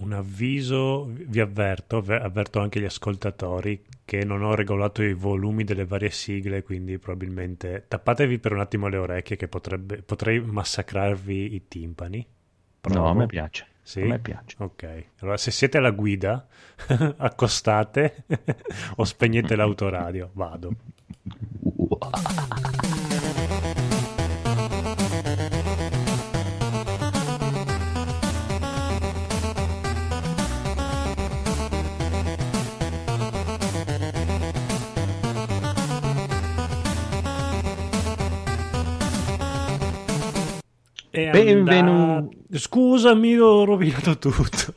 un avviso, vi avverto anche gli ascoltatori che non ho regolato i volumi delle varie sigle, quindi probabilmente tappatevi per un attimo le orecchie che potrei massacrarvi i timpani. Provo. No, a me piace. Sì? A me piace. Ok, allora se siete alla guida accostate o spegnete l'autoradio, vado. Benvenuto. Scusami, ho rovinato tutto.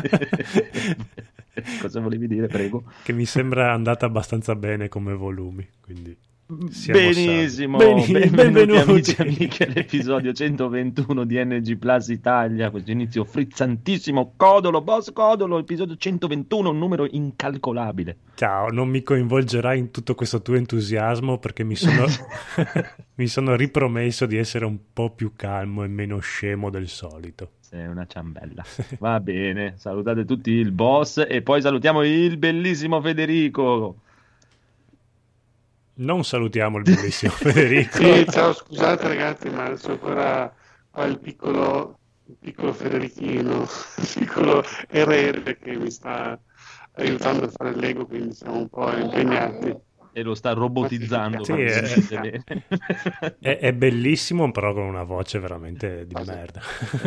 Cosa volevi dire, prego? Che mi sembra andata abbastanza bene come volumi, quindi benissimo. Benvenuti amici e amiche all'episodio 121 di NG Plus Italia, questo inizio frizzantissimo. Codolo, boss Codolo, episodio 121, un numero incalcolabile. Ciao, non mi coinvolgerai in tutto questo tuo entusiasmo perché mi sono ripromesso di essere un po' più calmo e meno scemo del solito. Sei una ciambella. Va bene, salutate tutti il boss e poi salutiamo il bellissimo Federico. Non salutiamo il bellissimo Federico. Sì, ciao, scusate ragazzi, ma c'è ancora qua il piccolo Federichino, il piccolo RR che mi sta aiutando a fare il Lego, quindi siamo un po' impegnati. E lo sta robotizzando. Sì, è bellissimo, però con una voce veramente di merda.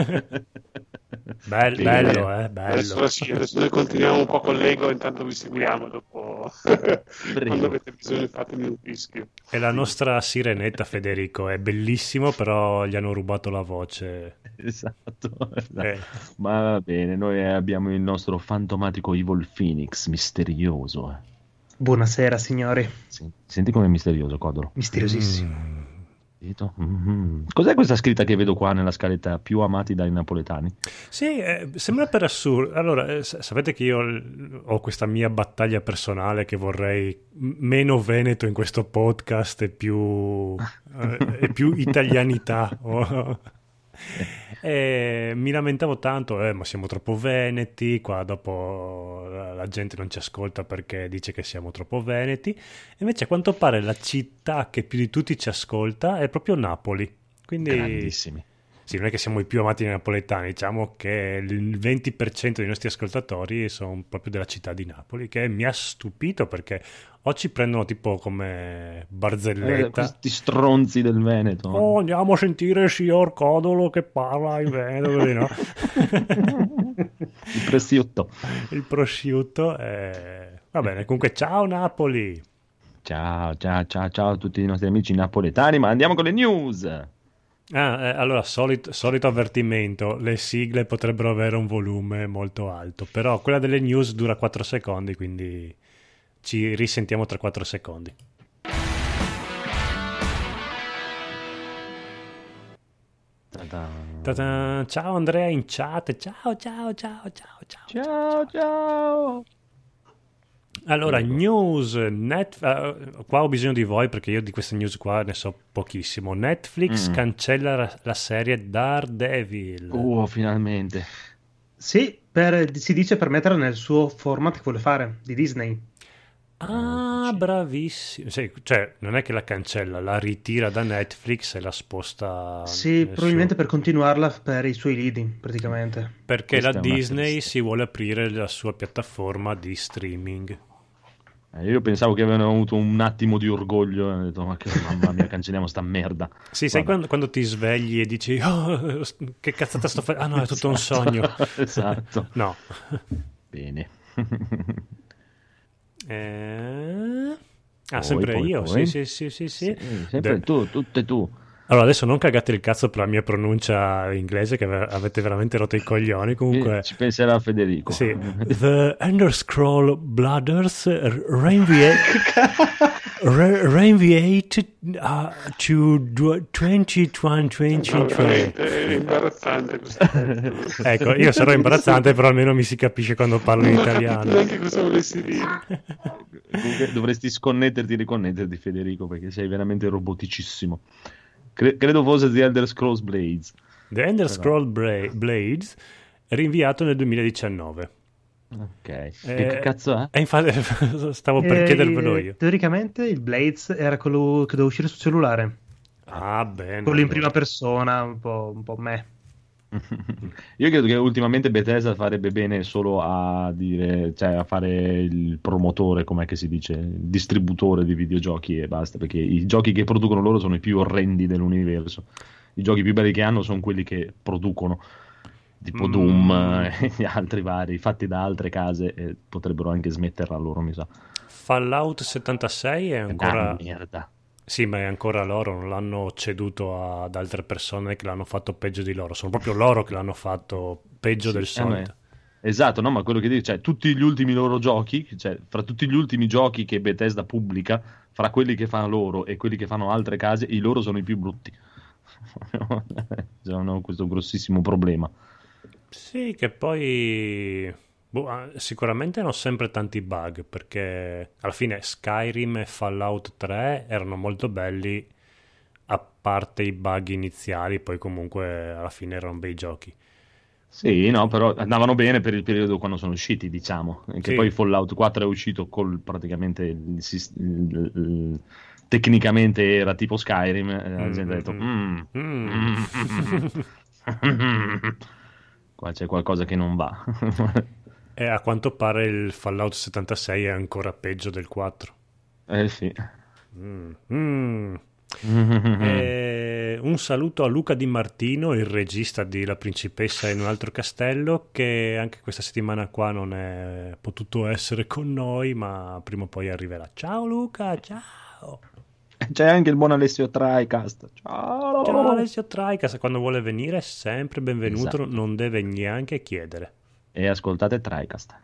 Bello. Adesso noi continuiamo un po' con Lego, intanto vi seguiamo dopo. Quando avete bisogno fatemi un fischio. E la nostra sirenetta Federico è bellissimo, però gli hanno rubato la voce. Esatto. Ma va bene, noi abbiamo il nostro fantomatico Evil Phoenix misterioso. Buonasera signori. Senti com'è misterioso, Codolo. Misteriosissimo. Cos'è questa scritta che vedo qua nella scaletta? Più amati dai napoletani? Sì, sembra per assurdo. Allora, sapete che io ho questa mia battaglia personale che vorrei meno veneto in questo podcast e più italianità. E mi lamentavo tanto, ma siamo troppo veneti, qua dopo la gente non ci ascolta perché dice che siamo troppo veneti. Invece a quanto pare la città che più di tutti ci ascolta è proprio Napoli. Quindi grandissimi. Sì, non è che siamo i più amati dei napoletani, diciamo che il 20% dei nostri ascoltatori sono proprio della città di Napoli, che mi ha stupito perché o ci prendono tipo come barzelletta, questi stronzi del Veneto. Oh, andiamo a sentire il signor Codolo che parla in Veneto, così, no? Il prosciutto. Va bene, comunque ciao Napoli. Ciao a tutti i nostri amici napoletani, ma andiamo con le news. Allora, solito avvertimento, le sigle potrebbero avere un volume molto alto, però quella delle news dura 4 secondi, quindi ci risentiamo tra 4 secondi. Ta-da. Ciao Andrea in chat, ciao. Allora, news, qua ho bisogno di voi perché io di queste news qua ne so pochissimo. Netflix cancella la serie Daredevil. Finalmente. Sì, si dice per metterla nel suo format che vuole fare, di Disney. Bravissimo. Sì, cioè, non è che la cancella, la ritira da Netflix e la sposta. Sì, probabilmente per continuarla per i suoi lidi, praticamente. Perché la Disney si vuole aprire la sua piattaforma di streaming. Io pensavo che avevano avuto un attimo di orgoglio e ho detto, ma che mamma mia, cancelliamo sta merda. Sì, sai quando ti svegli e dici, oh, che cazzata sto facendo? Ah no, è tutto un sogno. Esatto. No. Bene. Sempre io? Poi. Sì. Sempre tu, tutte tu. Allora, adesso non cagate il cazzo per la mia pronuncia inglese, che avete veramente rotto i coglioni. Comunque, ci penserà Federico. Sì. The Ender Scroll Blooders Reinviate to 2023. È imbarazzante questo. Ecco, io sarò imbarazzante, però almeno mi si capisce quando parlo in italiano. Neanche cosa volessi dire. Comunque dovresti sconnetterti e riconnetterti, Federico, perché sei veramente roboticissimo. Credo fosse The Elder Scrolls Blades. The Elder Scrolls Blades rinviato nel 2019. Ok, che cazzo è? Infatti stavo per chiedervelo io. Teoricamente il Blades era quello che doveva uscire sul cellulare. Ah, bene. Quello in prima persona, un po' me. Io credo che ultimamente Bethesda farebbe bene solo a dire, cioè a fare il promotore, com'è che si dice, il distributore di videogiochi e basta, perché i giochi che producono loro sono i più orrendi dell'universo. I giochi più belli che hanno sono quelli che producono, tipo Doom e gli altri vari, fatti da altre case, e potrebbero anche smetterla loro, mi sa. Fallout 76 è ancora... merda. Sì, ma è ancora loro, non l'hanno ceduto ad altre persone che l'hanno fatto peggio di loro, sono proprio loro che l'hanno fatto peggio del solito. Esatto, no, ma quello che dico, cioè tutti gli ultimi loro giochi, cioè fra tutti gli ultimi giochi che Bethesda pubblica, fra quelli che fanno loro e quelli che fanno altre case, i loro sono i più brutti. Hanno questo grossissimo problema. Sì, che poi sicuramente hanno sempre tanti bug, perché alla fine Skyrim e Fallout 3 erano molto belli, a parte i bug iniziali, poi comunque alla fine erano bei giochi. Sì, no, però andavano bene per il periodo quando sono usciti, diciamo. Che Sì. poi Fallout 4 è uscito praticamente tecnicamente era tipo Skyrim, e la gente ha detto qua c'è qualcosa che non va. E a quanto pare il Fallout 76 è ancora peggio del 4. Sì. Un saluto a Luca Di Martino, il regista di La principessa in un altro castello, che anche questa settimana qua non è potuto essere con noi, ma prima o poi arriverà. Ciao Luca, ciao! C'è anche il buon Alessio Tricast. Ciao! Ciao Alessio Tricast, quando vuole venire è sempre benvenuto, esatto. Non deve neanche chiedere. E ascoltate Tricast.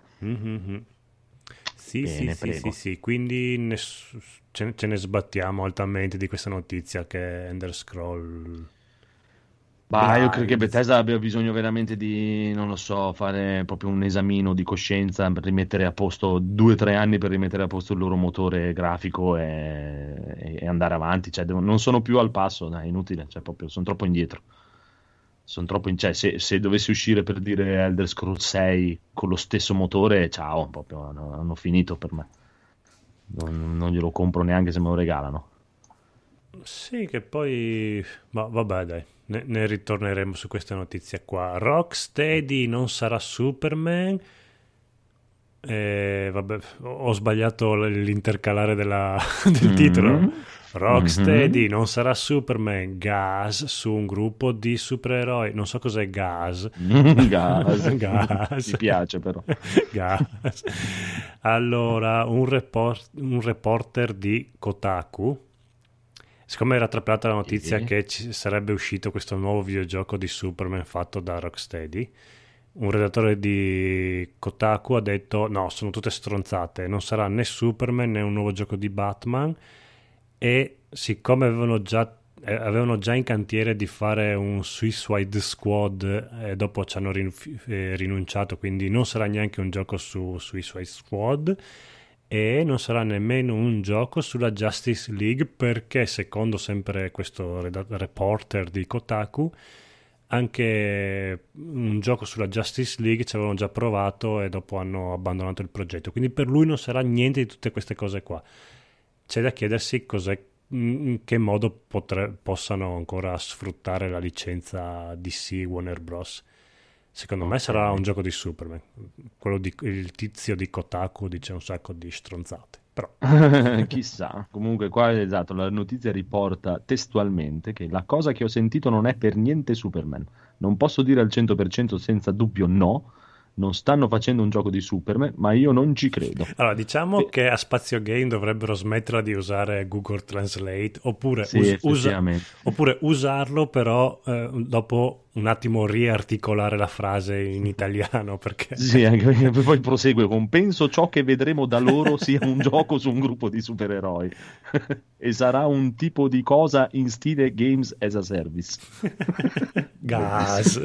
Sì, Bene, sì, quindi ce ne sbattiamo altamente di questa notizia che Ender Scroll... Io credo che Bethesda abbia bisogno veramente di, non lo so, fare proprio un esamino di coscienza per rimettere a posto 2 o 3 anni per rimettere a posto il loro motore grafico e andare avanti. Cioè, non sono più al passo, dai, è inutile, cioè, proprio, sono troppo indietro. Cioè, se dovessi uscire per dire Elder Scrolls 6 con lo stesso motore, ciao, proprio hanno finito per me. Non glielo compro neanche se me lo regalano. Sì, che poi... Ma vabbè, dai, ne ritorneremo su questa notizia qua. Rocksteady non sarà Superman. Vabbè, ho sbagliato l'intercalare del titolo. Rocksteady non sarà Superman. Gas su un gruppo di supereroi. Non so cos'è Gas. Gas. Mi piace però. Gas. Allora, un reporter di Kotaku, siccome era trapelata la notizia che ci sarebbe uscito questo nuovo videogioco di Superman fatto da Rocksteady, un redattore di Kotaku ha detto no, sono tutte stronzate, non sarà né Superman né un nuovo gioco di Batman, e siccome avevano già in cantiere di fare un Suicide Squad e dopo ci hanno rinunciato, quindi non sarà neanche un gioco su Suicide Squad e non sarà nemmeno un gioco sulla Justice League, perché secondo sempre questo reporter di Kotaku anche un gioco sulla Justice League ci avevano già provato e dopo hanno abbandonato il progetto, quindi per lui non sarà niente di tutte queste cose qua. C'è da chiedersi in che modo possano ancora sfruttare la licenza DC Warner Bros. Secondo me sarà un gioco di Superman. Il tizio di Kotaku dice un sacco di stronzate, però chissà. Comunque qua esatto, la notizia riporta testualmente che la cosa che ho sentito non è per niente Superman. Non posso dire al 100% senza dubbio no. Non stanno facendo un gioco di Superman, ma io non ci credo. Allora, diciamo che a Spazio Game dovrebbero smettere di usare Google Translate, oppure, oppure usarlo, però dopo un attimo riarticolare la frase in italiano. Perché... Sì, anche perché poi prosegue con penso ciò che vedremo da loro sia un gioco su un gruppo di supereroi. E sarà un tipo di cosa in stile Games as a Service. Gas.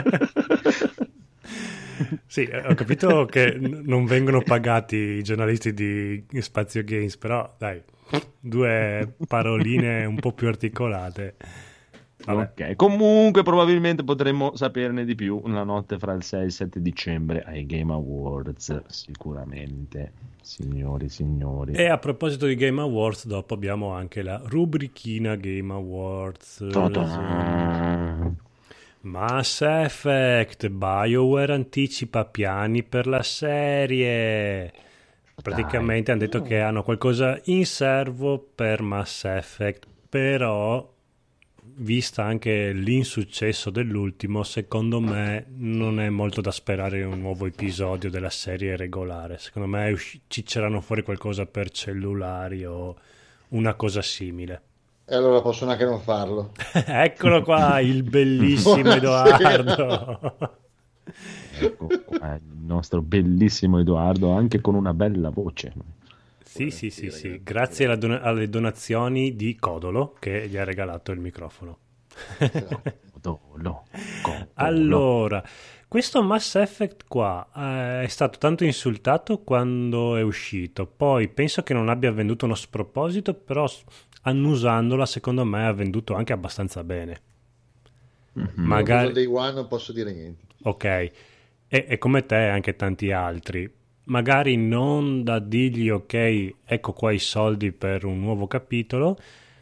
Sì, ho capito che non vengono pagati i giornalisti di Spazio Games, però dai, 2 paroline un po' più articolate. Vabbè. Ok, comunque probabilmente potremmo saperne di più la notte fra il 6 e il 7 dicembre ai Game Awards, sicuramente, signori. E a proposito di Game Awards, dopo abbiamo anche la rubrichina Game Awards. Ta-da! Mass Effect, BioWare anticipa piani per la serie. Praticamente hanno detto che hanno qualcosa in serbo per Mass Effect, però vista anche l'insuccesso dell'ultimo, secondo me non è molto da sperare in un nuovo episodio della serie regolare. Secondo me cicceranno fuori qualcosa per cellulari o una cosa simile. E allora possono anche non farlo. Eccolo qua, il bellissimo Edoardo. Ecco qua, il nostro bellissimo Edoardo, anche con una bella voce. Sì. Grazie alle donazioni di Codolo che gli ha regalato il microfono. Codolo. Allora, questo Mass Effect qua è stato tanto insultato quando è uscito, poi penso che non abbia venduto uno sproposito, però annusandola secondo me ha venduto anche abbastanza bene. Magari Day One non posso dire niente. Ok, e come te anche tanti altri, magari non da dirgli ok, ecco qua i soldi per un nuovo capitolo,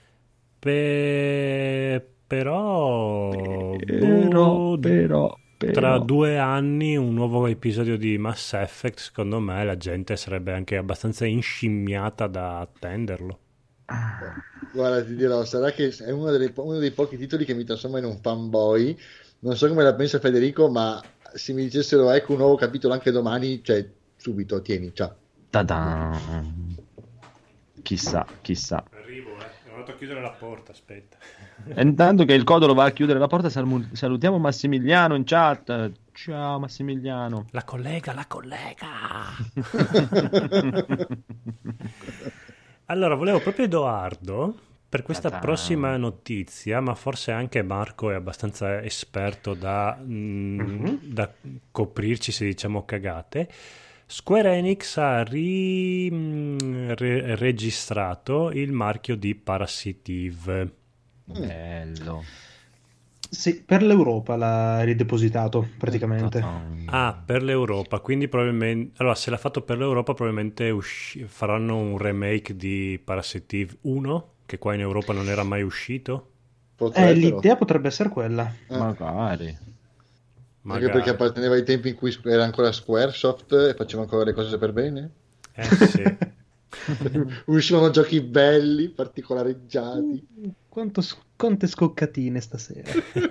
però tra 2 anni un nuovo episodio di Mass Effect, secondo me la gente sarebbe anche abbastanza inscimmiata da attenderlo. Guarda, ti dirò, sarà che è uno dei pochi titoli che mi trasforma in un fanboy. Non so come la pensa Federico, ma se mi dicessero ecco un nuovo capitolo anche domani, cioè subito, tieni, ciao. Ta-da! Chissà. Arrivo, ho andato a chiudere la porta, aspetta. E intanto che il Codolo va a chiudere la porta, salutiamo Massimiliano in chat. Ciao Massimiliano. La collega. Allora, volevo proprio Edoardo per questa prossima notizia, ma forse anche Marco è abbastanza esperto da coprirci se diciamo cagate. Square Enix ha registrato il marchio di Parasitive. Bello. Sì, per l'Europa l'ha ridepositato praticamente. Per l'Europa, quindi probabilmente allora se l'ha fatto per l'Europa probabilmente faranno un remake di Parasitive 1 che qua in Europa non era mai uscito. L'idea potrebbe essere quella. Magari. Anche perché apparteneva ai tempi in cui era ancora Squaresoft e faceva ancora le cose per bene. Sì. Uscivano giochi belli, particolareggiati. Quante scoccatine stasera.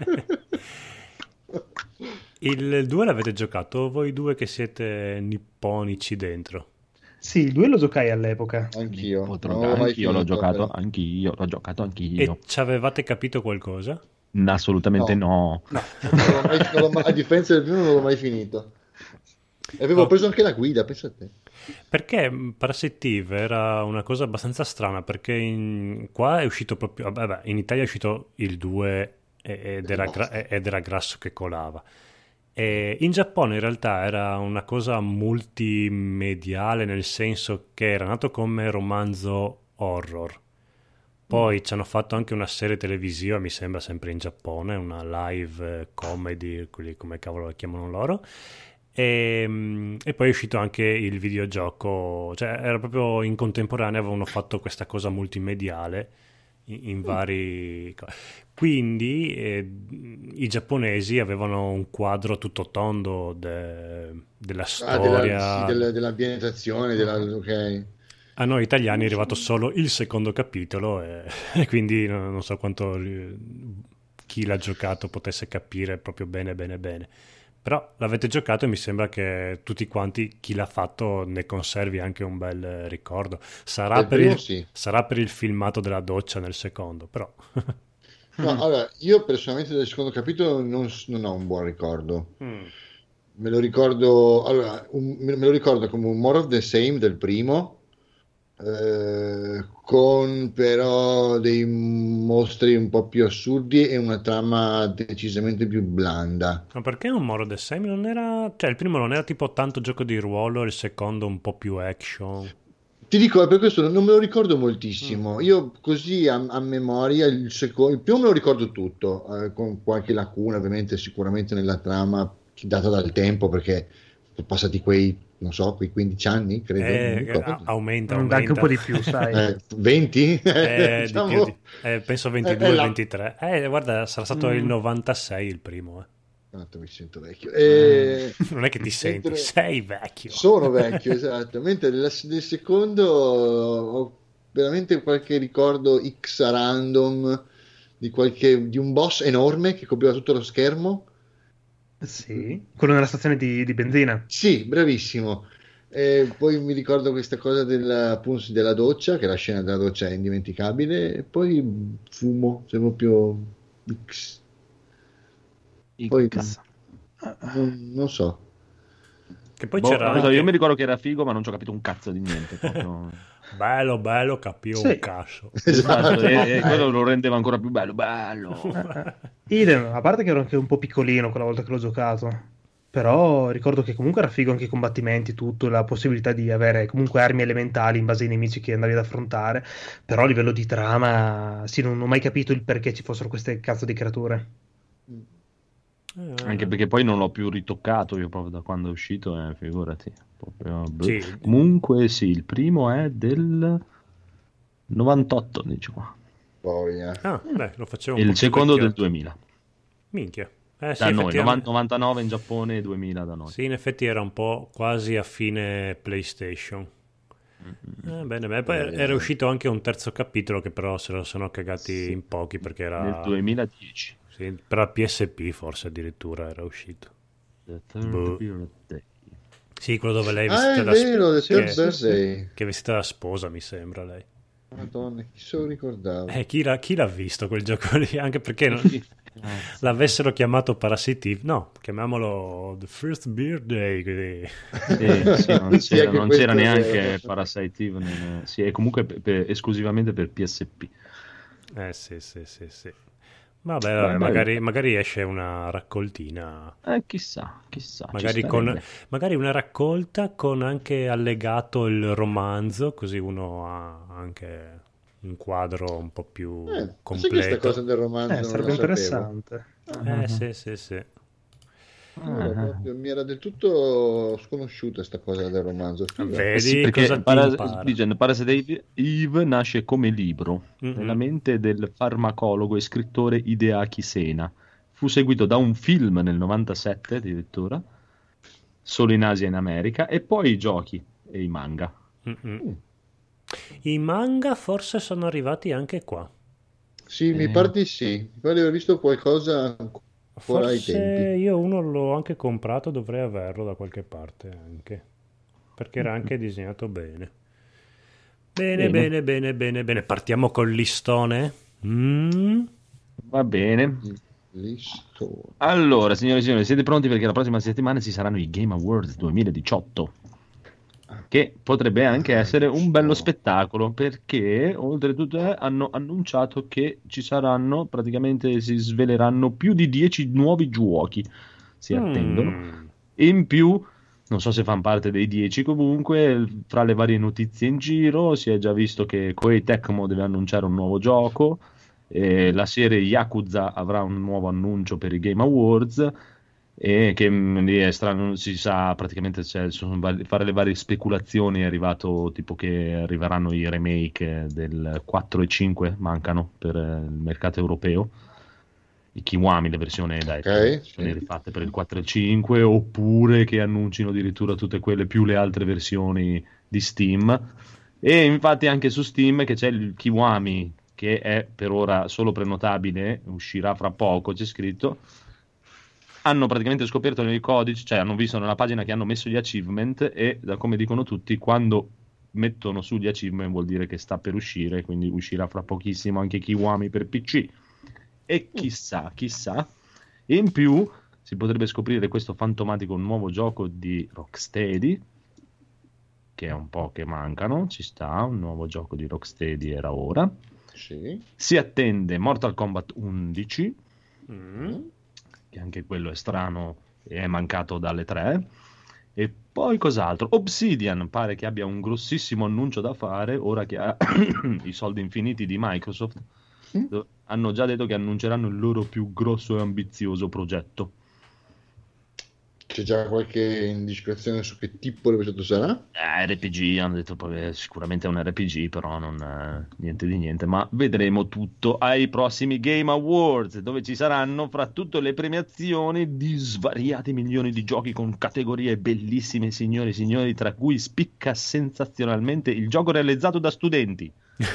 Il 2 l'avete giocato voi due che siete nipponici dentro? Sì, il 2 lo giocai all'epoca. Anch'io. L'ho giocato anch'io. E ci avevate capito qualcosa? Assolutamente no. A differenza del primo non l'ho mai finito. E avevo preso anche la guida, pensa a te. Perché Parasitive era una cosa abbastanza strana, perché qua è uscito proprio, in Italia è uscito il 2 ed era grasso che colava. E in Giappone in realtà era una cosa multimediale, nel senso che era nato come romanzo horror. Poi ci hanno fatto anche una serie televisiva, mi sembra sempre in Giappone, una live comedy, quelli come cavolo la chiamano loro. E poi è uscito anche il videogioco, cioè era proprio in contemporanea, avevano fatto questa cosa multimediale in vari. Quindi i giapponesi avevano un quadro tutto tondo della storia, dell'ambientazione, ok. A noi italiani è arrivato solo il secondo capitolo e quindi non so quanto chi l'ha giocato potesse capire proprio bene. Però l'avete giocato e mi sembra che tutti quanti, chi l'ha fatto, ne conservi anche un bel ricordo. Sarà per il filmato della doccia nel secondo, però. No, allora, io personalmente del secondo capitolo non ho un buon ricordo. Me lo ricordo, me lo ricordo come un more of the same del primo, con però dei mostri un po' più assurdi e una trama decisamente più blanda. Ma perché un more of the same non era, cioè il primo non era tipo tanto gioco di ruolo, il secondo un po' più action? Ti dico, per questo non me lo ricordo moltissimo. Io così a memoria il primo me lo ricordo tutto, con qualche lacuna ovviamente sicuramente nella trama data dal tempo, perché sono passati quei 15 anni, credo. Aumenta. Anche un po' di più, sai. 20? Diciamo, di più, penso 22, 23. Guarda, sarà stato il 96 il primo. Mi sento vecchio. Non è che ti senti, sei vecchio. Sono vecchio, esatto. Mentre del secondo ho veramente qualche ricordo X random di un boss enorme che copriva tutto lo schermo. Sì, quello nella stazione di benzina. Sì, bravissimo. Poi mi ricordo questa cosa appunto della doccia, che la scena della doccia è indimenticabile. E poi fumo, c'è proprio X. Poi non so. Che poi c'era anche... Io mi ricordo che era figo, ma non ci ho capito un cazzo di niente. Proprio... bello, capivo un cazzo. Esatto, e quello lo rendeva ancora più bello. Idem, a parte che ero anche un po' piccolino quella volta che l'ho giocato. Però ricordo che comunque era figo anche i combattimenti, tutto, la possibilità di avere comunque armi elementali in base ai nemici che andavi ad affrontare. Però a livello di trama, sì, non ho mai capito il perché ci fossero queste cazzo di creature. Anche perché poi non l'ho più ritoccato io proprio da quando è uscito, figurati. Proprio... Sì. Comunque sì, il primo è del 98, dice qua. Lo facevo un po' il secondo del 2000. Minchia. Da noi, 99 in Giappone e 2000 da noi. Sì, in effetti era un po' quasi a fine PlayStation. Bene. Poi era uscito anche un terzo capitolo che però se lo sono cagati in pochi perché era... Nel 2010. Sì, per la PSP forse addirittura era uscito. Sì, quello dove lei che vestita da sposa, mi sembra lei. Madonna, chi se lo ricordava? Chi l'ha visto quel gioco lì? Anche perché l'avessero chiamato Parasite Eve. No, chiamiamolo The First Birthday. Non c'era neanche Parasite Eve. Sì, è comunque esclusivamente per PSP. Sì. Vabbè, magari esce una raccoltina. Chissà. Magari una raccolta con anche allegato il romanzo, così uno ha anche un quadro un po' più completo. Questa cosa del romanzo sarebbe interessante. Sì. Mi era del tutto sconosciuta questa cosa del romanzo. Vedi cosa Parasite Eve nasce come libro nella mente del farmacologo e scrittore Hideaki Sena. Fu seguito da un film nel 97 addirittura, solo in Asia e in America, e poi i giochi e i manga. I manga forse sono arrivati anche qua. Sì, mi pare di sì. Mi pare di aver visto qualcosa ancora ai tempi. Io uno l'ho anche comprato, dovrei averlo da qualche parte anche, perché era anche disegnato bene. Bene. Partiamo col listone. Va bene. Listone. Allora, signore e signori, siete pronti perché la prossima settimana ci saranno i Game Awards 2018, che potrebbe anche essere un bello spettacolo, perché oltretutto hanno annunciato che ci saranno, praticamente si sveleranno più di 10 nuovi giochi, si attendono, e in più non so se fanno parte dei 10, comunque fra le varie notizie in giro si è già visto che Koei Tecmo deve annunciare un nuovo gioco, la serie Yakuza avrà un nuovo annuncio per i Game Awards, e che lì è strano, si sa praticamente, fare le varie speculazioni, è arrivato tipo che arriveranno i remake del 4 e 5, mancano per il mercato europeo, i Kiwami, le versioni rifatte per il 4 e 5, oppure che annuncino addirittura tutte quelle più le altre versioni di Steam. E infatti anche su Steam che c'è il Kiwami, che è per ora solo prenotabile, uscirà fra poco, c'è scritto. Hanno praticamente scoperto nel codice, cioè hanno visto nella pagina che hanno messo gli achievement, e da come dicono tutti, quando mettono su gli achievement vuol dire che sta per uscire, quindi uscirà fra pochissimo anche Kiwami per PC. E chissà, e in più si potrebbe scoprire questo fantomatico nuovo gioco di Rocksteady, che è un po' che mancano, ci sta, un nuovo gioco di Rocksteady era ora. Sì. Si attende Mortal Kombat 11, che anche quello è strano e è mancato dalle 3, E poi cos'altro? Obsidian pare che abbia un grossissimo annuncio da fare ora che ha i soldi infiniti di Microsoft. Hanno già detto che annunceranno il loro più grosso e ambizioso progetto. C'è già qualche indiscrezione su che tipo di progetto sarà? RPG, hanno detto sicuramente è un RPG, però non niente di niente, ma vedremo tutto ai prossimi Game Awards, dove ci saranno fra tutte le premiazioni di svariati milioni di giochi con categorie bellissime, signori e signori, tra cui spicca sensazionalmente il gioco realizzato da studenti.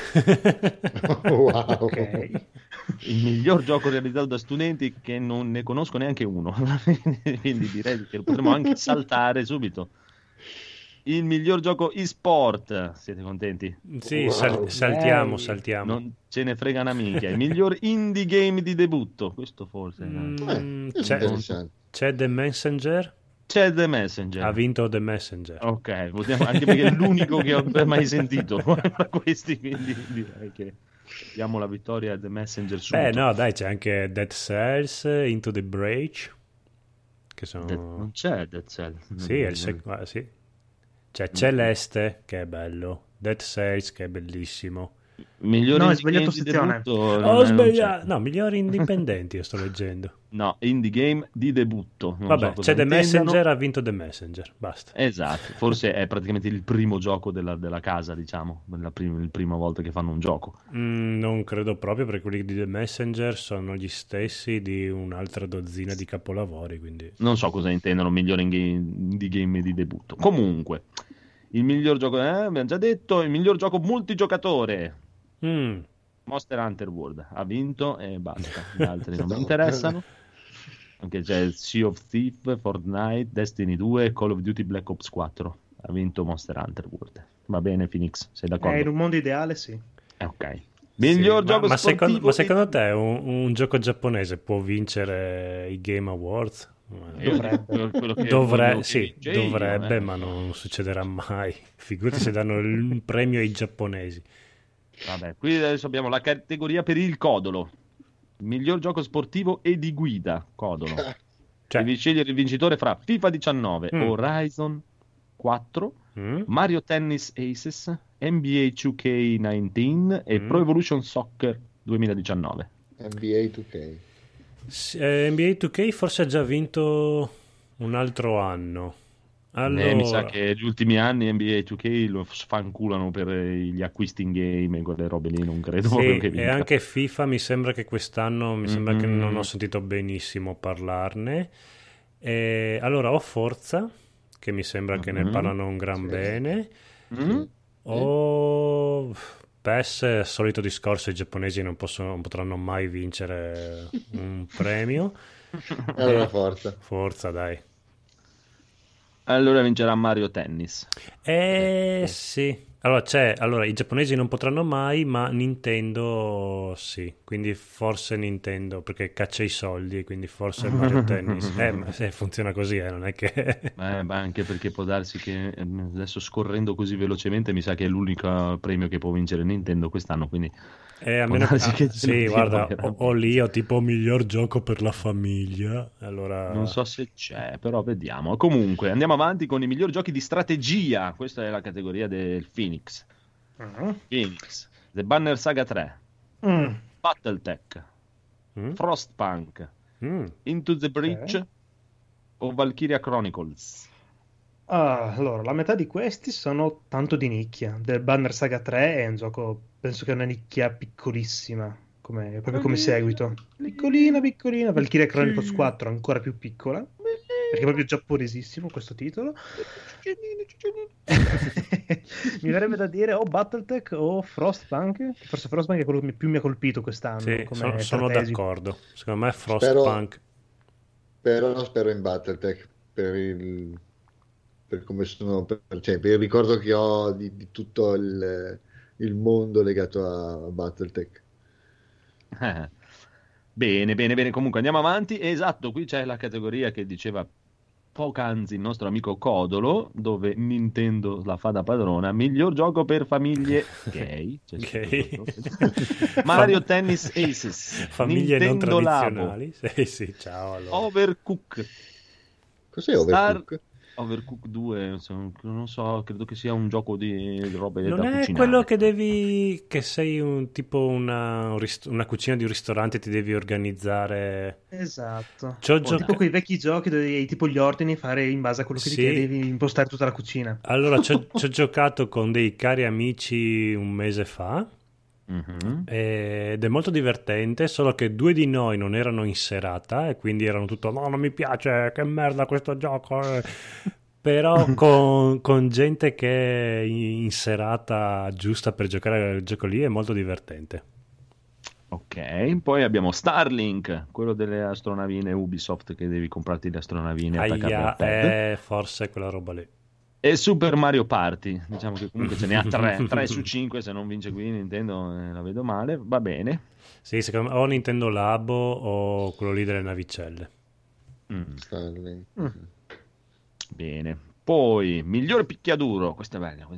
Wow. Ok. Il miglior gioco realizzato da studenti, che non ne conosco neanche uno, quindi direi che lo potremmo anche saltare subito. Il miglior gioco e-sport, siete contenti? Sì, Wow. saltiamo. Non ce ne frega una minchia. Il miglior indie game di debutto, questo forse Questo è interessante. c'è The Messenger, c'è The Messenger. ha vinto The Messenger. Ok, votiamo, anche perché è l'unico che ho mai sentito tra questi, quindi direi che diamo la vittoria a The Messenger subito. No, dai, c'è anche Dead Cells, Into the Breach, che sono... Non c'è Dead Cells. Sì, è sì. C'è Celeste, che è bello, Dead Cells, che è bellissimo. Miglior No, hai indie sbagliato game di sezione. debutto, Ho non sbagliato! c'è. No, migliori indipendenti, io sto leggendo. No, indie game di debutto. Non Vabbè, so cosa c'è The intendano. Messenger, ha vinto The Messenger, basta. Esatto, forse è praticamente il primo gioco della casa, diciamo, la prima volta che fanno un gioco. Non credo proprio, perché quelli di The Messenger sono gli stessi di un'altra dozzina di capolavori, quindi... Non so cosa intendono migliore indie game di debutto. Comunque, il miglior gioco, abbiamo già detto, il miglior gioco multigiocatore, Monster Hunter World, ha vinto e basta, gli altri non mi interessano. Anche c'è Sea of Thief, Fortnite, Destiny 2, Call of Duty Black Ops 4. Ha vinto Monster Hunter World. Va bene, Phoenix, sei d'accordo? In un mondo ideale, sì. Ok. Miglior Sì, gioco ma sportivo. secondo te un gioco giapponese può vincere i Game Awards? Dovrebbe, ma non succederà mai. Figurati se danno il premio ai giapponesi. Vabbè, qui adesso abbiamo la categoria per il codolo. Miglior gioco sportivo e di guida, codolo. Cioè, Devi scegliere il vincitore fra FIFA 19, Horizon 4, Mario Tennis Aces, NBA 2K19 e Pro Evolution Soccer 2019. NBA 2K. NBA 2K forse ha già vinto un altro anno. Allora... mi sa che gli ultimi anni NBA 2K lo sfanculano per gli acquisti in game e quelle robe lì, non credo proprio che vinca. E anche FIFA mi sembra che quest'anno che non ho sentito benissimo parlarne. Allora ho Forza, che mi sembra che ne parlano un gran bene. O PES, solito discorso, i giapponesi non potranno mai vincere un premio. Allora Forza, dai. Allora vincerà Mario Tennis. Sì. Allora, i giapponesi non potranno mai, ma Nintendo sì. Quindi forse Nintendo, perché caccia i soldi, quindi forse Mario Tennis. Ma funziona così, non è che... Ma anche perché può darsi che adesso scorrendo così velocemente mi sa che è l'unico premio che può vincere Nintendo quest'anno, quindi... a meno che sì, guarda, ho lì tipo miglior gioco per la famiglia, allora... Non so se c'è, però vediamo. Comunque, andiamo avanti con i miglior giochi di strategia. Questa è la categoria del Phoenix. Phoenix, The Banner Saga 3, Battletech, Frostpunk, Into the Breach o Valkyria Chronicles. Allora, la metà di questi sono tanto di nicchia. The Banner Saga 3 è un gioco, penso che è una nicchia piccolissima, proprio come seguito. Piccolina. Valkyria Chronicles 4 ancora più piccola, perché è proprio giapponesissimo questo titolo. Mi verrebbe da dire o Battletech o Frostpunk. Forse Frostpunk è quello che più mi ha colpito quest'anno. Sì, come sono strategico. d'accordo. Secondo me Frostpunk. Però spero in Battletech per come sono, per il ricordo che ho di tutto il mondo legato a Battletech. Bene. Comunque andiamo avanti. Esatto, qui c'è la categoria che diceva poc'anzi il nostro amico Codolo, dove Nintendo la fa da padrona. Miglior gioco per famiglie gay. Mario Tennis Aces, famiglie Nintendo non tradizionali. Sì, ciao. Allora. Overcook. Cos'è Overcook? Overcooked 2, non so, credo che sia un gioco di robe da Non è cucinare. quello che sei una cucina di un ristorante e ti devi organizzare. Esatto. C'ho Tipo quei vecchi giochi dove hai tipo gli ordini fare in base a quello che ti Sì. devi impostare tutta la cucina. Allora, ci ho giocato con dei cari amici un mese fa. Ed è molto divertente, solo che 2 di noi non erano in serata e quindi erano tutto no, non mi piace, che merda questo gioco. Però con gente che è in serata giusta per giocare al gioco lì è molto divertente. Ok, poi abbiamo Starlink, quello delle astronavine Ubisoft, che devi comprarti le astronavine e attaccarle al pad. Forse quella roba lì. E Super Mario Party, diciamo che comunque ce ne ha 3 su 5, se non vince qui Nintendo la vedo male, va bene. Sì, secondo me o Nintendo Labo o quello lì delle navicelle. Bene, poi miglior picchiaduro, questa è bella.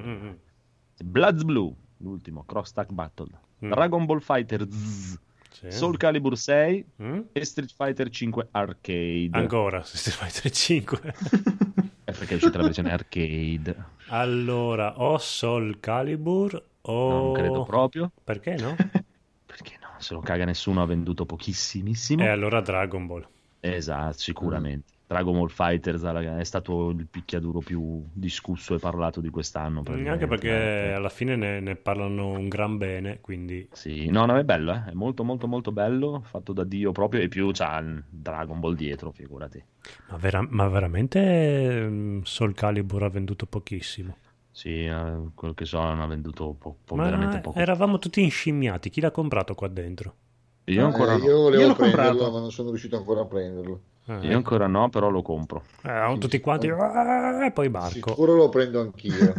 Bloods Blue, l'ultimo, Cross Tag Battle, Dragon Ball Fighter Z, Sì. Soul Calibur 6 e Street Fighter 5 Arcade. Ancora Street Fighter 5. Perché è uscita la versione arcade. Allora, o Soul Calibur o... No, non credo proprio. Perché no? Perché no? Se lo caga nessuno, ha venduto pochissimissimo. E allora Dragon Ball. Esatto, sicuramente. Dragon Ball Fighters è stato il picchiaduro più discusso e parlato di quest'anno. Anche perché alla fine ne parlano un gran bene, quindi... Sì, no, è bello, è molto molto molto bello, fatto da Dio proprio, e più c'ha il Dragon Ball dietro, figurati. Ma veramente Soul Calibur ha venduto pochissimo? Sì, quello che so, non ha venduto Ma veramente poco. eravamo tutti inscimmiati, chi l'ha comprato qua dentro? Io ancora no. Io volevo l'ho prenderlo, comprato. ma non sono riuscito ancora a prenderlo. Io ancora no, però lo compro. Tutti quanti... E poi Marco. Sicuro lo prendo anch'io.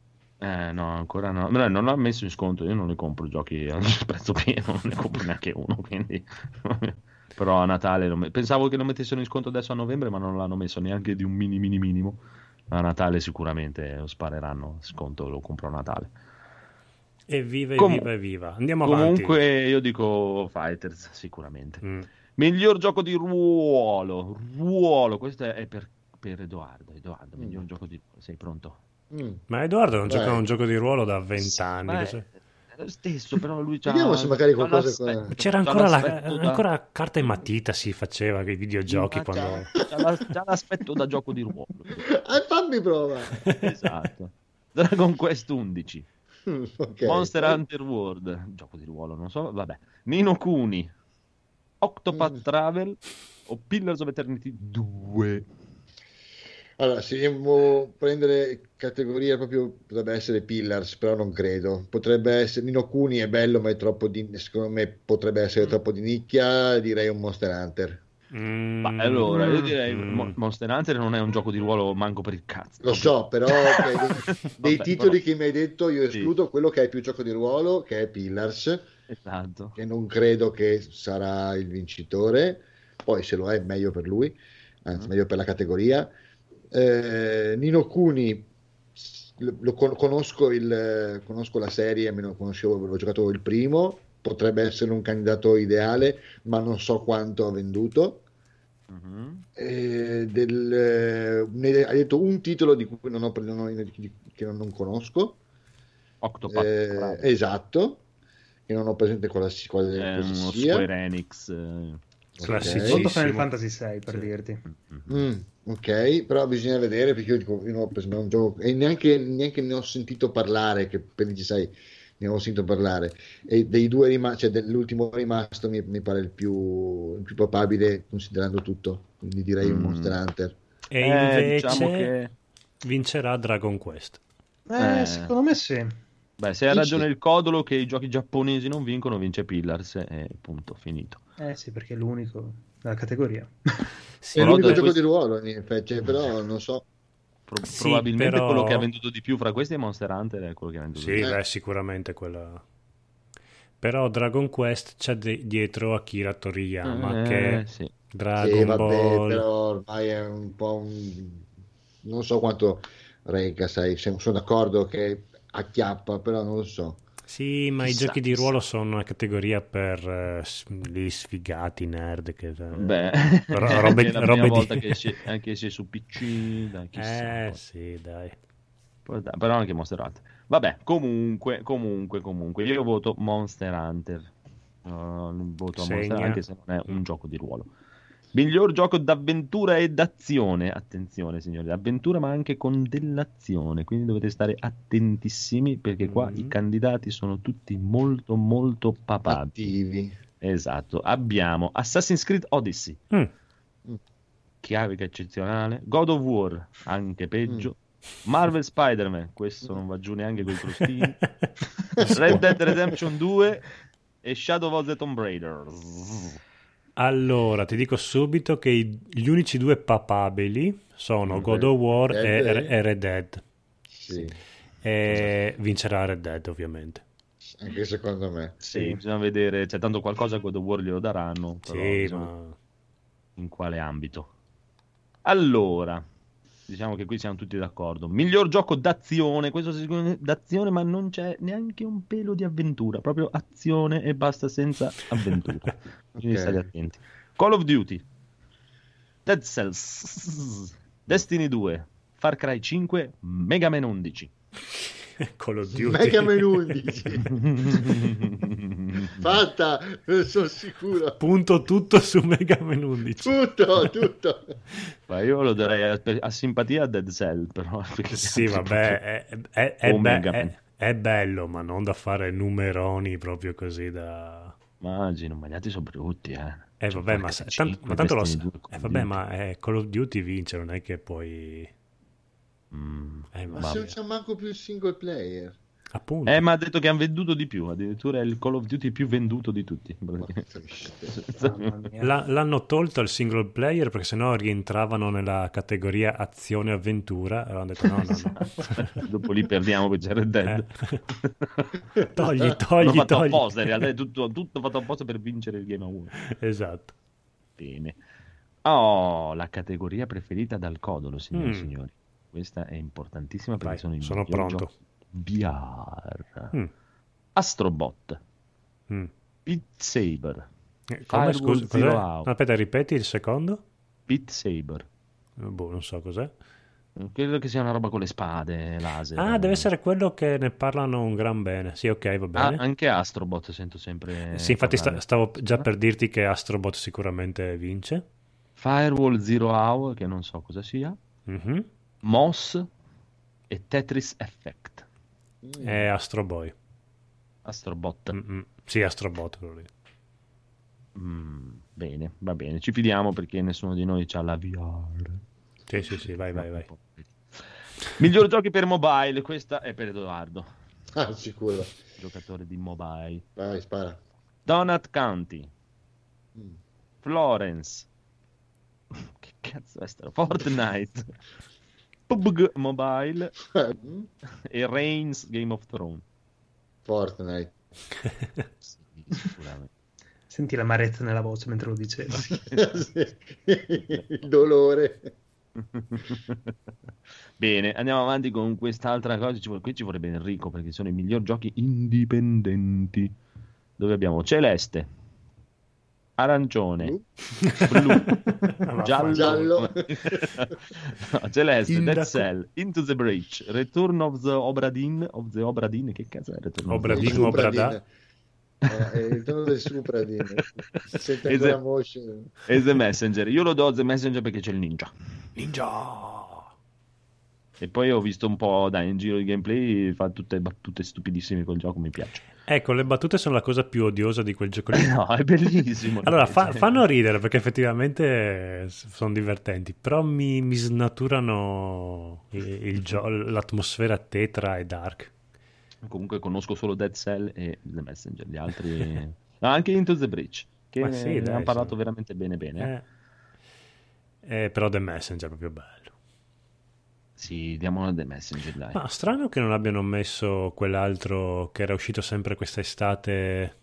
No, ancora no. Beh, non l'ha messo in sconto, io non ne compro giochi a prezzo pieno, non ne compro neanche uno, quindi... Però a Natale pensavo che lo mettessero in sconto adesso a novembre, ma non l'hanno messo neanche di un minimo. A Natale sicuramente lo spareranno, sconto lo compro a Natale. Evviva. Andiamo Comunque avanti. io dico Fighters sicuramente. Miglior gioco di ruolo, questo è per Edoardo, miglior gioco di ruolo, sei pronto? Ma Edoardo non gioca un gioco di ruolo da 20 anni. È lo stesso, però lui c'ha... Vediamo se magari qualcosa... C'era ancora carta e matita, si faceva che i videogiochi quando... C'ha l'aspetto da gioco di ruolo. Fammi prova! Esatto. Dragon Quest 11. Okay. Monster Hunter World, gioco di ruolo, non so, vabbè. Nino Kuni, Octopath Travel o Pillars of Eternity 2. Allora, se dobbiamo prendere categoria proprio, potrebbe essere Pillars, però non credo. Potrebbe essere Nino Kuni, è bello, ma è troppo secondo me potrebbe essere troppo di nicchia, direi un Monster Hunter. Ma allora, io direi Monster Hunter non è un gioco di ruolo manco per il cazzo. Lo so, però dei titoli che mi hai detto io escludo quello che è più gioco di ruolo, che è Pillars. Esatto. Che non credo che sarà il vincitore, poi se lo è meglio per lui, anzi meglio per la categoria. Nino Kuni conosco la serie, me lo conoscevo, avevo giocato il primo, potrebbe essere un candidato ideale, ma non so quanto ha venduto. Hai detto un titolo di cui che non conosco. Octopath. Esatto, che non ho presente quale è uno sia. Square Enix classicissimo. Molto Final Fantasy 6 per dirti. Ok, però bisogna vedere, perché io non ho preso un gioco e neanche ne ho sentito parlare, che per dici, sai, ne ho sentito parlare, e dei due rimasti, cioè dell'ultimo rimasto mi pare il più papabile considerando tutto, quindi direi un Monster Hunter. E invece diciamo che... vincerà Dragon Quest. Secondo me sì. Beh, se ha ragione il Codolo che i giochi giapponesi non vincono, vince Pillars e punto, finito. Sì, perché è l'unico della categoria. Sì, è l'unico gioco di ruolo, in effetti, però non so. Probabilmente quello che ha venduto di più fra questi è Monster Hunter, è quello che ha venduto di più. Sì, sicuramente quella. Però Dragon Quest c'è dietro Akira Toriyama che Dragon Ball. Però ormai è un po' non so quanto regga, sai, sono d'accordo che acchiappa, però non lo so. Sì, ma i giochi di ruolo sono una categoria per gli sfigati nerd. Beh, robe, è la prima volta che esce su PC, dai, chissà. Sì, dai. Però anche Monster Hunter. Vabbè, comunque, io voto Monster Hunter. Voto a Monster Hunter, anche se non è un gioco di ruolo. Miglior gioco d'avventura e d'azione. Attenzione, signori, avventura ma anche con dell'azione, quindi dovete stare attentissimi perché qua i candidati sono tutti molto molto papati. Esatto. Abbiamo Assassin's Creed Odyssey, chiavica eccezionale, God of War, anche peggio, Marvel Spider-Man, questo non va giù neanche con i crostini, Red Dead Redemption 2 e Shadow of the Tomb Raider. Allora, ti dico subito che gli unici due papabili sono God of War e Red Dead. Sì. E vincerà Red Dead, ovviamente. Anche secondo me. Sì, bisogna vedere, cioè tanto qualcosa God of War glielo daranno, però sì, ma in quale ambito? Allora, diciamo che qui siamo tutti d'accordo. Miglior gioco d'azione, questo d'azione, ma non c'è neanche un pelo di avventura, proprio azione e basta, senza avventura. Quindi state attenti. Call of Duty, Dead Cells, Destiny 2, Far Cry 5, Mega Man 11. Call of Duty. Mega Man 11. Fatta, non sono sicuro. Punto tutto su Mega Man 11. Tutto. Ma io lo darei a simpatia a Dead Cell, però. Sì, vabbè, è bello, ma non da fare numeroni proprio così da... Immagino, ma gli altri sono brutti, vabbè, ma tanto lo so. Vabbè, ma Call of Duty vince, non è che poi... ma se non c'è manco più il single player. Appunto. Ma ha detto che hanno venduto di più, addirittura è il Call of Duty più venduto di tutti. L'hanno tolto il single player perché sennò rientravano nella categoria azione e avventura e hanno detto no. Dopo lì perdiamo con Red Dead. Togli. Hanno fatto apposta, in realtà è tutto fatto apposta per vincere il Game Award. Esatto. Bene. La categoria preferita dal Codolo, signori e signori. Questa è importantissima perché sono pronto. VR, Astrobot, Beat Saber, Scusa, aspetta, ripeti il secondo? Beat Saber. Non so cos'è. Credo che sia una roba con le spade laser. Deve essere quello che ne parlano un gran bene. Sì, ok, va bene. Anche Astrobot sento sempre. Sì, infatti stavo già per dirti che Astrobot sicuramente vince. Firewall Zero Hour, che non so cosa sia. Moss e Tetris Effect. È Astro Boy. Astrobot. Sì, Astrobot quello lì. Bene, va bene, ci fidiamo perché nessuno di noi c'ha la VR. Sì, vai. Miglior giochi per mobile, questa è per Edoardo. Sicuro. Giocatore di mobile. Vai, spara. Donut County, Florence, che cazzo è sta? Fortnite, PUBG Mobile e Reigns Game of Thrones. Fortnite. Sì, sicuramente. Senti l'amarezza nella voce mentre lo diceva. Il dolore. Bene, andiamo avanti con quest'altra cosa. Qui ci vorrebbe Enrico perché sono i miglior giochi indipendenti. Dove abbiamo Celeste, arancione, blu, giallo. No, Celeste, Dead Cell, Into the Breach, Return of the Obra Dinn. Che cazzo è Return of the Obra Dinn? Il ritorno del Supra Dinn. Sente ancora motion. E The Messenger. Io lo do a The Messenger perché c'è il ninja. E poi ho visto un po' in giro di gameplay, fa tutte battute stupidissime col gioco, mi piace. Ecco, le battute sono la cosa più odiosa di quel gioco lì. No, è bellissimo. Allora, fanno ridere perché effettivamente sono divertenti, però mi snaturano l'atmosfera tetra e dark. Comunque conosco solo Dead Cell e The Messenger, gli altri... No, anche Into the Breach, che ne hanno parlato veramente bene. Però The Messenger è proprio bello. Sì, diamolo a The Messenger, dai. Ma strano che non abbiano messo quell'altro che era uscito sempre quest'estate,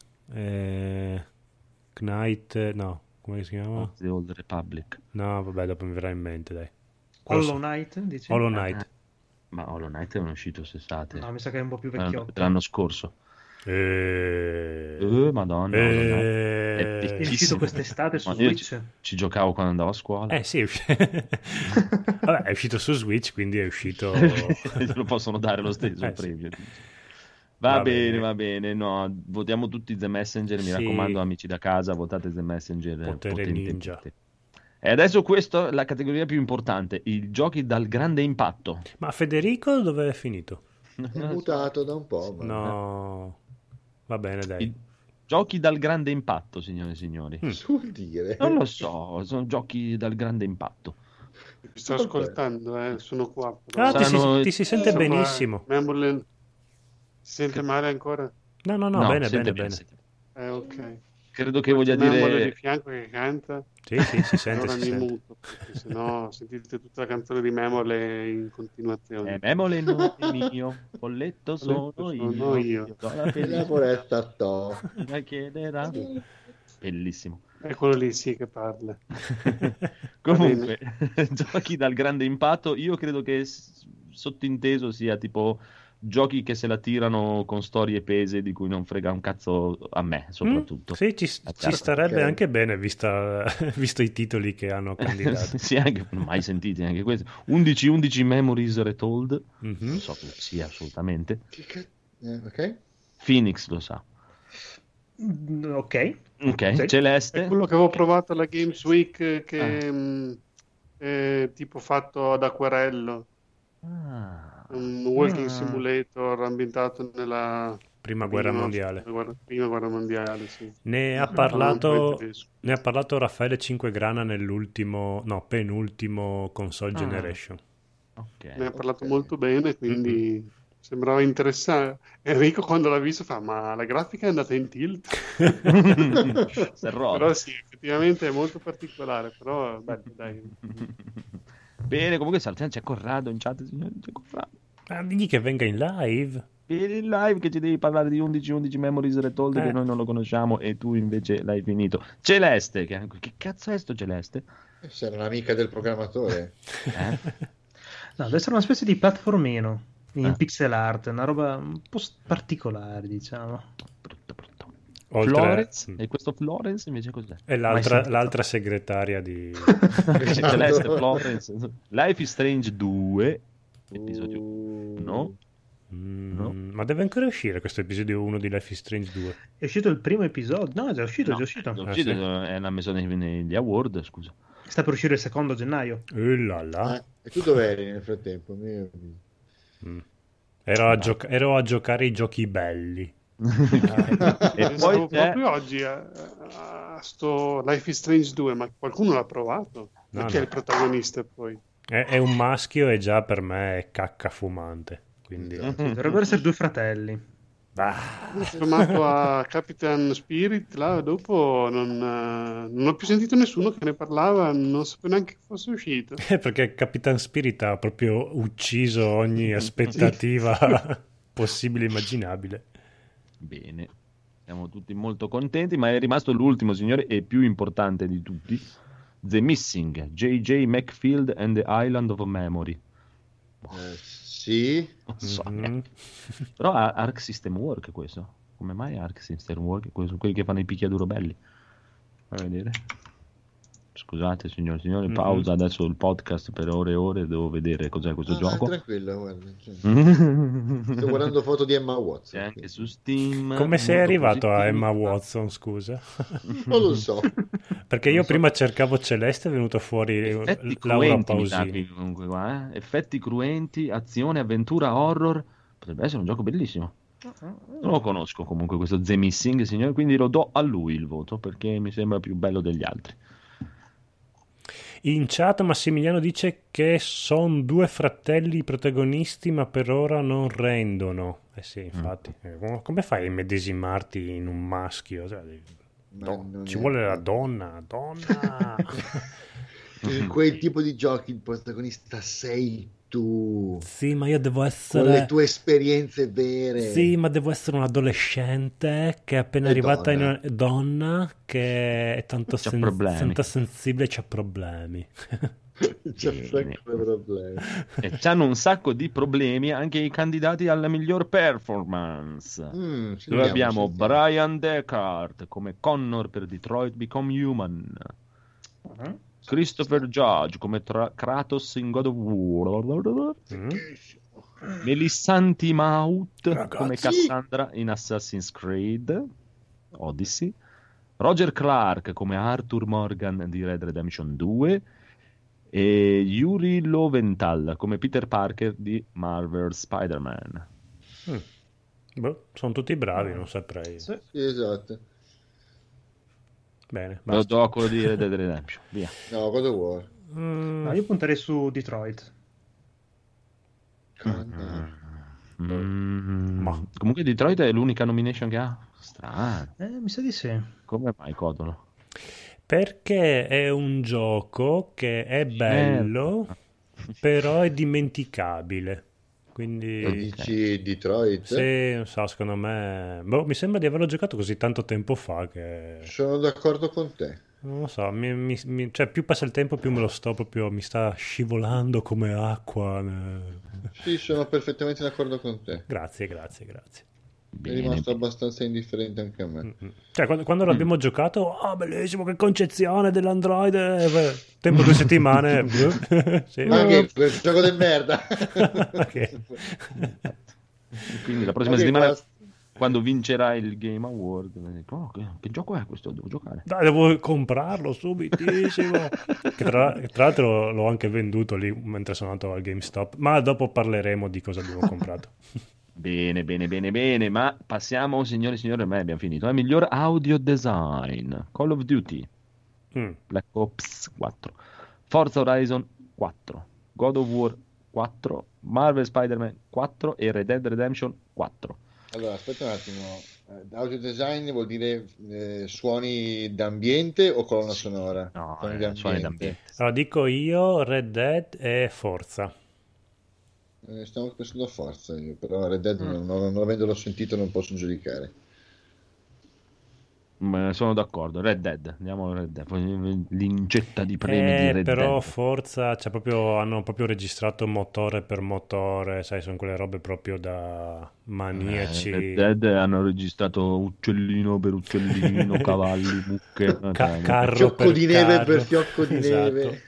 Knight, no, come si chiama? The Old Republic. No, vabbè, dopo mi verrà in mente, dai. Hollow Knight, dici? Hollow Knight. Ma Hollow Knight è uscito quest'estate. No, mi sa che è un po' più vecchio. L'anno scorso. Madonna. È uscito quest'estate su Switch. Ci giocavo quando andavo a scuola. Sì. Vabbè, è uscito su Switch, quindi è uscito... Lo possono dare lo stesso premio. Sì. Va bene. No, votiamo tutti The Messenger. Mi raccomando, amici da casa, votate The Messenger. Potere ninja. E adesso questa è la categoria più importante, i giochi dal grande impatto. Ma Federico dove è finito? È mutato da un po'. No, va bene, dai. I giochi dal grande impatto, signore e signori. Vuol dire? Non lo so, sono giochi dal grande impatto. Mi sto ascoltando, sono qua. Ti si sente benissimo. Si sente male ancora? No, bene. Ok. Credo che voglia dire... di fianco che canta. Sì, si sente. Allora mi muto, perché sennò sentite tutta la canzone di Memole in continuazione. Memole non è mio, Polletto sono io. La poretta sto. La chiederà. Bellissimo. È quello lì, sì, che parla. Comunque, giochi dal grande impatto, io credo che sottinteso sia tipo... giochi che se la tirano con storie pese di cui non frega un cazzo a me, soprattutto. Sì, ci starebbe anche bene, visto i titoli che hanno candidato. Sì, anche mai sentiti anche questi. 11 Memories Retold. Non so che sia assolutamente. Ok. Phoenix lo sa. Ok. Sì. Celeste. È quello che avevo provato alla Games Week che è tipo fatto ad acquerello. Un walking simulator ambientato nella prima guerra mondiale. Prima guerra mondiale, sì. Ne ha parlato Raffaele Cinquegrana penultimo console generation. Okay. Ne ha parlato molto bene, quindi sembrava interessante. Enrico quando l'ha visto fa, ma la grafica è andata in tilt? Però sì, effettivamente è molto particolare, però bello, dai. Bene, comunque c'è Corrado in chat, signore, c'è Corrado. Digli che venga in live. Vieni in live che ci devi parlare di 11 Memories Retold che noi non lo conosciamo e tu invece l'hai finito. Celeste, che cazzo è sto Celeste? Sarà un'amica del programmatore. No, deve essere una specie di platformino in pixel art, una roba un po' particolare, diciamo. Brutto. Oltre... Florence, e questo Florence invece cos'è? È l'altra segretaria di Celeste, Florence. Life is Strange 2 episodio 1. No? Ma deve ancora uscire questo episodio 1 di Life is Strange 2? È uscito il primo episodio? No, è già uscito. Sì. È una messa negli award, scusa. Sta per uscire il 2 gennaio. E tu dove eri nel frattempo? Ero a giocare i giochi belli. E poi proprio oggi sto Life is Strange 2, ma qualcuno l'ha provato? Perché è il protagonista poi? È un maschio e già per me è cacca fumante, quindi... Dovrebbero essere due fratelli. Ho fermato a Capitan Spirit, là dopo non ho più sentito nessuno che ne parlava, non sapevo neanche che fosse uscito. Perché Capitan Spirit ha proprio ucciso ogni aspettativa possibile e immaginabile. Bene, siamo tutti molto contenti, ma è rimasto l'ultimo, signore, e più importante di tutti, The Missing, J.J. McField and the Island of Memory. Sì. Non so, però ha Arc System Work questo. Come mai Arc System Work? Questo, quelli che fanno i picchiaduro belli. Fai vedere. Scusate signori, pausa adesso il podcast per ore e ore, devo vedere cos'è questo gioco. Tranquillo, guarda. Sto guardando foto di Emma Watson. C'è anche su Steam. Come sei arrivato a Emma Watson, scusa? Non lo so. Perché io prima cercavo Celeste, è venuto fuori Laura Pausini. Comunque qua, Effetti cruenti, azione, avventura, horror. Potrebbe essere un gioco bellissimo. Non lo conosco comunque questo The Missing, signore, quindi lo do a lui il voto perché mi sembra più bello degli altri. In chat Massimiliano dice che sono due fratelli protagonisti ma per ora non rendono. Sì, infatti. Come fai a immedesimarti in un maschio? Ci vuole la donna. In quel tipo di giochi il protagonista sei tu. Sì, ma io devo essere... Con le tue esperienze vere. Sì, ma devo essere un adolescente che è appena arrivata donna. donna che è tanto, problemi. tanto sensibile e c'ha problemi. C'è un sacco di problemi. E c'hanno un sacco di problemi anche i candidati alla miglior performance. Dove abbiamo Brian Deckard come Connor per Detroit Become Human. Christopher Judge come Kratos in God of War. Melissanti Maut come Cassandra in Assassin's Creed Odyssey. Roger Clark come Arthur Morgan di Red Redemption 2 e Yuri Lowenthal come Peter Parker di Marvel Spider-Man. Sono tutti bravi, non saprei. Sì, esatto. Bene, Lo gioco di Red Dead Redemption, via. No, God of War. No, io punterei su Detroit. Ma comunque Detroit è l'unica nomination che ha? Strano. Mi sa di sì. Come mai, Codolo? Perché è un gioco che è bello, però è dimenticabile. Quindi dici Detroit? Sì, non so, secondo me mi sembra di averlo giocato così tanto tempo fa che sono d'accordo con te. non lo so, cioè più passa il tempo più me lo sto proprio, mi sta scivolando come acqua. Sì, sono perfettamente d'accordo con te. Grazie. È rimasto abbastanza indifferente anche a me. Cioè quando l'abbiamo giocato, bellissimo, che concezione dell'androide, tempo 2 settimane. Sì. Ma che gioco di merda. Okay. Quindi la prossima settimana quando vincerà il Game Award che gioco è questo? Devo giocare. Dai, devo comprarlo subitissimo. Che tra l'altro l'ho anche venduto lì mentre sono andato al GameStop, ma dopo parleremo di cosa abbiamo comprato. Bene, ma passiamo, signori e signori, ormai abbiamo finito. Miglior audio design: Call of Duty, Black Ops 4, Forza Horizon 4, God of War 4, Marvel Spider-Man 4 e Red Dead Redemption 4. Allora, aspetta un attimo. Audio design vuol dire suoni d'ambiente o colonna sonora? No, suoni d'ambiente. Allora dico io Red Dead e Forza. Stavo pensando a Forza io, però Red Dead non avendolo sentito non posso giudicare. Sono d'accordo, Red Dead, andiamo a Red Dead, l'ingetta di premi di Red però Dead. Forza hanno proprio registrato motore per motore, sai, sono quelle robe proprio da maniaci. Red Dead hanno registrato uccellino per uccellino, cavalli, mucche, carro fiocco per di neve carro. per fiocco di neve.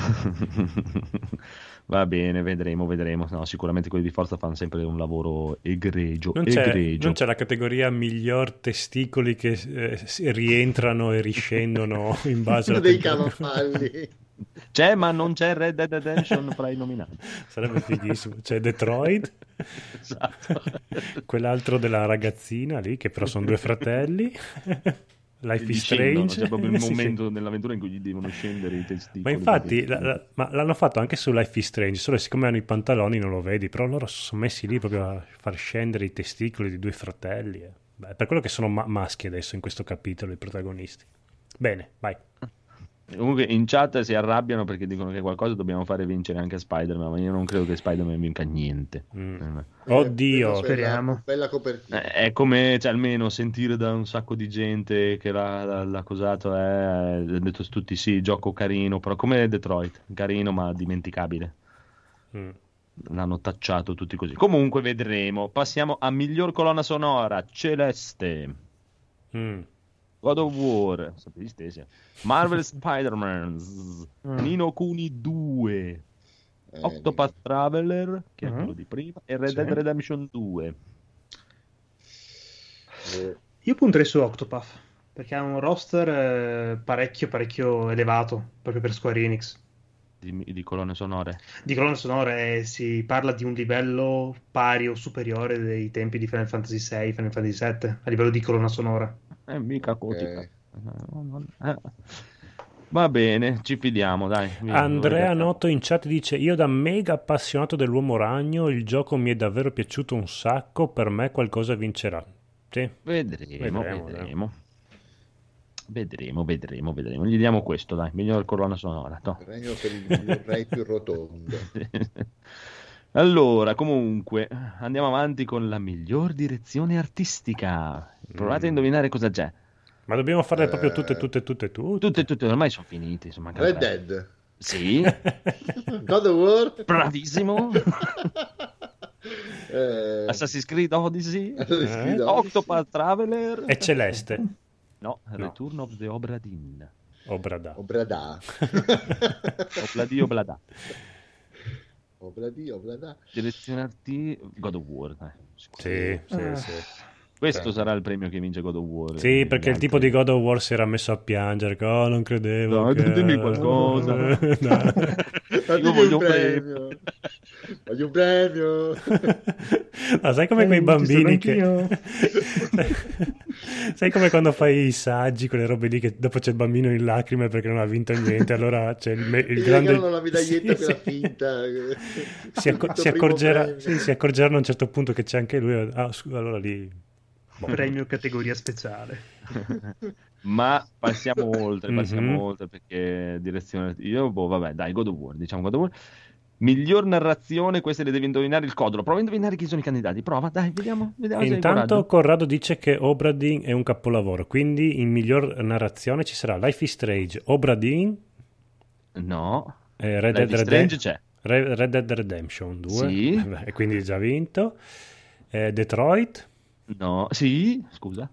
Va bene, vedremo. No, sicuramente quelli di Forza fanno sempre un lavoro egregio. Non c'è la categoria miglior testicoli che rientrano e riscendono in base Uno alla dei temperatura. cavalli. C'è, ma non c'è Red Dead Redemption fra i nominati. Sarebbe fighissimo. C'è Detroit, Esatto. Quell'altro della ragazzina lì, che però sono due fratelli. Life is Strange. C'è proprio il Sì, momento nella avventura in cui gli devono scendere i testicoli. Ma infatti ma l'hanno fatto anche su Life is Strange, solo siccome hanno i pantaloni non lo vedi, però loro sono messi lì proprio a far scendere i testicoli di due fratelli. Beh, per quello che sono maschi adesso in questo capitolo i protagonisti. Bene, vai. Comunque in chat si arrabbiano perché dicono che qualcosa dobbiamo fare vincere anche a Spider-Man, ma io non credo che Spider-Man vinca niente. Oddio, speriamo. Bella copertina. È come, cioè, almeno sentire da un sacco di gente che l'ha accusato, ha detto tutti sì, gioco carino, però come Detroit, carino ma dimenticabile. L'hanno tacciato tutti così. Comunque vedremo. Passiamo a miglior colonna sonora: Celeste, God of War, Marvel Spider-Man, Nino Kuni 2, Octopath Traveler, che è quello di prima, e Red Dead Redemption 2. Io punterei su Octopath, perché ha un roster parecchio elevato, proprio per Square Enix. Di colonne sonore? Di colonne sonore si parla di un livello pari o superiore dei tempi di Final Fantasy VI, Final Fantasy VII, a livello di colonna sonora. Mica cotica. Va bene, ci fidiamo, dai. Andrea Noto in chat dice: io da mega appassionato dell'Uomo Ragno, il gioco mi è davvero piaciuto un sacco, per me qualcosa vincerà. Sì. Vedremo. Gli diamo questo, dai, miglior colonna sonora. No. Il regno per il re più rotondo. Allora, comunque, andiamo avanti con la miglior direzione artistica. Provate a indovinare cosa c'è. Ma dobbiamo farle proprio tutte. Tutte, ormai sono finite. Red Dead. Sì. God of War. Bravissimo. Assassin's Creed Odyssey. Octopath Traveler. E Celeste. No, Return of the Obra Dinn. Obrada. Oblada. Direzione artistica. God of War. Sì. Questo sarà il premio che vince God of War. Sì, perché il tipo di God of War si era messo a piangere. Oh, non credevo. No, ditemi qualcosa. Io voglio un premio. Voglio un premio. Ma sai come quei bambini che... Sai come quando fai i saggi, quelle robe lì che dopo c'è il bambino in lacrime perché non ha vinto niente, allora c'è il grande... la medaglietta quella finta. Si accorgeranno a un certo punto che c'è anche lui. Allora lì... Premio categoria speciale. Ma passiamo oltre perché direzione... vabbè, dai, God of War, diciamo God of War. Miglior narrazione, queste le devi indovinare il codolo. Prova a indovinare chi sono i candidati. Prova, dai, vediamo. Intanto Corrado dice che Obra Dinn è un capolavoro, quindi in miglior narrazione ci sarà Life is Strange, Obra Dinn. No. Red Dead Strange c'è. Red Dead Redemption 2. Sì. E quindi già vinto. Detroit. No, sì, scusa.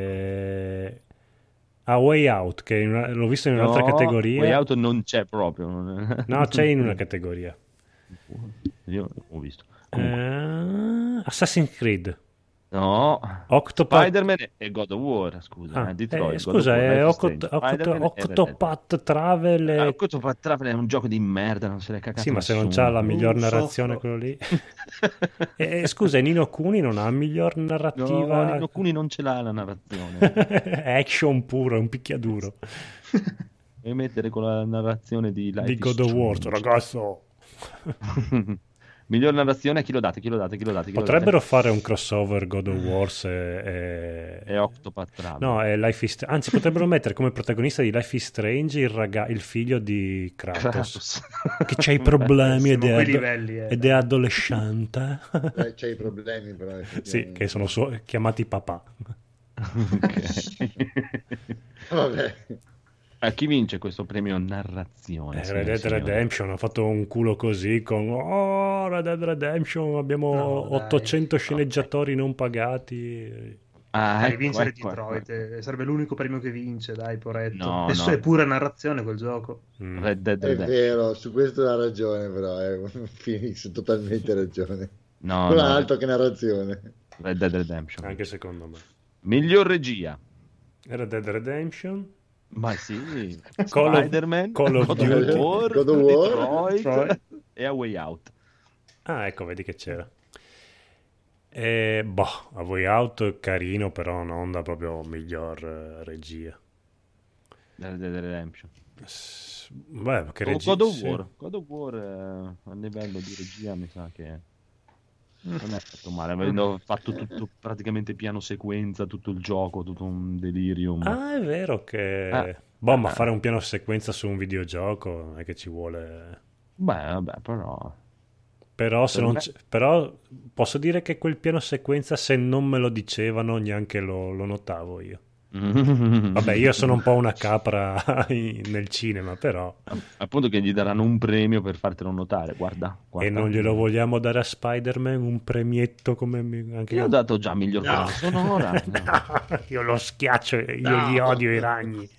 A Way Out, che l'ho visto in un'altra categoria. Way Out non c'è proprio. No, c'è in una categoria. Io ho visto. Assassin's Creed. No. Spider-Man e God of War, scusa. Detroit, scusa, è Octopath Traveler. Octopath Traveler è un gioco di merda, non se l'è cagato. Sì, ma se non c'ha la miglior narrazione quello lì. Scusa, Nino Kuni non ha miglior narrativa? No, Nino Kuni non ce l'ha la narrazione. È action puro, è un picchiaduro. Devi mettere con la narrazione di Life di God of War, ragazzo. Miglior narrazione, chi lo date? Potrebbero fare un crossover God of War e Octopath Traveler. No, è Life is anzi potrebbero mettere come protagonista di Life is Strange il figlio di Kratos. Che c'ha i problemi ed è adolescente. C'ha i problemi però. Sì, che sono chiamati papà. Vabbè. A chi vince questo premio narrazione? Red Dead Redemption ha fatto un culo così con Red Dead Redemption abbiamo 800 sceneggiatori non pagati. Vincere Detroit sarebbe l'unico premio che vince, dai, poretto. No. È pura narrazione quel gioco. Red Dead Redemption. È vero, su questo ha ragione, però Phoenix ha totalmente ragione. No, non ha altro che narrazione. Red Dead Redemption. Anche secondo me. Miglior regia. Red Dead Redemption. Ma sì, Spider-Man, God of War, Detroit e A Way Out. Ecco, vedi che c'era. A Way Out carino, però non da proprio miglior regia. Red Dead Redemption. Che regia? God of War a livello di regia mi sa che non è stato male, avendo fatto tutto praticamente piano sequenza, tutto il gioco, tutto un delirium. È vero che ma fare un piano sequenza su un videogioco non è che ci vuole. Vabbè, però però posso dire che quel piano sequenza, se non me lo dicevano, neanche lo notavo io. Vabbè, io sono un po' una capra nel cinema, però appunto che gli daranno un premio per fartelo notare, guarda. E non glielo vogliamo dare a Spider-Man un premietto come anche io ho dato già miglior colonna sonora. No, io lo schiaccio, io li odio i ragni.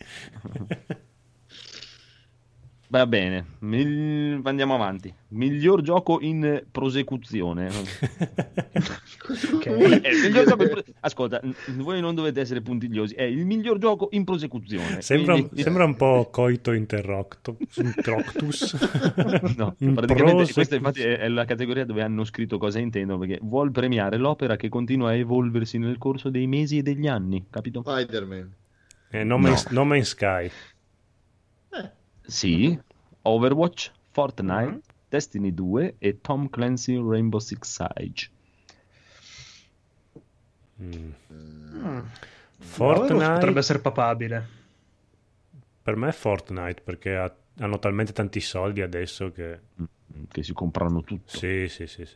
Va bene, andiamo avanti. Miglior gioco in prosecuzione. Ascolta, voi non dovete essere puntigliosi. È il miglior gioco in prosecuzione. Sembra un po' coito interroctus. No, praticamente questa infatti è la categoria dove hanno scritto cosa intendono, perché vuol premiare l'opera che continua a evolversi nel corso dei mesi e degli anni, capito? Spider-Man. No Man's Sky. Sì, Overwatch, Fortnite, Destiny 2 e Tom Clancy Rainbow Six Siege. Fortnite potrebbe essere papabile. Per me è Fortnite, perché hanno talmente tanti soldi adesso che che si comprano tutto. Sì.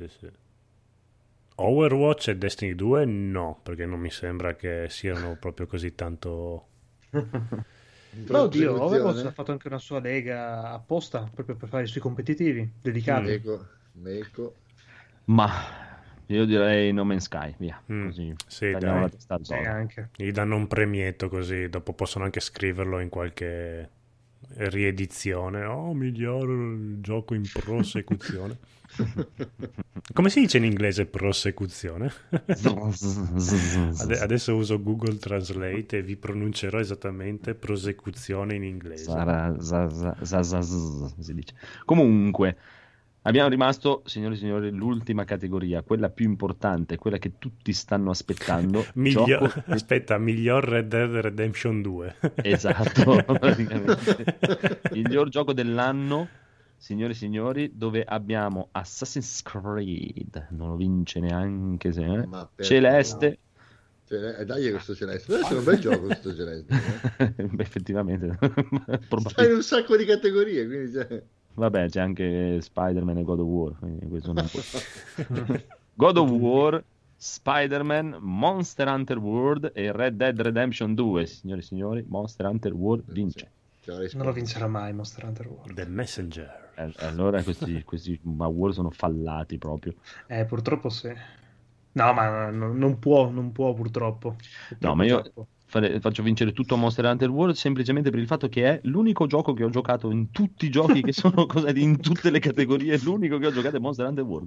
Overwatch e Destiny 2 no, perché non mi sembra che siano proprio così tanto... No, oddio, Overwatch ha fatto anche una sua lega apposta proprio per fare i suoi competitivi dedicati. Meco. Ma io direi No Man's Sky, via. Così sì, tagliamo dai. la testa al toro. Anche. Gli danno un premietto così, dopo possono anche scriverlo in qualche riedizione. Oh, miglior gioco in prosecuzione. Come si dice in inglese prosecuzione? Adesso uso Google Translate e vi pronuncerò esattamente prosecuzione in inglese. Si dice. Comunque, abbiamo rimasto, signori e signori, l'ultima categoria, quella più importante, quella che tutti stanno aspettando. Aspetta, miglior Red Dead Redemption 2. Esatto, praticamente. Miglior gioco dell'anno. Signori e signori, dove abbiamo Assassin's Creed, non lo vince neanche se Celeste. Dai, questo Celeste. Deve essere un bel gioco questo Celeste. Beh, effettivamente. Stai in un sacco di categorie, quindi vabbè, c'è anche Spider-Man e God of War, quindi questo non può. God of War, Spider-Man, Monster Hunter World e Red Dead Redemption 2. Signori e signori, Monster Hunter World vince. Non lo vincerà mai Monster Hunter World. The Messenger. Allora questi award sono fallati proprio. Purtroppo sì. No, ma non può purtroppo. No, ma io faccio vincere tutto Monster Hunter World semplicemente per il fatto che è l'unico gioco che ho giocato in tutti i giochi che sono in tutte le categorie. L'unico che ho giocato è Monster Hunter World.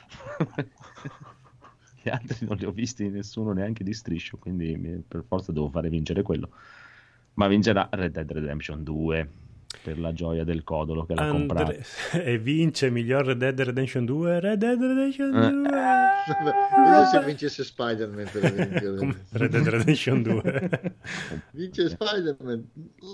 Gli altri non li ho visti nessuno neanche di striscio, quindi per forza devo fare vincere quello. Ma vincerà Red Dead Redemption 2 per la gioia del codolo che l'ha comprato. E vince miglior Red Dead Redemption 2. Red Dead Redemption 2. Vedo se vincesse Spider-Man per Red Dead Redemption 2. Vince Spider-Man.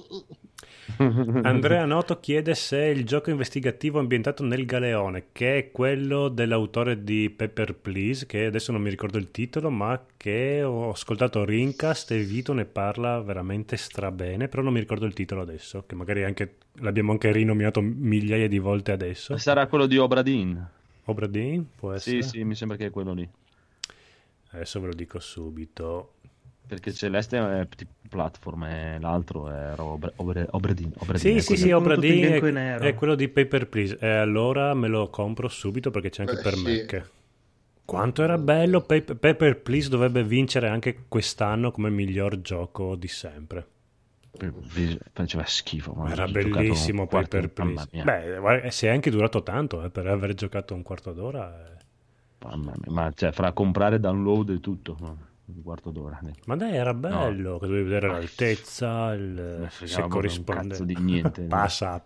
Andrea Noto chiede se il gioco investigativo ambientato nel Galeone, che è quello dell'autore di Paper Please, che adesso non mi ricordo il titolo, ma che ho ascoltato Rincast e Vito ne parla veramente strabene, però non mi ricordo il titolo adesso, che magari l'abbiamo anche rinominato migliaia di volte adesso. Sarà quello di Obra Dinn. Obra Dinn? Può essere? Sì, mi sembra che è quello lì. Adesso ve lo dico subito. Perché Celeste è tipo platform e l'altro è Obra Dinn. Sì, Obra Dinn è quello di Paper Please. E allora me lo compro subito perché c'è anche per Mac. Quanto era bello! Paper Please dovrebbe vincere anche quest'anno come miglior gioco di sempre. Faceva schifo. Era bellissimo Paper Please. Beh, si è anche durato tanto per aver giocato un quarto d'ora. Ma cioè, fra comprare e download e tutto, un quarto d'ora. Ma dai, era bello, che dovevi vedere l'altezza, se corrisponde. Un cazzo di niente. Passa.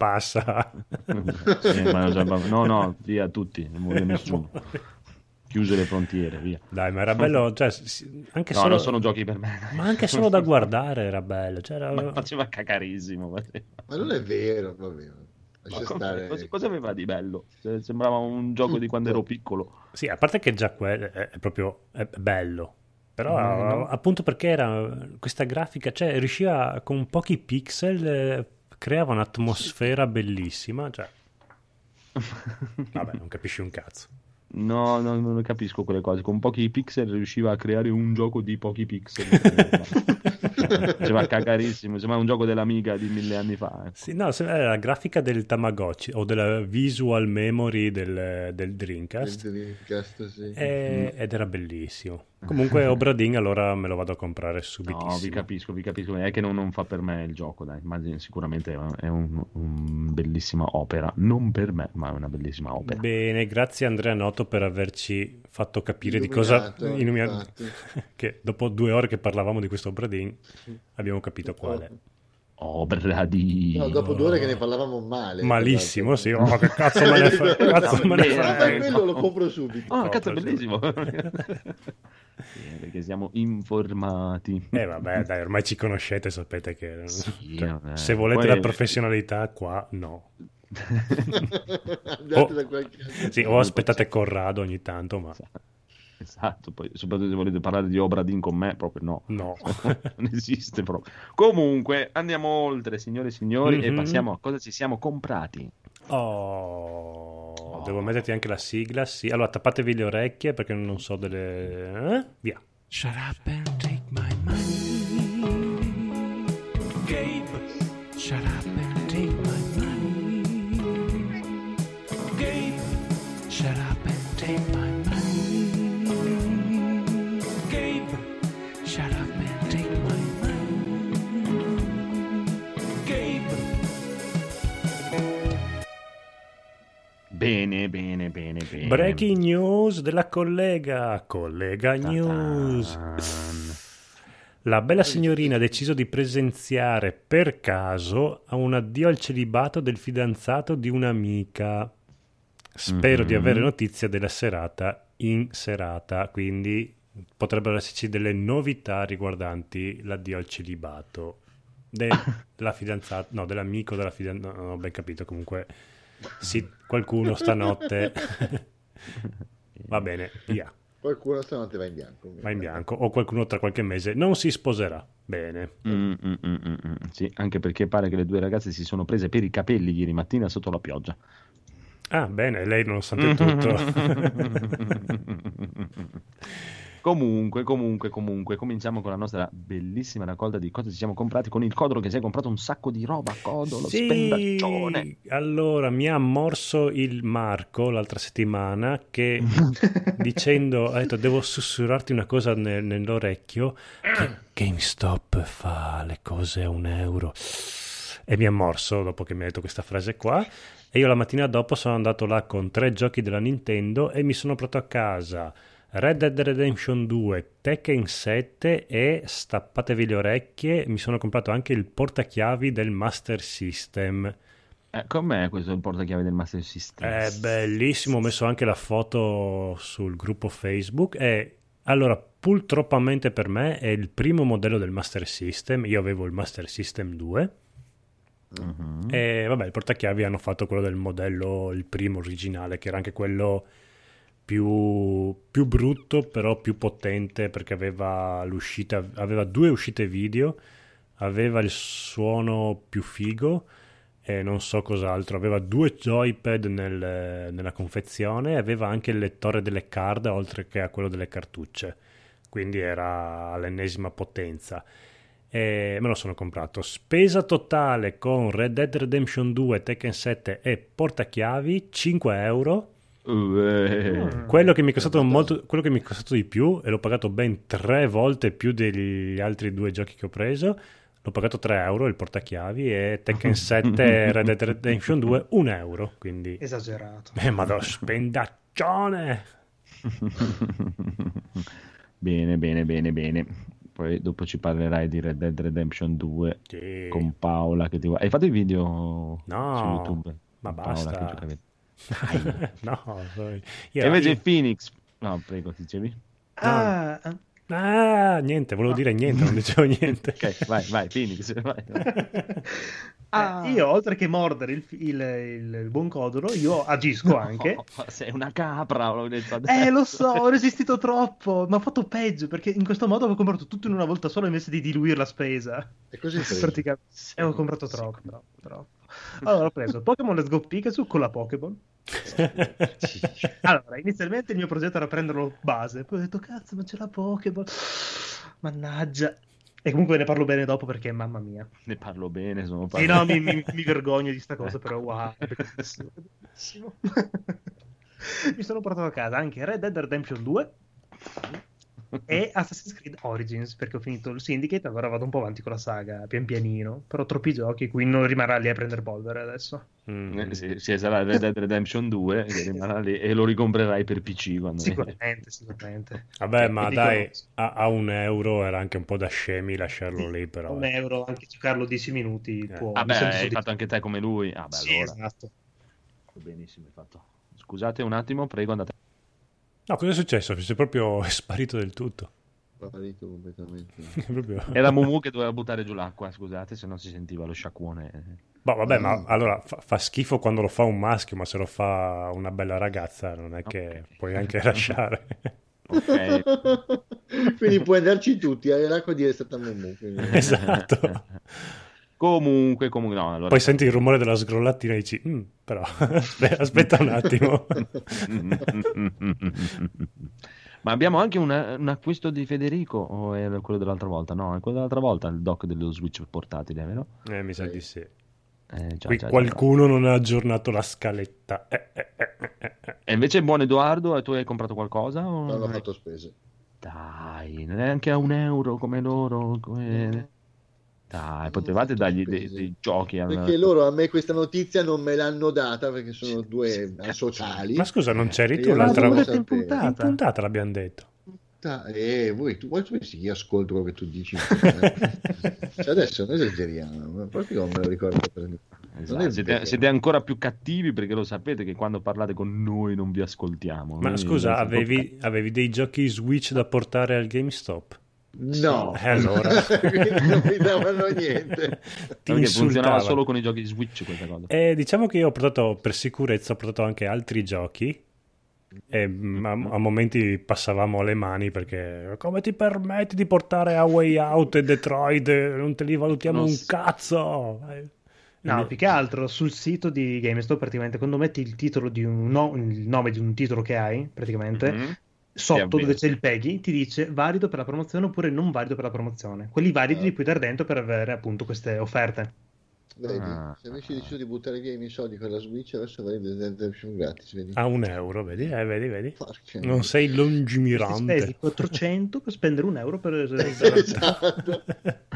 No, via tutti, non vuole nessuno. Chiuse le frontiere, via. Dai, ma era bello, cioè, anche non sono giochi per me. Ma anche solo da guardare era bello. Cioè, ma faceva cacarissimo. Ma non è vero, proprio. Cosa aveva di bello? Sembrava un gioco di quando ero piccolo. Sì, a parte che già quello è proprio bello. Però appunto perché era questa grafica, cioè riusciva con pochi pixel, creava un'atmosfera bellissima. Cioè. Vabbè, non capisci un cazzo. No, non capisco quelle cose. Con pochi pixel riusciva a creare un gioco di pochi pixel. Faceva cagarissimo. Sembrava un gioco dell'Amiga di 1000 anni fa. Sì, no, era la grafica del Tamagotchi o della visual memory del Dreamcast. Sì. Ed era bellissimo. Comunque Obra Dinn allora me lo vado a comprare subitissimo. No, vi capisco. È che non fa per me il gioco, dai. Immagino, sicuramente è un bellissima opera. Non per me, ma è una bellissima opera. Bene, grazie Andrea Noto per averci fatto capire di cosa che dopo 2 ore che parlavamo di questo Obra Dinn abbiamo capito quale. Obra Dinn. No, dopo 2 ore che ne parlavamo male. Malissimo, sì. Oh, che cazzo me ne frega. Quello lo compro subito. Oh, cazzo, è bellissimo. Perché siamo informati. Vabbè, dai, ormai ci conoscete, sapete che se volete la professionalità qua, no. O aspettate Corrado ogni tanto, ma esatto, poi soprattutto se volete parlare di Obra Dinn con me, proprio no. Non esiste proprio. Comunque andiamo oltre, signore e signori, e passiamo a cosa ci siamo comprati. devo metterti anche la sigla, sì. Allora tappatevi le orecchie perché non so delle... Via. Shut up and take my money. Gabe, shut up and take my money. Gabe, shut up and take my money. Gabe, shut up and take my money. Gabe. Bene. Breaking news della collega news. La bella signorina ha deciso di presenziare per caso a un addio al celibato del fidanzato di un'amica. Spero di avere notizia della serata in serata, quindi potrebbero esserci delle novità riguardanti l'addio al celibato della fidanzata, no, dell'amico della fidanzata, non ho ben capito, comunque sì, qualcuno stanotte va bene, via. Qualcuno stanotte va in bianco. Va in bianco, o qualcuno tra qualche mese non si sposerà. Bene. Sì, anche perché pare che le due ragazze si sono prese per i capelli ieri mattina sotto la pioggia. Ah, bene, lei nonostante tutto. Comunque, cominciamo con la nostra bellissima raccolta di cose ci siamo comprati con il Codolo, che si è comprato un sacco di roba, Codolo, sì, spendaccione. Allora, mi ha morso il Marco l'altra settimana che dicendo, ha detto, devo sussurrarti una cosa nell'orecchio, che GameStop fa le cose a €1. E mi ha morso dopo che mi ha detto questa frase qua. E io la mattina dopo sono andato là con 3 giochi della Nintendo e mi sono portato a casa Red Dead Redemption 2, Tekken 7 e, stappatevi le orecchie, mi sono comprato anche il portachiavi del Master System. Com'è questo il portachiavi del Master System? È bellissimo, ho messo anche la foto sul gruppo Facebook. E allora, purtroppamente per me è il primo modello del Master System. Io avevo il Master System 2. E vabbè, il portachiavi hanno fatto quello del modello, il primo originale, che era anche quello più brutto però più potente, perché aveva 2 uscite video, aveva il suono più figo e non so cos'altro, aveva 2 joypad nella confezione e aveva anche il lettore delle card oltre che a quello delle cartucce, quindi era all'ennesima potenza. E me lo sono comprato. Spesa totale con Red Dead Redemption 2, Tekken 7 e portachiavi €5. Quello che mi è costato quello che mi è costato di più, e l'ho pagato ben 3 volte più degli altri 2 giochi che ho preso, l'ho pagato €3 il portachiavi, e Tekken 7 e Red Dead Redemption 2 €1, quindi esagerato. Madonna, spendaccione. Bene. Poi dopo ci parlerai di Red Dead Redemption 2 sì. con Paola che ti vuoi. Hai fatto il video su No, YouTube? ma Paola basta. No, e invece Phoenix, no, prego, ti dicevi? Niente, volevo dire niente, non dicevo niente. Ok, vai Phoenix, vai. Io, oltre che mordere il buon Codolo, io agisco anche. Sei una capra, l'ho detto adesso. Lo so, ho resistito troppo, ma ho fatto peggio, perché in questo modo ho comprato tutto in una volta sola invece di diluire la spesa. E così praticamente. E ho comprato troppo. Allora ho preso Pokémon Let's Go Pikachu con la Pokéball. Allora, inizialmente il mio progetto era prenderlo base, poi ho detto cazzo, ma c'è la Pokéball, mannaggia. E comunque ne parlo bene dopo perché mamma mia. Ne parlo bene, sono sì, no, mi vergogno di sta cosa, però wow, è bellissimo. Mi sono portato a casa anche Red Dead Redemption 2 e Assassin's Creed Origins, perché ho finito il Syndicate, allora vado un po' avanti con la saga pian pianino, però troppi giochi, qui non rimarrà lì a prendere polvere adesso. Sì, sarà Red Dead Redemption 2 che rimarrà lì e lo ricomprerai per PC quando sicuramente. Vabbè, ma dai, a €1 era anche un po' da scemi lasciarlo lì, però. €1, anche giocarlo 10 minuti può. Vabbè, hai fatto anche te come lui. Beh, sì, allora. Esatto. Benissimo, hai fatto. Scusate un attimo, prego, andate. No, cosa è successo? Sei proprio sparito del tutto. Sparito completamente. Era Mumu che doveva buttare giù l'acqua, scusate, se non si sentiva lo sciacquone. Boh, vabbè, ma allora fa schifo quando lo fa un maschio, ma se lo fa una bella ragazza non è che puoi anche lasciare. Okay. Quindi puoi andarci tutti, hai l'acqua di essere stata Mumu. Quindi. Esatto. Comunque no, allora. Poi senti il rumore della sgrollatina e dici Però aspetta un attimo. Ma abbiamo anche un acquisto di Federico, o è quello dell'altra volta? No, è quello dell'altra volta, il dock dello Switch portatile, vero? Mi sa di sì. Già, Qualcuno non ha aggiornato la scaletta. E invece, buon Edoardo, tu hai comprato qualcosa? O... Non ho fatto spese. Dai, neanche a €1 come loro. Dai, potevate dargli dei giochi. Perché loro a me questa notizia non me l'hanno data perché sono due sociali. Ma scusa, non c'eri tu Io l'altra non lo volta? sapevo. In puntata l'abbiamo detto. Vuoi tu sì, io ascolto quello che tu dici. Cioè, adesso non esageriamo, proprio non me lo ricordo per me. Esatto. Siete ancora più cattivi perché lo sapete che quando parlate con noi non vi ascoltiamo. Ma scusa, avevi dei giochi Switch da portare al GameStop? No, allora non mi davano niente. Perché funzionava solo con i giochi Switch questa cosa. Diciamo che io ho portato, per sicurezza, ho portato anche altri giochi e a momenti passavamo alle mani perché come ti permetti di portare A Way Out e Detroit, non te li valutiamo un cazzo. No, più che altro sul sito di GameStop praticamente quando metti il titolo di il nome di un titolo che hai praticamente sotto dove c'è il Peggy ti dice valido per la promozione oppure non valido per la promozione. Quelli validi li puoi dare dentro per avere appunto queste offerte. Vedi, se avessi deciso di buttare via i miei soldi con la Switch adesso avrei redemption gratis, vedi? A €1, vedi? Vedi. Non sei lungimirante. Spesi 400 per spendere €1 per esatto.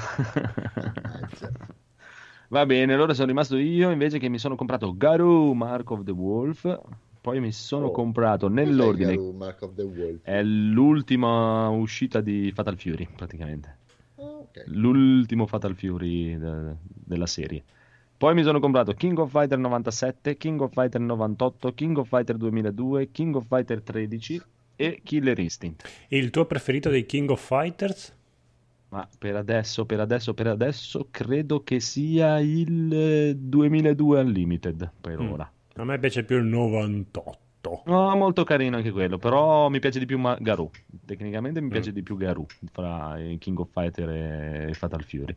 Va bene, allora sono rimasto io invece che mi sono comprato Garou Mark of the Wolf. Poi mi sono comprato nell'ordine. Mark of the Wolf? È l'ultima uscita di Fatal Fury, praticamente. Okay. L'ultimo Fatal Fury della serie. Poi mi sono comprato King of Fighter 97, King of Fighter 98, King of Fighter 2002, King of Fighter 13 e Killer Instinct. Il tuo preferito dei King of Fighters? Ma per adesso credo che sia il 2002 Unlimited per ora. A me piace più il 98. No, molto carino anche quello, però mi piace di più Garou. Tecnicamente mi piace di più Garou fra King of Fighter e Fatal Fury.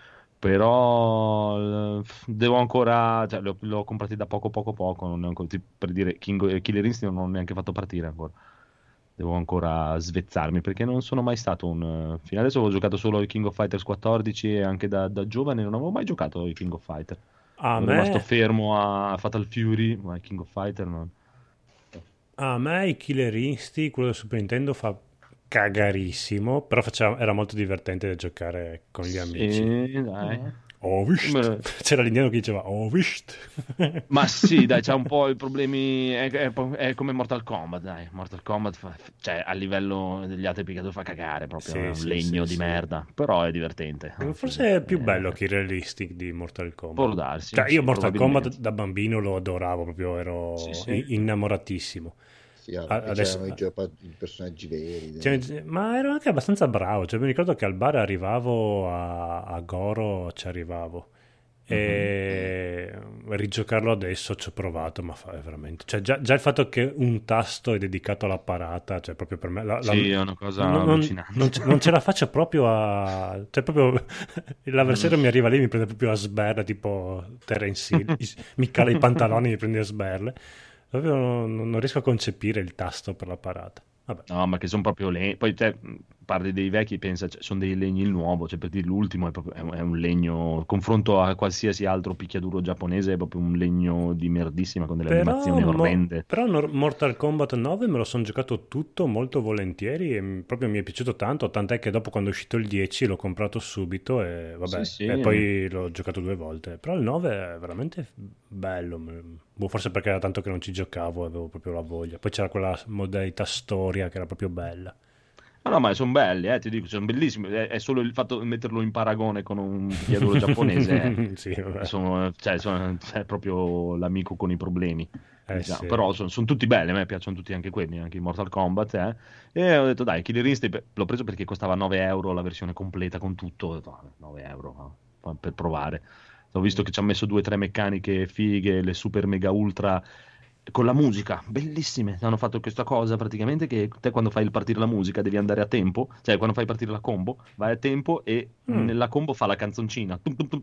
Però devo ancora, cioè, l'ho comprati da poco, non ne ho ancora, per dire Killer Instinct non ho neanche fatto partire ancora. Devo ancora svezzarmi perché non sono mai stato fino adesso ho giocato solo i King of Fighters 14 e anche da giovane non avevo mai giocato ai King of Fighter. Sono rimasto fermo a Fatal Fury, ma i King of Fighter non. A me i Killer Instinct, quello del Super Nintendo, fa cagarissimo, però era molto divertente da giocare con gli amici. Sì, dai. C'era l'indiano che diceva Ovist. Ma sì, dai, c'ha un po' i problemi. È come Mortal Kombat, dai. Mortal Kombat cioè, a livello degli altri picchiatori fa cagare proprio. È un legno di merda. Però è divertente. Forse è più bello Killer Instinct di Mortal Kombat. Può darsi. Cioè, io Mortal Kombat da bambino lo adoravo, proprio ero innamoratissimo. Adesso c'erano i personaggi veri, ma ero anche abbastanza bravo, cioè mi ricordo che al bar arrivavo a Goro, ci arrivavo e rigiocarlo adesso ci ho provato, ma è veramente, cioè già il fatto che un tasto è dedicato alla parata, cioè proprio per me è una cosa allucinante. Non ce la faccio proprio cioè proprio l'avversario mi arriva lì, mi prende proprio a sberla tipo Terence Hill, mi cala i pantaloni e mi prende a sberle. Proprio non riesco a concepire il tasto per la parata. Vabbè. No, ma che sono proprio poi parli dei vecchi, pensa, sono dei legni il nuovo, cioè per dire l'ultimo è un legno, confronto a qualsiasi altro picchiaduro giapponese è proprio un legno di merdissima con delle animazioni orrende. Però Mortal Kombat 9 me lo sono giocato tutto molto volentieri e proprio mi è piaciuto tanto, tant'è che dopo quando è uscito il 10 l'ho comprato subito e vabbè, e poi l'ho giocato 2 volte. Però il 9 è veramente bello, forse perché era tanto che non ci giocavo, avevo proprio la voglia. Poi c'era quella modalità storia che era proprio bella. No, ma sono belli, ti dico, sono bellissimi. È solo il fatto di metterlo in paragone con un picchiaduro giapponese. Sì, è proprio l'amico con i problemi. Diciamo. Sì. Però sono tutti belli, a me piacciono tutti anche quelli, anche i Mortal Kombat. E ho detto, dai, Killer Instinct l'ho preso perché costava €9 la versione completa con tutto. Ho detto, €9 per provare. Ho visto che ci ha messo 2 o 3 meccaniche fighe, le super mega ultra con la musica, bellissime. Hanno fatto questa cosa praticamente che te quando fai partire la musica devi andare a tempo, cioè quando fai partire la combo vai a tempo e nella combo fa la canzoncina.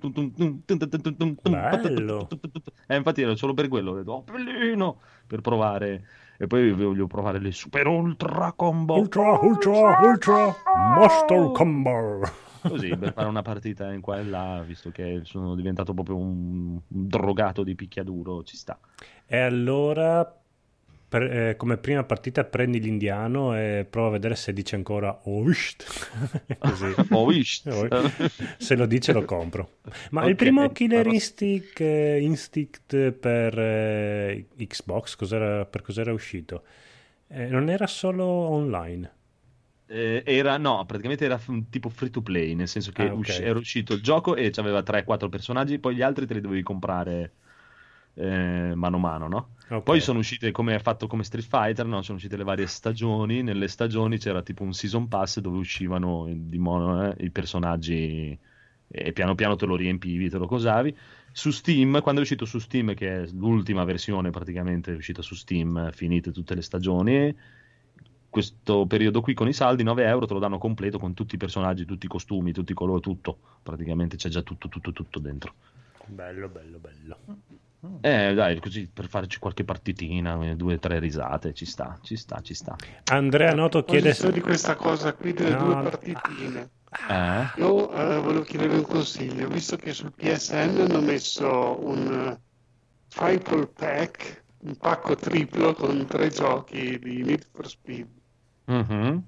Bello. Infatti era solo per quello, ho detto, oh, bellino, per provare. E poi voglio provare le super ultra combo. Ultra Master Combo. Così, per fare una partita in qua e là, visto che sono diventato proprio un drogato di picchiaduro, ci sta. E allora, come prima partita, prendi l'indiano e prova a vedere se dice ancora Oisht. Così. Oisht. Se lo dice lo compro. Ma Ok, il primo Killer Instinct per Xbox, per cos'era uscito? Non era solo online? Praticamente era un tipo free to play, nel senso che ok. era uscito il gioco e aveva 3-4 personaggi, poi gli altri te li dovevi comprare mano a mano, no? Ok. Poi sono uscite come fatto come Street Fighter, no? Sono uscite le varie stagioni, nelle stagioni c'era tipo un season pass dove uscivano i personaggi e piano piano te lo riempivi, te lo cosavi. Su Steam, quando è uscito su Steam, che è l'ultima versione praticamente è uscita su Steam, finite tutte le stagioni, questo periodo qui con i saldi, 9 euro te lo danno completo con tutti i personaggi, tutti i costumi, tutti i colori, tutto. Praticamente c'è già tutto dentro. Bello, bello, bello. Dai, così per farci qualche partitina, 2 o 3 risate, ci sta. Andrea Noto chiede di questa cosa qui delle No. 2 partitine. Eh? Io volevo chiedere un consiglio, visto che sul PSN hanno messo un triple pack, un pacco triplo con 3 giochi di Need for Speed. Mhm.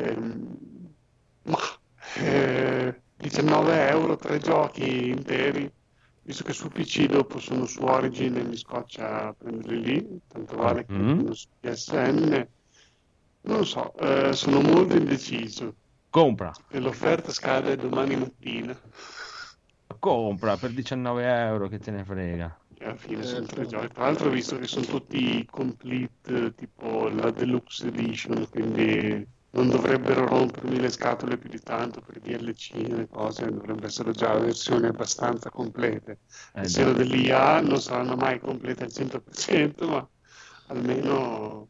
19 euro, 3 giochi interi, visto che sul PC dopo sono su Origin e mi scoccia prenderli lì, tanto vale che sono su PSN. Non lo so, sono molto indeciso Compra e l'offerta scade domani mattina. per 19 euro, che te ne frega. E alla fine sono 3 giochi. Tra l'altro ho visto che sono tutti complete, tipo la Deluxe Edition, quindi non dovrebbero rompermi le scatole più di tanto per i DLC e le cose, dovrebbero essere già versioni abbastanza complete. Essendo dell'IA non saranno mai complete al 100%, ma almeno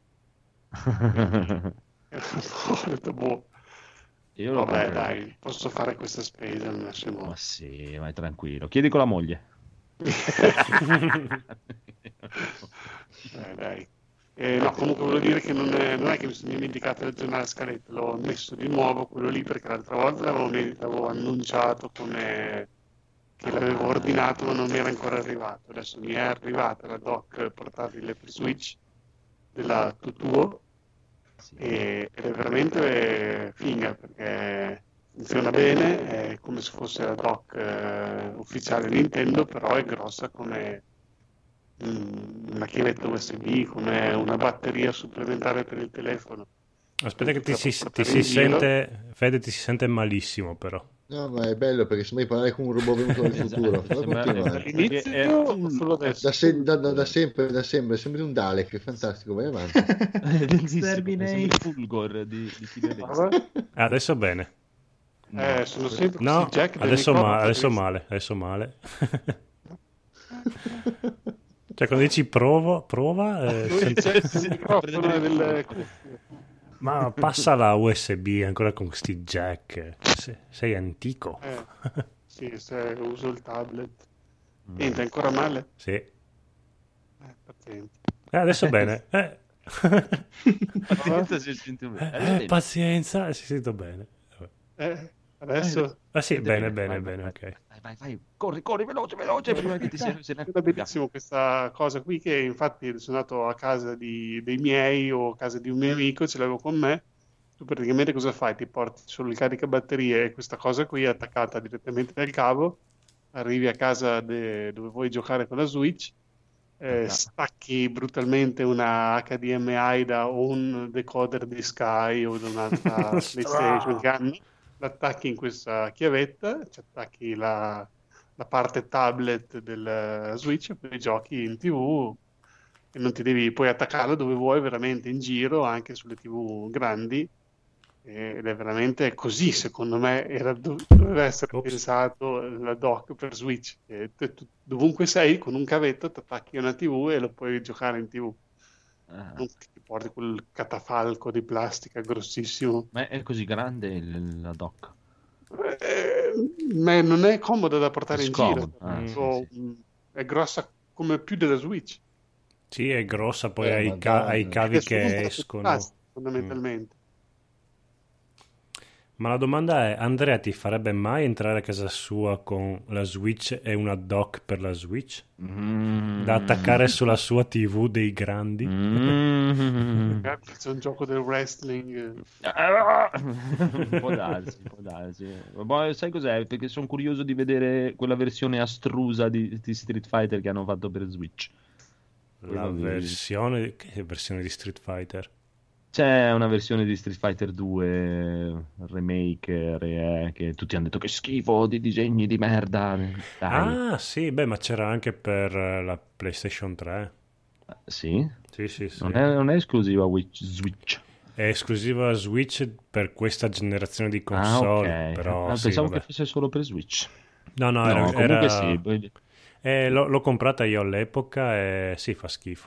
ho detto, boh, Io lo vabbè, comprerò. dai, posso fare questa spesa al massimo. Ma sì, vai tranquillo. Chiedi con la moglie. Dai. No, comunque volevo dire che non è che mi sono dimenticato di aggiornare la scaletta, l'ho messo di nuovo quello lì perché l'altra volta l'avevo annunciato come che l'avevo ordinato ma non mi era ancora arrivato. Adesso mi è arrivata la dock portatile per Switch della Tutuo ed è veramente figa perché funziona bene, è come se fosse la dock ufficiale Nintendo, però è grossa come una chiavetta USB, come una batteria supplementare per il telefono. Aspetta che ti si Fede, ti si sente malissimo però. No, ma è bello perché sembra di parlare con un robot venuto dal futuro. Fallo continuare. All'inizio o solo adesso? Da sempre, sembri un Dalek, è fantastico, vai avanti. Sembra Fulgor di Killer Instinct. Adesso bene. Sono sempre No, questi jack del adesso microfono, adesso male. Cioè quando dici prova, il jack del microfono del ma passa la USB ancora con questi jack. Sei antico. sì, se uso il tablet. Niente, ancora male? Sì. Paziente. Adesso bene. Pazienza, Pazienza, si sento bene. Adesso? Sì, bene, ok. Vai, corri, veloce, prima che ti sia... È bellissimo questa cosa qui, che infatti sono andato a casa dei miei o a casa di un mio amico, ce l'avevo con me. Tu praticamente cosa fai? Ti porti solo il caricabatterie e questa cosa qui è attaccata direttamente nel cavo, arrivi a casa dove vuoi giocare con la Switch, stacchi brutalmente una HDMI da un decoder di Sky o da un'altra PlayStation che hanno, l'attacchi in questa chiavetta, ci attacchi la parte tablet del Switch e poi giochi in TV e non ti devi poi attaccarlo dove vuoi, veramente in giro, anche sulle TV grandi, ed è veramente così, secondo me doveva essere Ops. pensato la dock per Switch. Dovunque sei, con un cavetto ti attacchi a una TV e lo puoi giocare in TV. Ah, Non che ti porti quel catafalco di plastica grossissimo. ma è così grande la dock? Ma non è comodo da portare È in giro. scomodo. Ah, sì. È grossa come più della Switch. Sì, è grossa, poi ha Madonna. i cavi È solo un che blocco di escono. plastica, fondamentalmente. Ma la domanda è, Andrea ti farebbe mai entrare a casa sua con la Switch e una dock per la Switch? Da attaccare sulla sua TV dei grandi? Magari c'è un gioco del wrestling. Può darsi. Ma sai cos'è? Perché sono curioso di vedere quella versione astrusa di Street Fighter che hanno fatto per Switch. La versione... Che versione di Street Fighter? C'è una versione di Street Fighter 2 remake che tutti hanno detto che schifo di disegni di merda. Dai. Ah, sì, beh, ma c'era anche per la PlayStation 3. Sì? Sì. Non è esclusiva Switch. È esclusiva Switch per questa generazione di console, ok. però sì, pensavo vabbè. che fosse solo per Switch. No, Comunque era... sì. Poi- l'ho comprata io all'epoca e sì, fa schifo.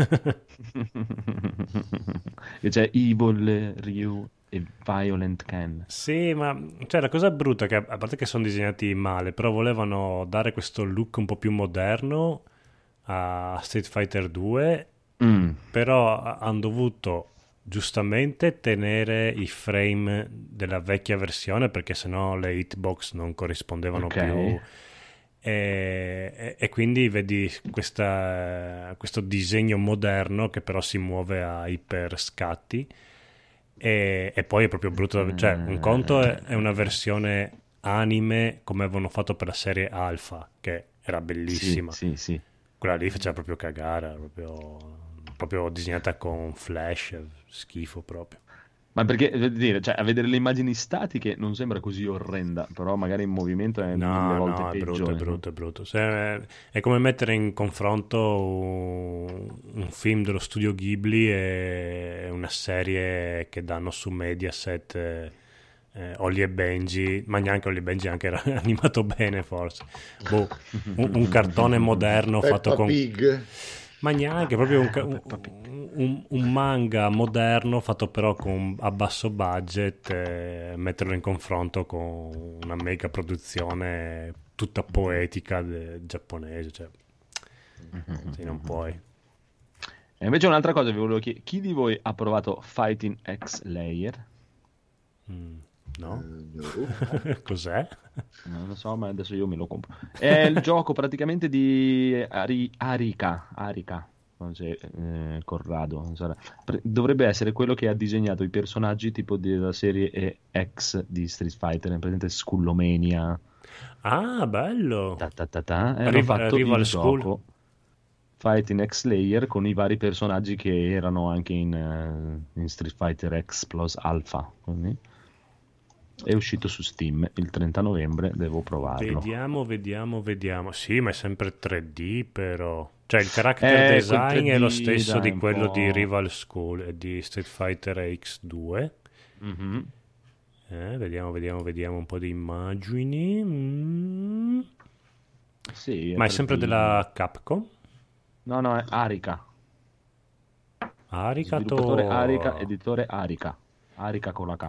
Che c'è Evil Ryu e Violent Ken. Sì, ma cioè, la cosa brutta è che a parte che sono disegnati male, però volevano dare questo look un po' più moderno a Street Fighter 2, però hanno dovuto giustamente tenere i frame della vecchia versione perché sennò le hitbox non corrispondevano Ok. più. E quindi vedi questo disegno moderno che però si muove a iper scatti e poi è proprio brutto cioè un conto è una versione anime come avevano fatto per la serie Alpha che era bellissima, Sì. quella lì faceva proprio cagare, era proprio disegnata con flash, schifo proprio. Ma perché, voglio dire, cioè, a vedere le immagini statiche non sembra così orrenda, però magari in movimento è mille volte No, è peggio. brutto, è brutto. È come mettere in confronto un film dello studio Ghibli e una serie che danno su Mediaset, Holly e Benji, ma neanche Holly e Benji anche era animato bene forse. Boh, un cartone moderno fatto Peppa con... Pig. Ma neanche, proprio un manga moderno fatto però a basso budget, metterlo in confronto con una mega produzione tutta poetica giapponese, cioè, sì, non puoi. E invece un'altra cosa vi volevo chiedere, chi di voi ha provato Fighting X Layer? No? No. Cos'è? Non lo so, ma adesso io me lo compro. È il gioco praticamente di Arika, non so se, Corrado. Non sarà. Dovrebbe essere quello che ha disegnato i personaggi tipo della serie X di Street Fighter, è presente Skullomania. Ah, bello! Hanno fatto Rival il School. gioco Fighting X Layer con i vari personaggi che erano anche in Street Fighter X Plus Alpha. Quindi è uscito su Steam il 30 novembre, devo provarlo. Vediamo. Sì, ma è sempre 3D però. Cioè il character Quel design è lo 3D, stesso dai, di un quello po'. di Rival School e di Street Fighter X2. Mhm. Vediamo un po' di immagini. Sì, Ma è sempre 3D. della Capcom? No, è Arika. Aricato. Sviluppatore Arika, editore Arika. Arika con la K.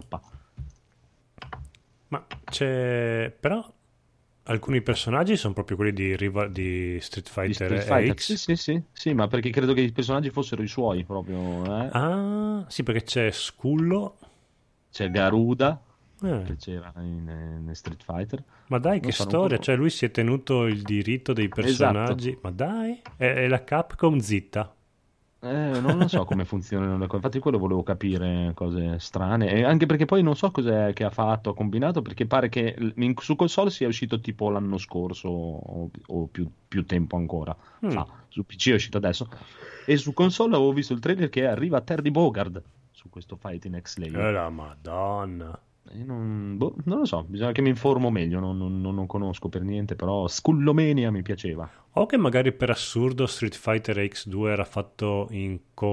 Ma c'è... Però alcuni personaggi sono proprio quelli di Street Di Fighter, Street Fighter. X. Sì, ma perché credo che i personaggi fossero i suoi proprio. Ah, sì, perché c'è Scullo. C'è Garuda, Eh, che c'era in Street Fighter. ma dai, Non che so, non storia. conosco. Cioè lui si è tenuto il diritto dei personaggi. Esatto. Ma dai, è la Capcom zitta. Non lo so come funzionano le cose, infatti quello volevo capire, cose strane, e anche perché poi non so cos'è che ha fatto, ha combinato, perché pare che su console sia uscito tipo l'anno scorso o più tempo ancora fa, su PC è uscito adesso, e su console avevo visto il trailer che arriva Terry Bogard su questo Fighting X Layer. La madonna. E non lo so, bisogna che mi informo meglio, non conosco per niente, però Skullomania mi piaceva. O che magari per assurdo Street Fighter X2 era fatto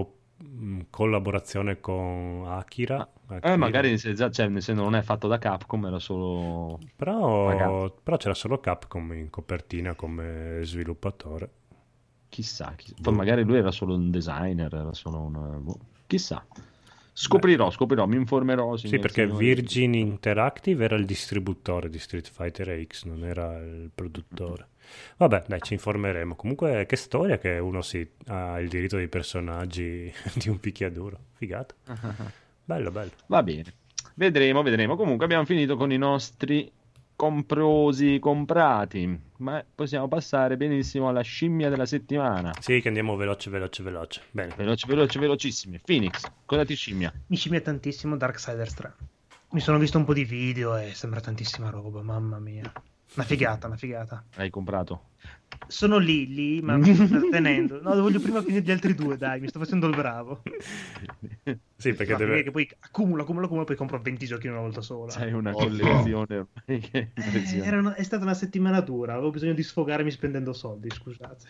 collaborazione con Akira. Magari se non è fatto da Capcom, era solo però c'era solo Capcom in copertina come sviluppatore. Chissà. Poi magari lui era solo un designer, era solo un... chissà. Scoprirò, mi informerò. Sì, perché Virgin Interactive era il distributore di Street Fighter X, non era il produttore. Vabbè, dai, ci informeremo. Comunque, che storia che uno ha il diritto dei personaggi di un picchiaduro. Figata. Bello. Va bene. Vedremo. Comunque abbiamo finito con i nostri comprati. Ma possiamo passare benissimo alla scimmia della settimana. Sì, che andiamo veloce. Bene. Velocissimi. Phoenix, cosa ti scimmia? Mi scimmia tantissimo Darksiders 3. Mi sono visto un po' di video e sembra tantissima roba, mamma mia. Una figata. Hai comprato? Sono lì, ma mi sto tenendo. No, voglio prima finire gli altri due, dai, mi sto facendo il bravo. Sì, perché deve... che poi accumulo, poi compro 20 giochi in una volta sola. C'hai una collezione. È stata una settimana dura, avevo bisogno di sfogarmi spendendo soldi, scusate.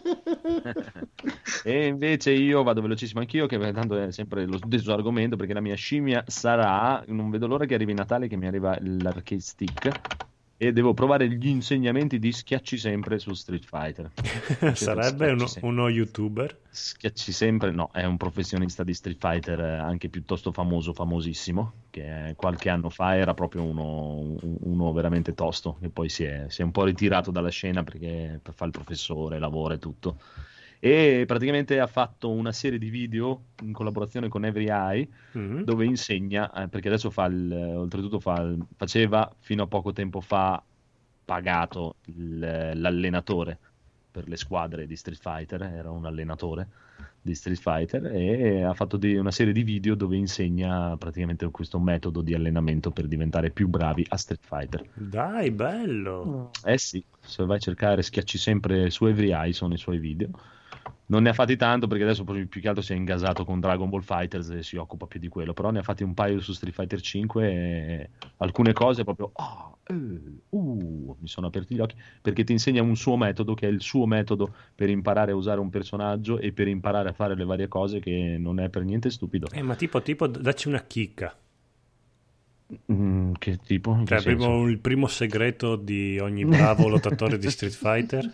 E invece io vado velocissimo anch'io, che tanto è sempre lo stesso argomento, perché la mia scimmia sarà, non vedo l'ora che arrivi Natale, che mi arriva l'arcade stick e devo provare gli insegnamenti di Schiacci Sempre su Street Fighter. Sarebbe uno youtuber? Schiacci Sempre, no, è un professionista di Street Fighter, anche piuttosto famosissimo, che qualche anno fa era proprio uno veramente tosto, che poi si è un po' ritirato dalla scena perché per fare il professore, lavora e tutto. E praticamente ha fatto una serie di video in collaborazione con Every Eye, dove insegna, perché adesso faceva fino a poco tempo fa pagato l'allenatore per le squadre di Street Fighter, era un allenatore di Street Fighter, e ha fatto una serie di video dove insegna praticamente questo metodo di allenamento per diventare più bravi a Street Fighter. Dai, bello! Sì, se vai a cercare Schiacci Sempre su Every Eye sono i suoi video. Non ne ha fatti tanto perché adesso più che altro si è ingasato con Dragon Ball Fighters e si occupa più di quello, però ne ha fatti un paio su Street Fighter 5 e alcune cose proprio mi sono aperti gli occhi, perché ti insegna un suo metodo, che è il suo metodo per imparare a usare un personaggio e per imparare a fare le varie cose, che non è per niente stupido. Ma tipo dacci una chicca. Che tipo? Cioè, il primo segreto di ogni bravo lottatore di Street Fighter?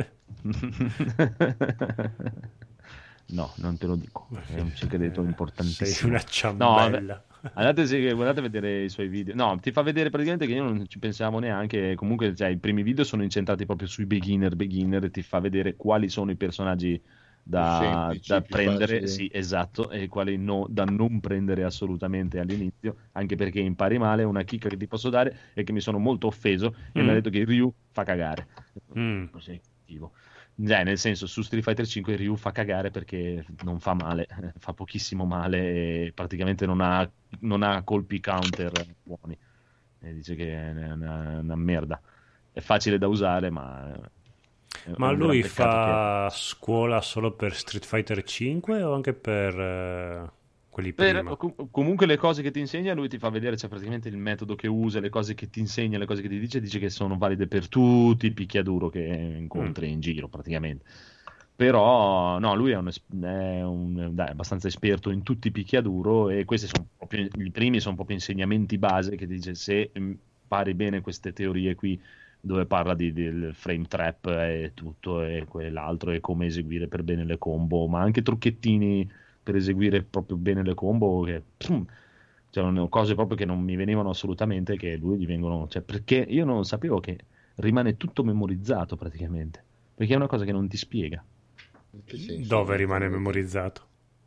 No, non te lo dico, è un segreto importantissimo. Sei una ciambella. No, guardate a vedere i suoi video. No, ti fa vedere praticamente che io non ci pensavo neanche. Comunque, i primi video sono incentrati proprio sui beginner, e ti fa vedere quali sono i personaggi da prendere, facili. Sì, esatto, e quali da non prendere assolutamente all'inizio, anche perché impari male. Una chicca che ti posso dare è che mi sono molto offeso e mi ha detto che Ryu fa cagare. Così, nel senso, su Street Fighter 5 Ryu fa cagare perché non fa male, fa pochissimo male e praticamente non ha colpi counter buoni, e dice che è una merda, è facile da usare, ma lui fa scuola solo per Street Fighter 5 o anche per quelli prima? Comunque le cose che ti insegna lui ti fa vedere, cioè praticamente il metodo che usa, le cose che ti insegna, le cose che ti dice che sono valide per tutti i picchiaduro che incontri in giro praticamente. Però no, lui è abbastanza esperto in tutti i picchiaduro, e questi sono proprio i primi, sono proprio insegnamenti base che ti dice: se impari bene queste teorie qui, dove parla del frame trap e tutto e quell'altro, e come eseguire per bene le combo, ma anche trucchettini per eseguire proprio bene le combo, che cioè, cose proprio che non mi venivano assolutamente, che lui gli vengono, cioè, perché io non sapevo che rimane tutto memorizzato praticamente, perché è una cosa che non ti spiega. Dove rimane memorizzato?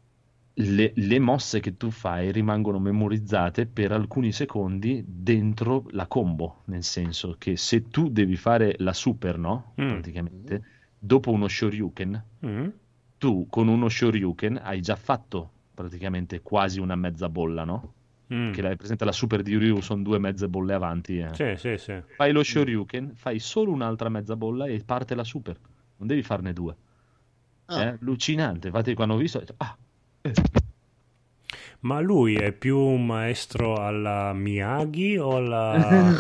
Le mosse che tu fai rimangono memorizzate per alcuni secondi dentro la combo, nel senso che se tu devi fare la super, no? Praticamente dopo uno Shoryuken, tu con uno Shoryuken hai già fatto praticamente quasi una mezza bolla, no? Che l'hai presente, la super di Ryu sono 2 mezze bolle avanti. Sì. Fai lo Shoryuken, fai solo un'altra mezza bolla e parte la super, non devi farne 2. Allucinante, infatti quando ho visto ho detto, Ma lui è più un maestro alla Miyagi o alla...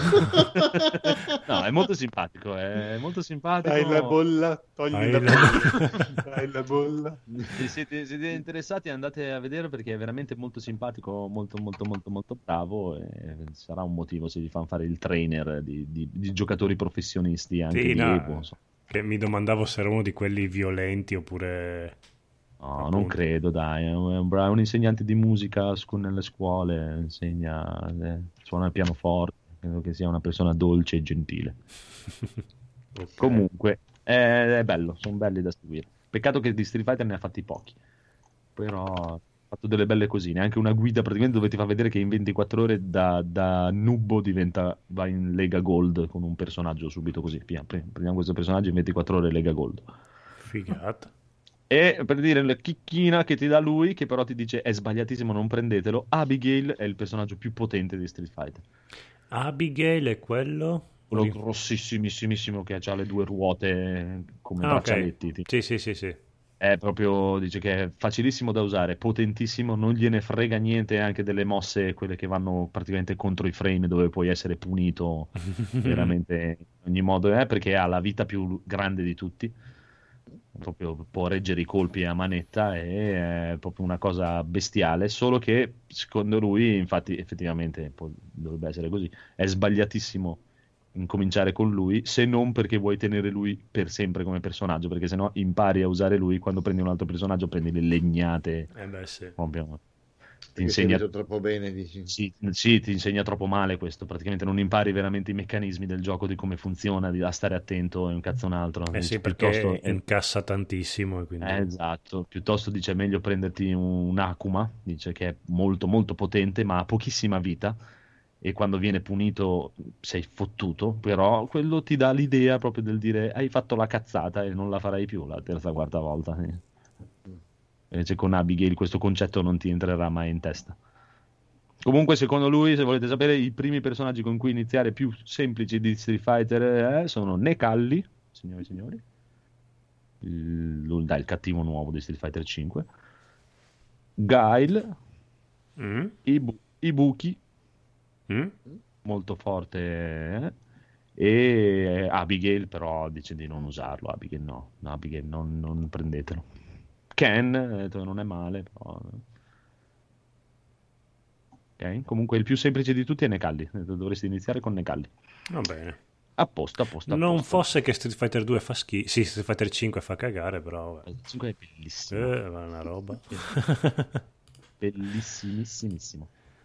No, è molto simpatico, Dai la bolla, togli Dai la la- bolla. Dai la bolla. Se siete interessati andate a vedere perché è veramente molto simpatico, molto molto molto molto bravo e sarà un motivo se gli fanno fare il trainer di giocatori professionisti anche Sì, di no, Evo. Insomma. che mi domandavo se era uno di quelli violenti oppure... No, appunto. non credo, dai, è un insegnante di musica nelle scuole, insegna, suona il pianoforte, credo che sia una persona dolce e gentile. Ok. Comunque, è bello, sono belli da seguire. Peccato che di Street Fighter ne ha fatti pochi, però ha fatto delle belle cosine, anche una guida praticamente dove ti fa vedere che in 24 ore da nubbo va in Lega Gold con un personaggio subito così, prendiamo questo personaggio in 24 ore Lega Gold. Figata. E per dire la chicchina che ti dà lui, che però ti dice è sbagliatissimo, non prendetelo, Abigail è il personaggio più potente di Street Fighter. Abigail è quello? Quello grossissimissimo che ha le 2 ruote come Ah, ok. braccialetti. Sì. È proprio, dice che è facilissimo da usare, potentissimo, non gliene frega niente anche delle mosse, quelle che vanno praticamente contro i frame, dove puoi essere punito veramente in ogni modo, perché ha la vita più grande di tutti. Proprio può reggere i colpi a manetta e è proprio una cosa bestiale, solo che secondo lui, infatti effettivamente dovrebbe essere così, è sbagliatissimo incominciare con lui, se non perché vuoi tenere lui per sempre come personaggio, perché sennò impari a usare lui, quando prendi un altro personaggio prendi le legnate Beh, sì. proprio. Ti Perché si è insegna visto troppo bene, dici. sì, ti insegna troppo male questo, praticamente non impari veramente i meccanismi del gioco, di come funziona, a stare attento e un cazzo un altro. Sì, Dice, perché incassa tantissimo e quindi... esatto, piuttosto dice è meglio prenderti un Akuma, dice che è molto molto potente ma ha pochissima vita e quando viene punito sei fottuto, però quello ti dà l'idea proprio del dire hai fatto la cazzata e non la farai più la terza, quarta volta. Invece con Abigail questo concetto non ti entrerà mai in testa. Comunque, secondo lui, se volete sapere, i primi personaggi con cui iniziare più semplici di Street Fighter sono Necalli, signori e signori, il cattivo nuovo di Street Fighter 5, Guile, Ibuki, molto forte, e Abigail, però dice di non usarlo. Abigail no, Abigail non prendetelo. Ken, non è male, però... Okay. Comunque il più semplice di tutti è Necalli, dovresti iniziare con Necalli. Va bene. A posto. Non fosse che Street Fighter 2 fa schifo, sì, Street Fighter 5 fa cagare, però... Il 5 è bellissimo. È una roba. Bellissimissimo.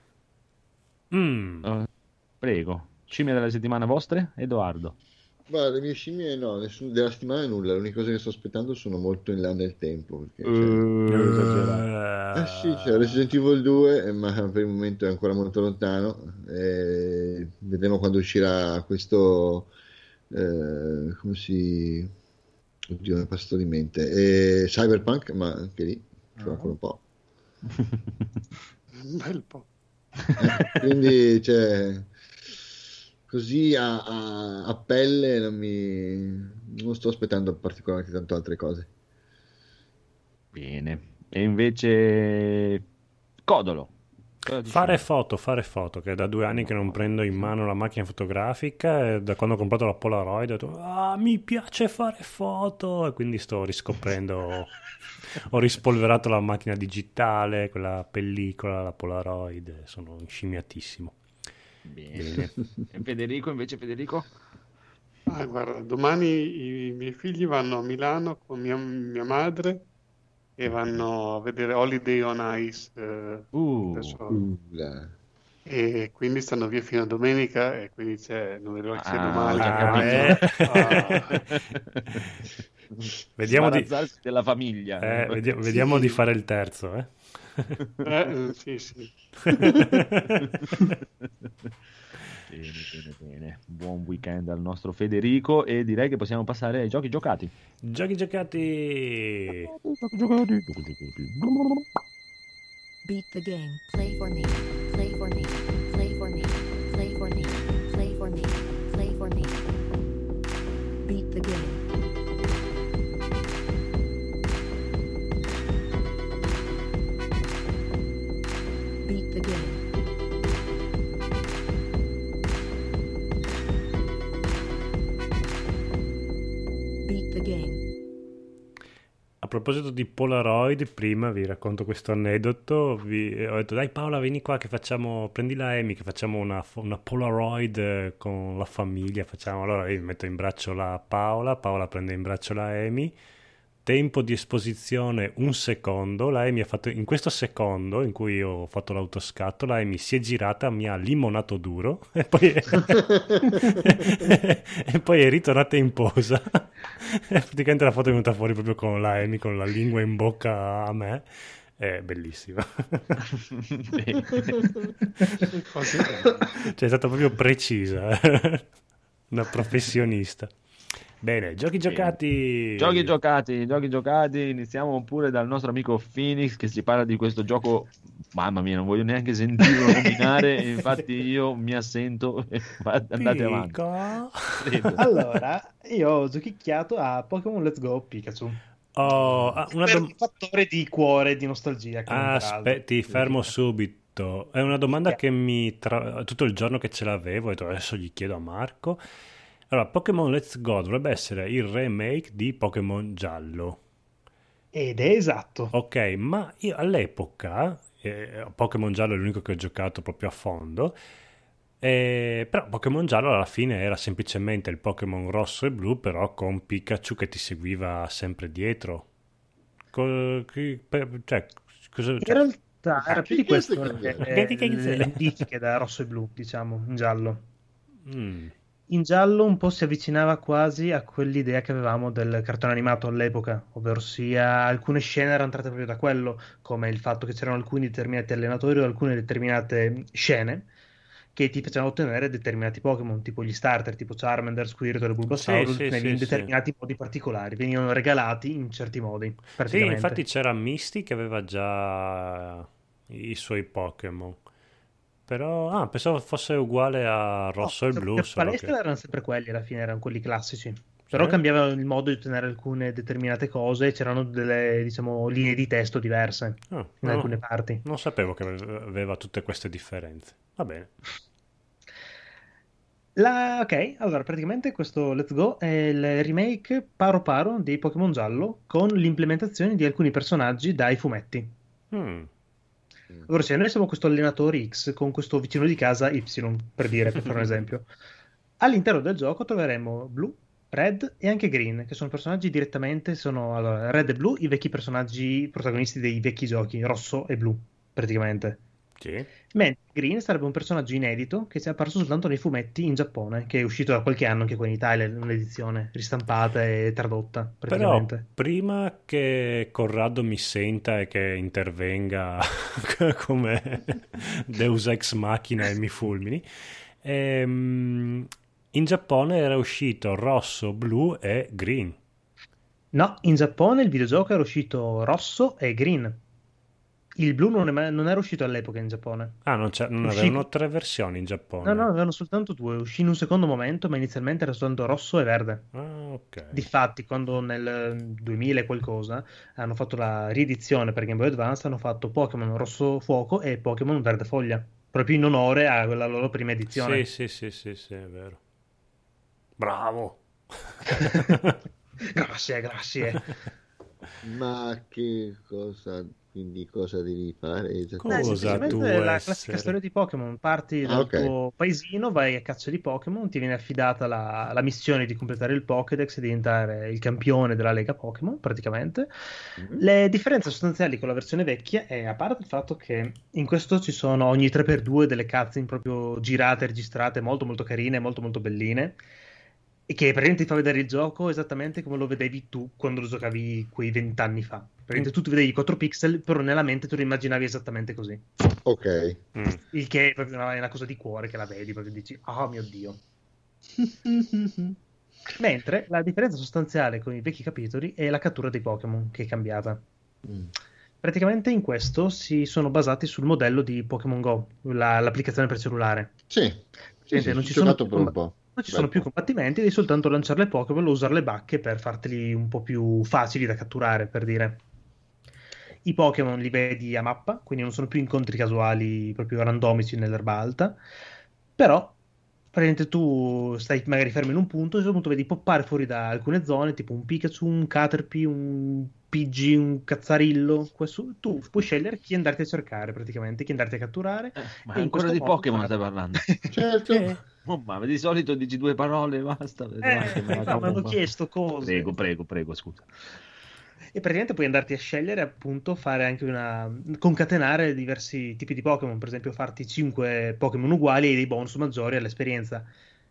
Mm. Prego, scimmie della settimana vostre? Edoardo. Guarda, le mie scimmie no, della settimana nulla, l'unica cosa che sto aspettando sono molto in là nel tempo. Perché, sì, c'è Resident Evil 2, ma per il momento è ancora molto lontano. Vedremo quando uscirà questo... come si... Oddio, mi è passato di mente. Cyberpunk, ma anche lì ci vuole ancora un po'. Un bel po'. Quindi, cioè... Così a pelle non sto aspettando particolarmente tanto altre cose. Bene. E invece Codolo. Fare foto, che è da 2 anni che non prendo in mano la macchina fotografica, e da quando ho comprato la Polaroid ho detto mi piace fare foto, e quindi sto riscoprendo. Ho rispolverato la macchina digitale, quella pellicola, la Polaroid, sono inscimmiatissimo. Bene. E Federico? Guarda, domani i miei figli vanno a Milano con mia madre e vanno a vedere Holiday on Ice. Adesso. E quindi stanno via fino a domenica e quindi non vedo che sia domani. Vediamo della famiglia. Vediamo di fare il terzo, Sì. Bene. Buon weekend al nostro Federico e direi che possiamo passare ai giochi giocati. Giochi giocati. Beat the game. Play for me. Play for me. Play for me. Play for me. Play for me. Play for me. Beat the game. proposito di Polaroid, prima vi racconto questo aneddoto. Ho detto, dai Paola, vieni qua che prendi la Amy, che facciamo una Polaroid con la famiglia. Allora io metto in braccio la Paola prende in braccio la Amy. Tempo di esposizione 1 secondo. La Amy ha fatto, in questo secondo in cui ho fatto l'autoscatto, la Amy si è girata, mi ha limonato duro e poi e poi è ritornata in posa. E praticamente la foto è venuta fuori proprio con la Amy con la lingua in bocca a me. È bellissima. Cioè è stata proprio precisa. Una professionista. Bene, giochi giocati. Giochi giocati. Iniziamo pure dal nostro amico Phoenix che ci parla di questo gioco. Mamma mia, non voglio neanche sentirlo nominare, infatti io mi assento e andate avanti. Allora, io ho giochicchiato a Pokémon Let's Go Pikachu. Un fattore di cuore, di nostalgia. Aspetti, fermo subito. È una domanda che tutto il giorno che ce l'avevo, ho detto adesso gli chiedo a Marco. Allora, Pokémon Let's Go dovrebbe essere il remake di Pokémon Giallo. Ed è esatto. Ok, ma io all'epoca, Pokémon Giallo è l'unico che ho giocato proprio a fondo, però Pokémon Giallo alla fine era semplicemente il Pokémon rosso e blu, però con Pikachu che ti seguiva sempre dietro. In realtà era più di questo, le modifiche da rosso e blu, diciamo, in giallo. In giallo un po' si avvicinava quasi a quell'idea che avevamo del cartone animato all'epoca, ovvero sia alcune scene erano tratte proprio da quello, come il fatto che c'erano alcuni determinati allenatori o alcune determinate scene che ti facevano ottenere determinati Pokémon, tipo gli starter, tipo Charmander, Squirtle e Bulbasaur, in determinati modi particolari, venivano regalati in certi modi, praticamente. Sì, infatti c'era Misty che aveva già i suoi Pokémon. Però pensavo fosse uguale a rosso e blu. Per palestra erano sempre quelli, alla fine erano quelli classici. Però cambiava il modo di ottenere alcune determinate cose e c'erano delle, diciamo, linee di testo diverse in alcune parti. Non sapevo che aveva tutte queste differenze. Va bene. Ok, allora praticamente questo Let's Go è il remake paro paro di Pokémon Giallo con l'implementazione di alcuni personaggi dai fumetti. Allora, se noi siamo questo allenatore X con questo vicino di casa Y, per fare un esempio, all'interno del gioco troveremo Blue, Red e anche Green, che sono personaggi direttamente, allora, Red e Blue, i vecchi personaggi protagonisti dei vecchi giochi, Rosso e Blu, praticamente. Sì. Mentre Green sarebbe un personaggio inedito che si è apparso soltanto nei fumetti in Giappone, che è uscito da qualche anno anche qua in Italia, un'edizione ristampata e tradotta praticamente. Però prima che Corrado mi senta e che intervenga come Deus Ex Machina e mi fulmini, in Giappone era uscito rosso, blu e green. No, in Giappone il videogioco era uscito rosso e green. Il blu non era uscito all'epoca in Giappone. Non avevano 3 versioni in Giappone? No, avevano soltanto 2. Uscì in un secondo momento, ma inizialmente era soltanto rosso e verde. Ok. Difatti, quando nel 2000 e qualcosa hanno fatto la riedizione per Game Boy Advance, hanno fatto Pokémon Rosso Fuoco e Pokémon Verde Foglia, proprio in onore alla loro prima edizione. Sì, è vero. Bravo! Grazie. Ma che cosa... Quindi cosa devi fare? Cosa tu la classica storia di Pokémon. Parti dal tuo paesino, vai a caccia di Pokémon, ti viene affidata la missione di completare il Pokédex e diventare il campione della Lega Pokémon, praticamente. Le differenze sostanziali con la versione vecchia è, a parte il fatto che in questo ci sono ogni 3x2 delle cutscene proprio girate, registrate, molto molto carine, molto molto belline, e che praticamente ti fa vedere il gioco esattamente come lo vedevi tu quando lo giocavi quei 20 anni fa. Praticamente tu ti vedevi 4 pixel, però nella mente tu lo immaginavi esattamente così. Ok. Il che è proprio una cosa di cuore che la vedi, proprio dici, oh mio Dio. Mentre la differenza sostanziale con i vecchi capitoli è la cattura dei Pokémon, che è cambiata. Praticamente in questo si sono basati sul modello di Pokémon Go, l'applicazione per cellulare. Sì, non ci sono per un po'. Non ci sono più combattimenti, devi soltanto lanciare le Pokéball o usare le bacche per farteli un po' più facili da catturare, per dire. I Pokémon li vedi a mappa, quindi non sono più incontri casuali, proprio randomici nell'erba alta, però praticamente tu stai magari fermo in un punto e a un punto vedi poppare fuori da alcune zone, tipo un Pikachu, un Caterpie, un piggi un cazzarillo, tu puoi scegliere chi andarti a cercare praticamente, chi andarti a catturare. Ma e in ancora questo di modo- Pokémon stai parlando? Certo. Oh, ma di solito dici 2 parole e basta. mi hanno chiesto cose. Prego, scusa. E praticamente puoi andarti a scegliere, appunto, fare anche concatenare diversi tipi di Pokémon, per esempio farti 5 Pokémon uguali e dei bonus maggiori all'esperienza.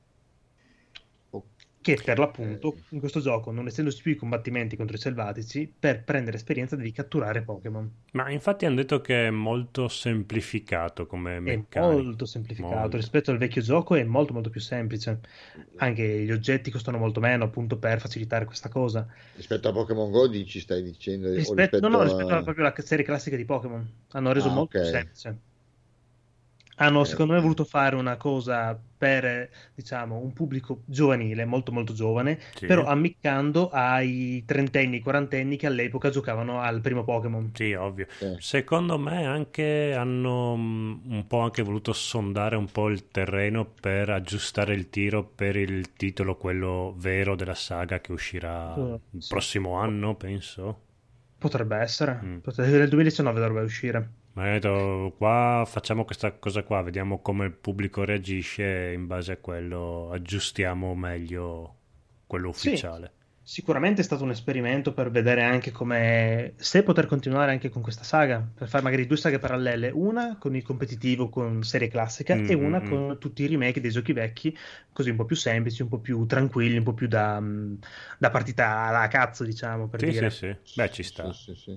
Che per l'appunto in questo gioco, non essendoci più i combattimenti contro i selvatici, per prendere esperienza devi catturare Pokémon. Ma infatti hanno detto che è molto semplificato come È meccanica. molto semplificato Molto. rispetto al vecchio gioco, è molto molto più semplice. Anche gli oggetti costano molto meno, appunto, per facilitare questa cosa. Rispetto a Pokémon Go ci stai dicendo? O Rispetto rispetto a proprio alla serie classica di Pokémon. Hanno reso Ah, molto ok. più semplice. Hanno, secondo me, voluto fare una cosa per, diciamo, un pubblico giovanile, molto molto giovane, Sì. però ammiccando ai trentenni, quarantenni che all'epoca giocavano al primo Pokémon. Sì, ovvio. Sì. Secondo me anche hanno un po' anche voluto sondare un po' il terreno per aggiustare il tiro per il titolo, quello vero della saga che uscirà il Sì. prossimo anno, penso. Potrebbe essere. Mm. Nel 2019 dovrebbe uscire. Ma ho detto, qua facciamo questa cosa qua, vediamo come il pubblico reagisce e in base a quello aggiustiamo meglio quello Sì. ufficiale. Sicuramente è stato un esperimento per vedere anche come se poter continuare anche con questa saga, per fare magari 2 saghe parallele, una con il competitivo con serie classica e una con tutti i remake dei giochi vecchi, così un po' più semplici, un po' più tranquilli, un po' più da partita alla cazzo, diciamo, per Sì, dire. sì. Beh, ci sta. Sì.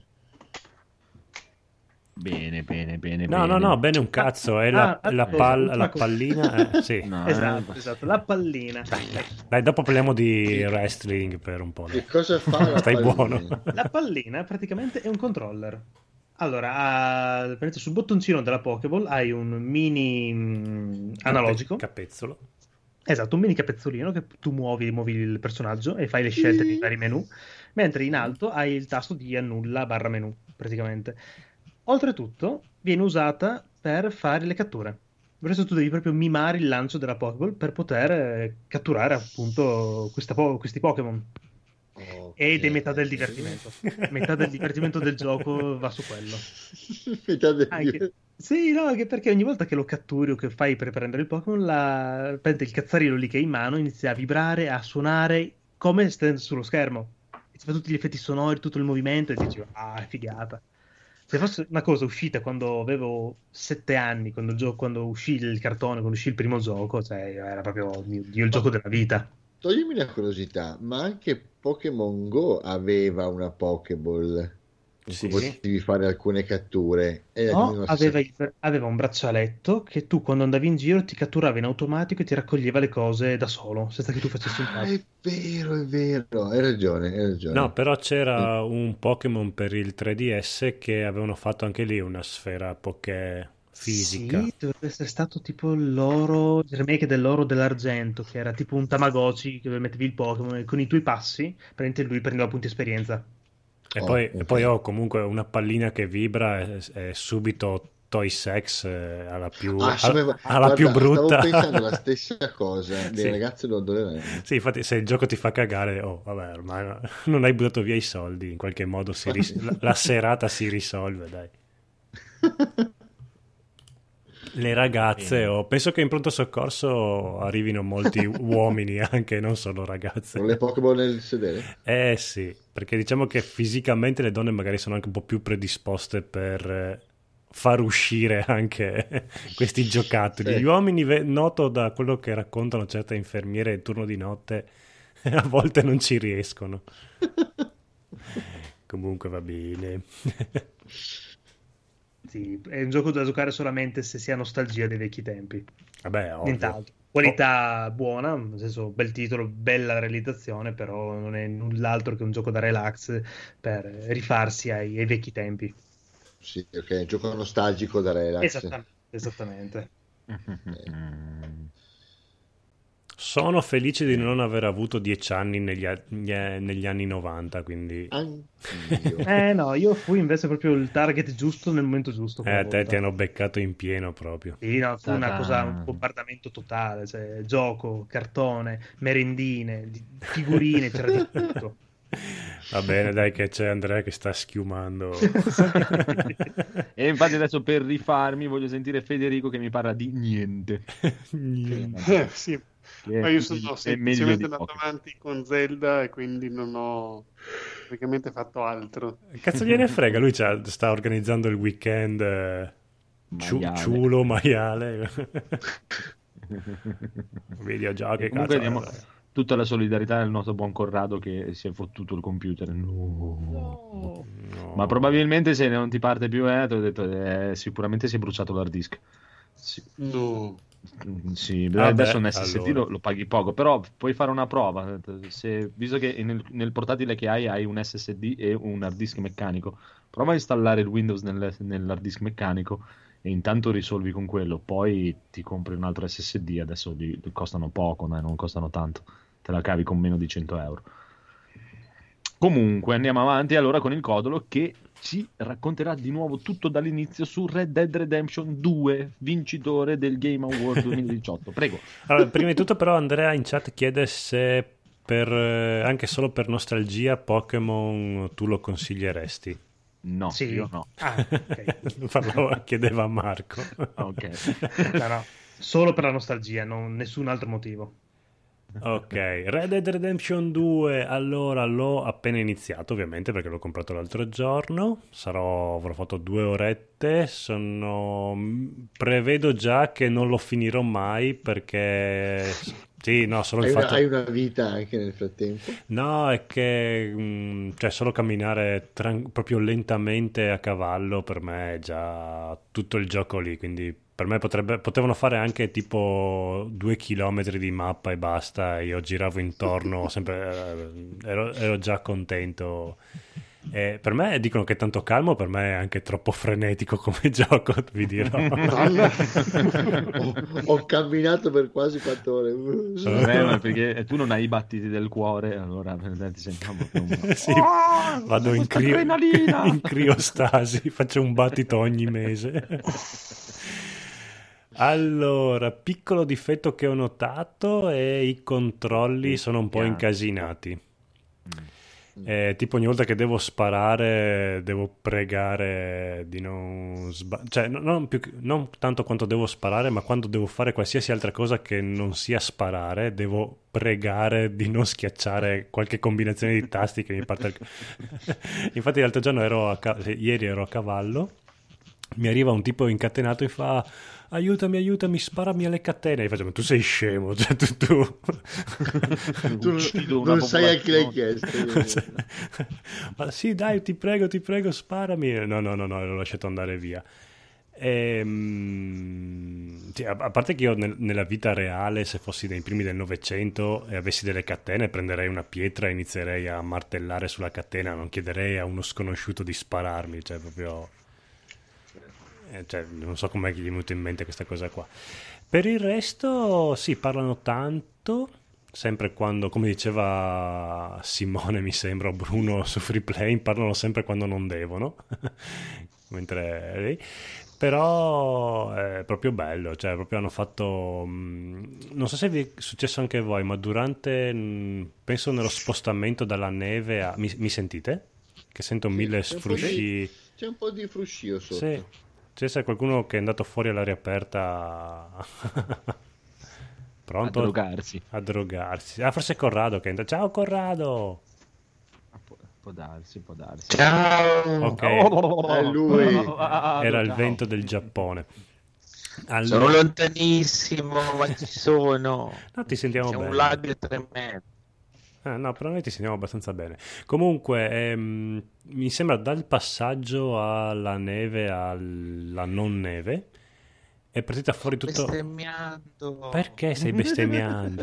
Bene. No, bene un cazzo, è la ultima cosa. pallina. Sì. No, Esatto, la pallina. Dai, dopo parliamo di wrestling per un po'. Che cosa fa la Stai pallina? buono. La pallina praticamente è un controller. Allora, prendete sul bottoncino della Pokéball hai un mini analogico. Capezzolo. Esatto, un mini capezzolino che tu muovi il personaggio e fai le scelte dei vari menu, mentre in alto hai il tasto di annulla / menu, praticamente. Oltretutto, viene usata per fare le catture. Per questo tu devi proprio mimare il lancio della Pokéball per poter catturare appunto questi Pokémon. Ed è metà del divertimento. Metà del divertimento del gioco va su quello. Metà del Sì, no, anche perché ogni volta che lo catturi o che fai per prendere il Pokémon, prende il cazzarino lì che hai in mano, inizia a vibrare, a suonare come stando sullo schermo. E ti fa tutti gli effetti sonori, tutto il movimento e dici, ah, è figata. Se fosse una cosa uscita quando avevo 7 anni, quando uscì il cartone, quando uscì il primo gioco, cioè era proprio il gioco della vita. Toglimi una curiosità, ma anche Pokémon Go aveva una Pokéball in Sì. cui potevi fare alcune catture. No, aveva un braccialetto che tu quando andavi in giro ti catturava in automatico e ti raccoglieva le cose da solo, senza che tu facessi un passo. È vero, hai ragione. No, però c'era un Pokémon per il 3DS che avevano fatto anche lì una sfera Poké fisica. Sì, dovrebbe essere stato tipo il remake dell'oro dell'argento, che era tipo un Tamagotchi che mettevi il Pokémon e con i tuoi passi, praticamente lui prendeva punti esperienza. E poi ho comunque una pallina che vibra e subito Toy Sex alla più, alla più brutta. Stavo pensando la stessa cosa, le Sì. ragazze lo adoreranno. Sì, infatti se il gioco ti fa cagare, vabbè, ormai non hai buttato via i soldi, in qualche modo la serata si risolve, dai. Le ragazze, penso che in pronto soccorso arrivino molti uomini anche, non solo ragazze. Con le Pokéball nel sedere? Sì, perché diciamo che fisicamente le donne magari sono anche un po' più predisposte per far uscire anche questi giocattoli. Sì. Gli uomini, noto da quello che raccontano certe infermiere il turno di notte, a volte non ci riescono. Comunque va bene. Sì, è un gioco da giocare solamente se si ha nostalgia dei vecchi tempi. Vabbè, ovvio. Nient'altro. Qualità buona, nel senso bel titolo, bella realizzazione, però non è null'altro che un gioco da relax per rifarsi ai vecchi tempi. Sì, ok, un gioco nostalgico da relax. Esattamente. Sono felice di non aver avuto 10 anni negli anni 90, quindi... Anch'io. No, io fui invece proprio il target giusto nel momento giusto. Te ti hanno beccato in pieno proprio. Sì, no, fu una cosa, un bombardamento totale, cioè gioco, cartone, merendine, figurine, c'era di tutto. Va bene, dai, che c'è Andrea che sta schiumando. E infatti adesso per rifarmi voglio sentire Federico che mi parla di niente. Sì, Che ma io è sono meglio semplicemente di andato poco. avanti con Zelda e quindi non ho praticamente fatto altro. Cazzo gliene frega, lui sta organizzando il weekend Maiale. ciulo, maiale. Videogiochi, E comunque cazzo. diamo tutta la solidarietà al nostro buon Corrado che si è fottuto il computer. No. No. Ma probabilmente se non ti parte più, ti ho detto, sicuramente si è bruciato l'hard disk. Sì. No. Sì, Vabbè, adesso un SSD allora. lo paghi poco, però puoi fare una prova. Visto che nel portatile che hai un SSD e un hard disk meccanico, prova a installare il Windows nell'hard disk meccanico e intanto risolvi con quello. Poi ti compri un altro SSD, adesso li costano poco, non costano tanto, te la cavi con meno di 100 euro. Comunque andiamo avanti allora con il Codolo che ci racconterà di nuovo tutto dall'inizio su Red Dead Redemption 2, vincitore del Game Award 2018. Prego. Allora, prima di tutto però Andrea in chat chiede se anche solo per nostalgia Pokémon tu lo consiglieresti. No, Sì. io no. Ok. Chiedeva a Marco. Ok. No, solo per la nostalgia, nessun altro motivo. Ok, Red Dead Redemption 2, allora l'ho appena iniziato ovviamente perché l'ho comprato l'altro giorno, avrò fatto 2 orette, prevedo già che non lo finirò mai perché... Sì, no, solo il fatto... Hai una vita anche nel frattempo. No, è che cioè solo camminare proprio lentamente a cavallo per me è già tutto il gioco lì, quindi per me potevano fare anche tipo 2 chilometri di mappa e basta, io giravo intorno, sempre ero già contento. Per me dicono che è tanto calmo, per me è anche troppo frenetico come gioco, vi dirò. Ho camminato per quasi 4 ore. Ma perché tu non hai i battiti del cuore, allora ti sentiamo più Sì, vado in criostasi, faccio un battito ogni mese. Allora, piccolo difetto che ho notato è i controlli sono un po' incasinati. Tipo ogni volta che devo sparare devo pregare di non cioè non tanto quanto devo sparare, ma quando devo fare qualsiasi altra cosa che non sia sparare devo pregare di non schiacciare qualche combinazione di tasti che mi parte Infatti l'altro giorno ieri ero a cavallo, mi arriva un tipo incatenato e fa aiutami, sparami alle catene. E faccio, ma tu sei scemo, cioè tu non sai a chi l'hai chiesto. Ma sì, dai, ti prego, sparami. No, l'ho lasciato andare via. Sì, a parte che io nella vita reale, se fossi nei primi del Novecento e avessi delle catene, prenderei una pietra e inizierei a martellare sulla catena, non chiederei a uno sconosciuto di spararmi, cioè proprio... Cioè, non so com'è che gli è venuto in mente questa cosa qua. Per il resto sì, parlano tanto, sempre quando, come diceva Simone mi sembra, o Bruno su Freeplay, parlano sempre quando non devono mentre però è proprio bello, cioè proprio hanno fatto non so se vi è successo anche a voi, ma durante penso nello spostamento dalla neve mi sentite? Che sento mille frusci, c'è un po' di fruscio sotto. sì. C'è qualcuno che è andato fuori all'aria aperta pronto? A drogarsi. Forse è Corrado che entra. Ciao Corrado! Può darsi. Ciao! Ok, È lui. era il vento del Giappone. Sono lontanissimo, ma ci sono. No, ti sentiamo C'è bene. un lago tremendo. No, però noi ti sentiamo abbastanza bene. Comunque, mi sembra dal passaggio alla neve alla non neve è partita fuori tutto. Bestemmiando. Perché stai bestemmiando?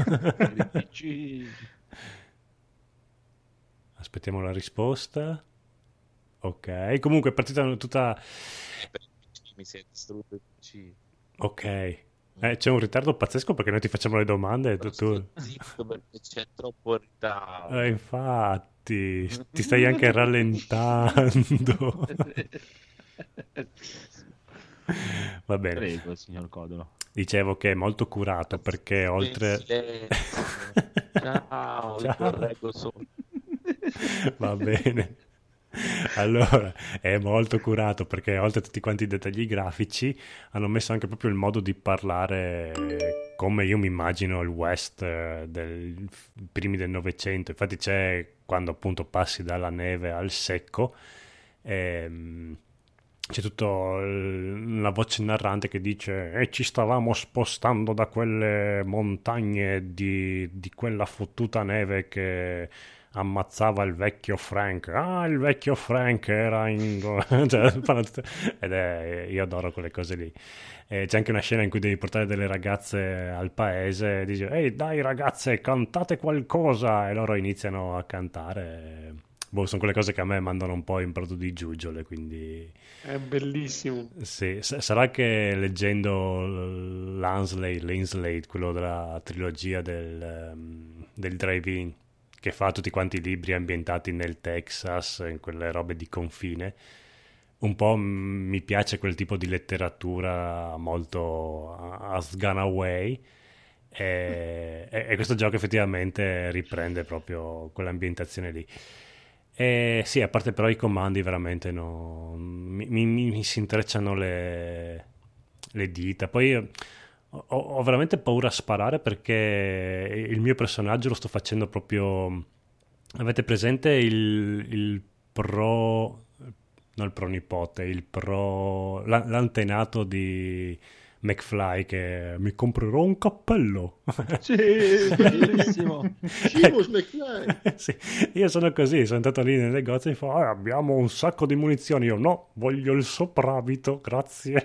Aspettiamo la risposta. Ok, comunque è partita tutta. Mi si è distrutto il PC. Ok. C'è un ritardo pazzesco perché noi ti facciamo le domande e tu... Zitto perché c'è troppo ritardo. Infatti, ti stai anche rallentando. Va bene. Prego, signor Codolo. Dicevo che è molto curato perché oltre... Ciao, Ciao. correggo solo. Va bene. Allora, è molto curato perché oltre a tutti quanti i dettagli grafici hanno messo anche proprio il modo di parlare come io mi immagino il West del primi del Novecento. Infatti c'è quando appunto passi dalla neve al secco, c'è tutta la voce narrante che dice e ci stavamo spostando da quelle montagne di quella fottuta neve che ammazzava il vecchio Frank. Ah, il vecchio Frank era in... cioè, io adoro quelle cose lì. C'è anche una scena in cui devi portare delle ragazze al paese e dici ehi dai ragazze cantate qualcosa, e loro iniziano a cantare. Boh, sono quelle cose che a me mandano un po' in brodo di giuggiole, quindi... È bellissimo. Sì, sarà che leggendo Linslade, quello della trilogia del Drive-In, che fa tutti quanti i libri ambientati nel Texas, in quelle robe di confine, un po' mi piace quel tipo di letteratura molto as gone away, e questo gioco effettivamente riprende proprio quell'ambientazione lì. E sì, a parte però i comandi veramente mi si intrecciano le dita. Poi ho veramente paura a sparare perché il mio personaggio lo sto facendo proprio... Avete presente il pro... non il pronipote, l'antenato di McFly che mi comprerò un cappello. Sì, bellissimo. Seamus McFly. Sì, io sono così, sono andato lì nel negozio e fa abbiamo un sacco di munizioni. Io no, voglio il soprabito, grazie.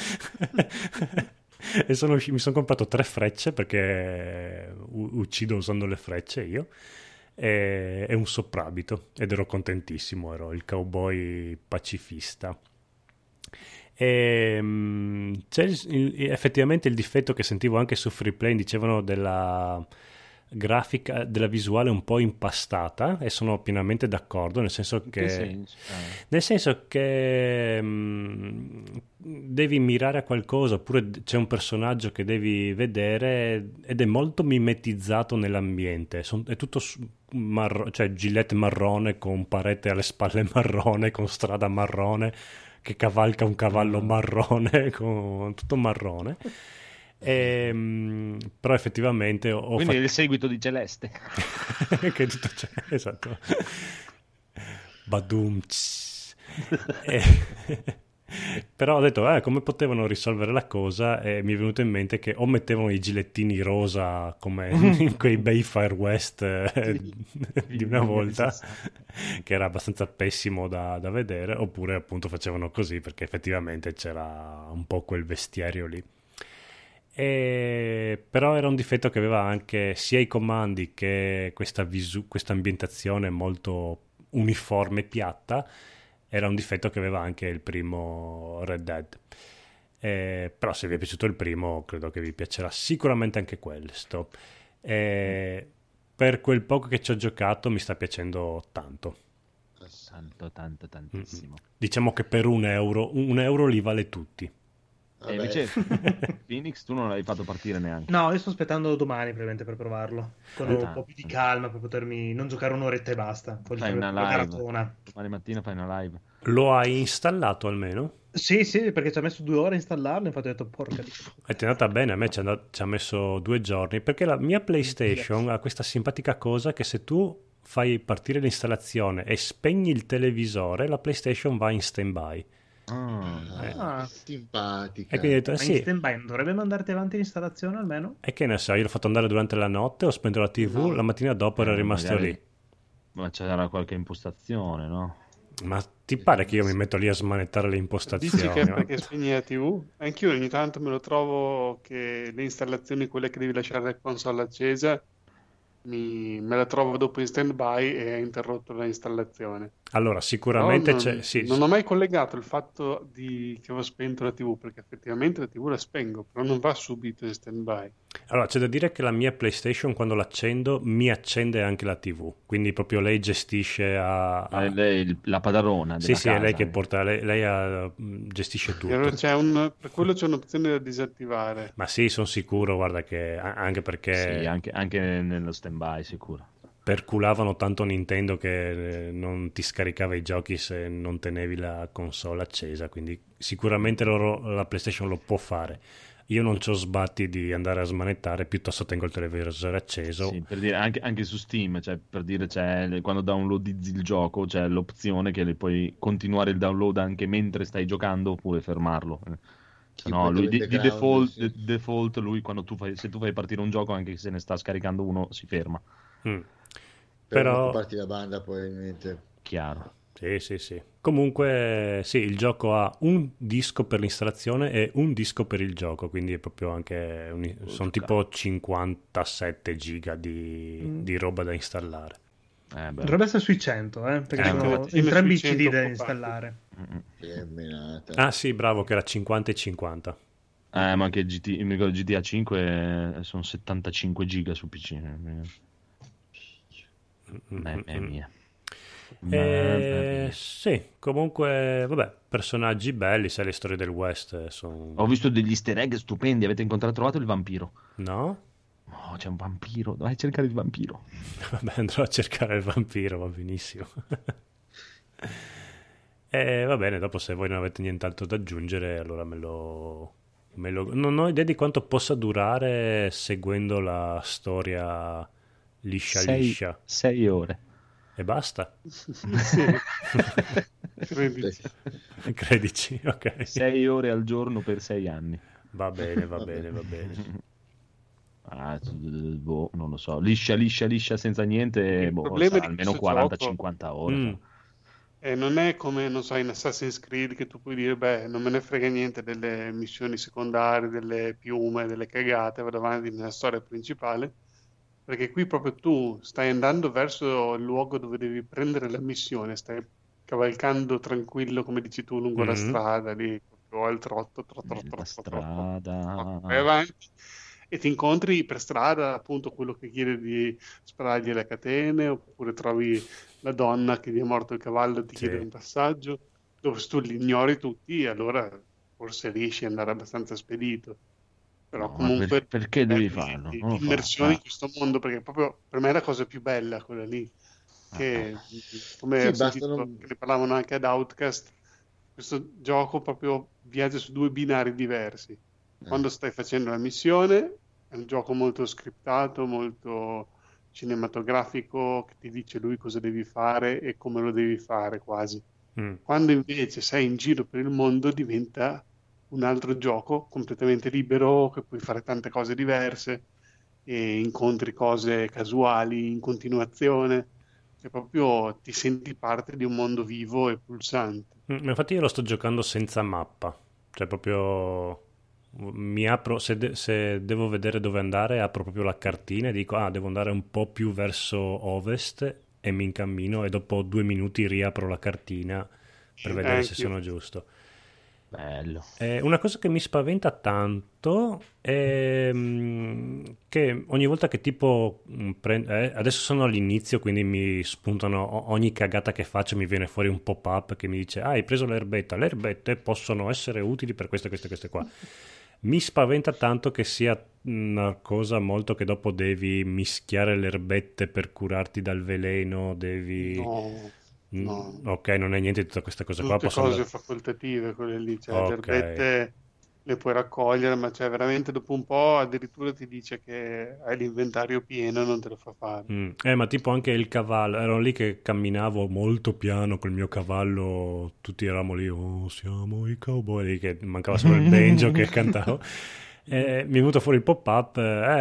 E mi sono comprato 3 frecce perché uccido usando le frecce io, e un soprabito, ed ero contentissimo, ero il cowboy pacifista. C'è effettivamente il difetto che sentivo anche su Freeplay, dicevano della grafica, della visuale un po' impastata, e sono pienamente d'accordo, nel senso che devi mirare a qualcosa, oppure c'è un personaggio che devi vedere ed è molto mimetizzato nell'ambiente, è tutto cioè Gillette marrone con parete alle spalle marrone, con strada marrone che cavalca un cavallo marrone, con tutto marrone. Però effettivamente quindi il seguito di Celeste. Che tutto c'è, esatto. Badum. Però ho detto come potevano risolvere la cosa, e mi è venuto in mente che o mettevano i gilettini rosa come in quei bei Far West di una volta, che era abbastanza pessimo da vedere, oppure appunto facevano così perché effettivamente c'era un po' quel vestiario lì. Però era un difetto che aveva anche sia i comandi che questa ambientazione molto uniforme, piatta. Era un difetto che aveva anche il primo Red Dead. Però se vi è piaciuto il primo, credo che vi piacerà sicuramente anche questo. Per quel poco che ci ho giocato mi sta piacendo tanto. Tantissimo. Diciamo che per un euro li vale tutti. E invece Phoenix tu non l'hai fatto partire neanche. No, io sto aspettando domani probabilmente per provarlo, con un po' più di calma, per potermi non giocare un'oretta e basta. Fai una live domani mattina, fai una live. Lo hai installato almeno? Sì, perché ci ha messo 2 ore a installarlo, infatti ho detto porca di... È andata bene, a me ci ha messo 2 giorni, perché la mia PlayStation ha questa simpatica cosa che se tu fai partire l'installazione e spegni il televisore, la PlayStation va in stand-by. Simpatica. E quindi ho detto, in stand-by non dovrebbe mandarti avanti l'installazione almeno? E che ne so, io l'ho fatto andare durante la notte, ho spento la TV, la mattina dopo era rimasto magari... lì. Ma c'era qualche impostazione, no? Ma ti pare che io mi metto lì a smanettare le impostazioni? Dici che è perché spegni la TV? Anch'io ogni tanto me lo trovo che le installazioni, quelle che devi lasciare la console accesa, me la trovo dopo in stand-by e ha interrotto la installazione. Allora, sicuramente non ho mai collegato il fatto che avevo spento la TV, perché effettivamente la TV la spengo, però non va subito in stand-by. Allora, c'è da dire che la mia PlayStation, quando l'accendo, mi accende anche la TV, quindi proprio lei gestisce lei, la padrona della casa. È lei che porta, lei gestisce tutto. Allora per quello c'è un'opzione da disattivare. Ma sì, sono sicuro, guarda che anche perché... Sì, anche nello stand-by, sicuro. perculavano tanto Nintendo che non ti scaricava i giochi se non tenevi la console accesa, quindi sicuramente la PlayStation lo può fare. Io non c'ho sbatti di andare a smanettare, piuttosto tengo il televisore acceso. Sì, per dire, anche su Steam, cioè, per dire, quando downloadizzi il gioco c'è l'opzione che puoi continuare il download anche mentre stai giocando oppure fermarlo. Sì, No, perché lui di background, sì. default, lui se tu fai partire un gioco, anche se ne sta scaricando uno, si ferma. Mm. Per non Però occuparti la banda, probabilmente. Chiaro. sì. Comunque sì, il gioco ha un disco per l'installazione e un disco per il gioco, quindi è proprio anche sono tipo 57 giga di roba da installare. Dovrebbe essere sui 100, perché sono infatti, entrambi i sui CD 100 da occupati. installare. Che menata. Ah sì, bravo, che era 50 e 50. Ma anche mi ricordo GTA 5 sono 75 giga su PC. Mamma mia. Sì, comunque, vabbè, personaggi belli, sai, le storie del West sono... Ho visto degli easter egg stupendi. Avete trovato il vampiro? No? Oh, c'è un vampiro. Vai a cercare il vampiro. Vabbè, andrò a cercare il vampiro, va benissimo. E va bene, dopo se voi non avete nient'altro da aggiungere, allora me lo... Non ho idea di quanto possa durare seguendo la storia liscia. 6 ore. E basta? Sì. Credi. Credici, ok. 6 ore al giorno per 6 anni. Va bene. Non lo so. Liscia senza niente. Il problema di almeno questo 40-50 ore. Non è come, non so, in Assassin's Creed che tu puoi dire, beh, non me ne frega niente delle missioni secondarie, delle piume, delle cagate, vado avanti nella storia principale, perché qui proprio tu stai andando verso il luogo dove devi prendere la missione, stai cavalcando tranquillo, come dici tu, lungo la strada, lì, proprio al trotto, strada. vai avanti. E ti incontri per strada appunto quello che chiede di sparargli le catene, oppure trovi la donna che gli è morto il cavallo e ti chiede un passaggio, dove se tu li ignori tutti, allora forse riesci ad andare abbastanza spedito. Però comunque perché devi farlo? di Non lo fa. immersione in questo mondo, perché proprio per me è la cosa più bella quella lì, che come Sì, ho basta sentito non- che ne parlavano anche ad Outcast, questo gioco proprio viaggia su due binari diversi. Quando stai facendo la missione è un gioco molto scriptato, molto cinematografico, che ti dice lui cosa devi fare e come lo devi fare quasi. Quando invece sei in giro per il mondo diventa un altro gioco completamente libero, che puoi fare tante cose diverse e incontri cose casuali in continuazione e proprio ti senti parte di un mondo vivo e pulsante. Infatti io lo sto giocando senza mappa, cioè proprio mi apro, se devo vedere dove andare, apro proprio la cartina e dico devo andare un po' più verso ovest e mi incammino e dopo 2 minuti riapro la cartina per vedere se sono giusto. Bello. Una cosa che mi spaventa tanto è che ogni volta che tipo adesso sono all'inizio, quindi mi spuntano ogni cagata che faccio, mi viene fuori un pop-up che mi dice hai preso l'erbetta, le erbette possono essere utili per queste qua. Mi spaventa tanto che sia una cosa molto che dopo devi mischiare le erbette per curarti dal veleno, devi... No. Ok, non è niente di tutta questa cosa qua. Tutte cose facoltative quelle lì, cioè le erbette le puoi raccogliere, ma cioè veramente dopo un po' addirittura ti dice che hai l'inventario pieno e non te lo fa fare. Ma tipo anche il cavallo, ero lì che camminavo molto piano col mio cavallo, tutti eravamo lì, siamo i cowboy, che mancava solo il banjo che cantavo. Mi è venuto fuori il pop-up,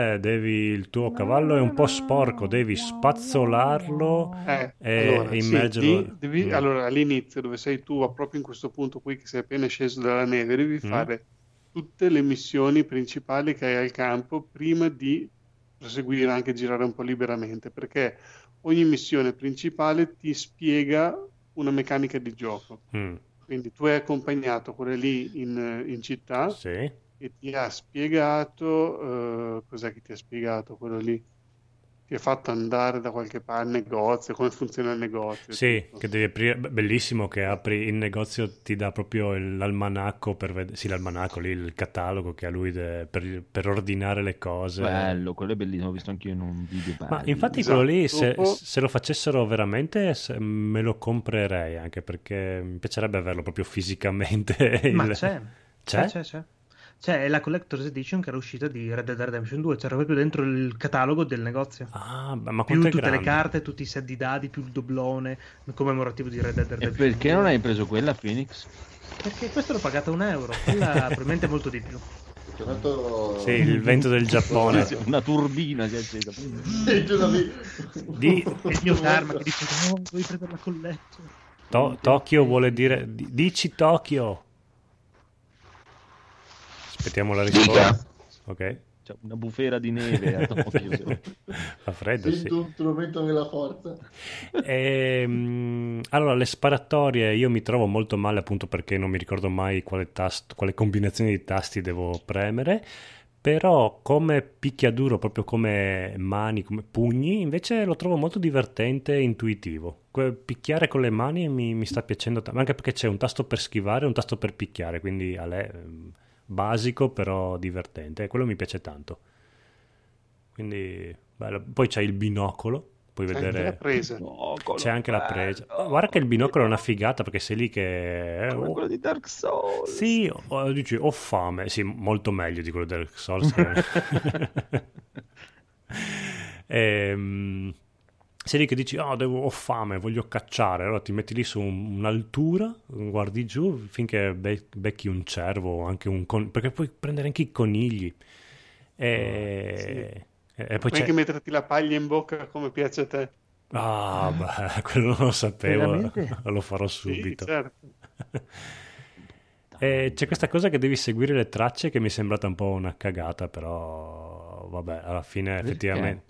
il tuo cavallo è un po' sporco, devi spazzolarlo e immergerlo. Allora, all'inizio, dove sei tu, proprio in questo punto qui che sei appena sceso dalla neve, devi fare tutte le missioni principali che hai al campo prima di proseguire anche a girare un po' liberamente, perché ogni missione principale ti spiega una meccanica di gioco. Quindi tu hai accompagnato quella lì in città e ti ha spiegato cos'è che ti ha spiegato quello lì? ti è fatto andare da qualche parte al negozio, come funziona il negozio. Sì, tutto. che devi aprire, bellissimo che apri il negozio, ti dà proprio l'almanacco per vedere, sì, l'almanacco lì, il catalogo che ha lui per ordinare le cose. Bello, quello è bellissimo, ho visto anche io in un video. Ma bello. infatti quello lì, Esatto. se lo facessero veramente, me lo comprerei, anche perché mi piacerebbe averlo proprio fisicamente. Ma il- c'è. C'è? C'è la Collector's Edition che era uscita di Red Dead Redemption 2, c'era proprio dentro il catalogo del negozio. Ah, ma Più quanto è tutte le grande? carte, tutti i set di dadi, più il doblone commemorativo di Red Dead E Redemption perché 2. non hai preso quella, Phoenix? Perché questo l'ho pagata €1, quella probabilmente molto di più. C'è tanto... Sì, il vento del Giappone. Una turbina si è accesa. Sì, giù da lì. Di Il mio karma che dice no, devi prendere la Collector. Tokyo vuole dire... Dici Tokyo! Aspettiamo la risposta. Ok. C'è una bufera di neve a Tokyo. Fa freddo, sì. Sento un strumento nella forza. Allora, le sparatorie io mi trovo molto male appunto perché non mi ricordo mai quale combinazione di tasti devo premere, però come picchiaduro, proprio come mani, come pugni, invece lo trovo molto divertente e intuitivo. Picchiare con le mani mi sta piacendo tanto, anche perché c'è un tasto per schivare e un tasto per picchiare, quindi basico però divertente, e quello mi piace tanto. Quindi bello. Poi c'è il binocolo, puoi C'è anche la vedere, presa. c'è anche la presa. Guarda che il binocolo è una figata perché sei lì che Come quello di Dark Souls. sì, dici ho fame, sì, molto meglio di quello del Souls che... sei lì che dici ho fame, voglio cacciare, allora ti metti lì su un'altura, guardi giù finché becchi un cervo o anche perché puoi prendere anche i conigli e poi Puoi c'è anche metterti la paglia in bocca come piace a te. beh, quello non lo sapevo. Veramente? Lo farò Sì, subito. certo. E c'è questa cosa che devi seguire le tracce che mi è sembrata un po' una cagata, però vabbè, alla fine effettivamente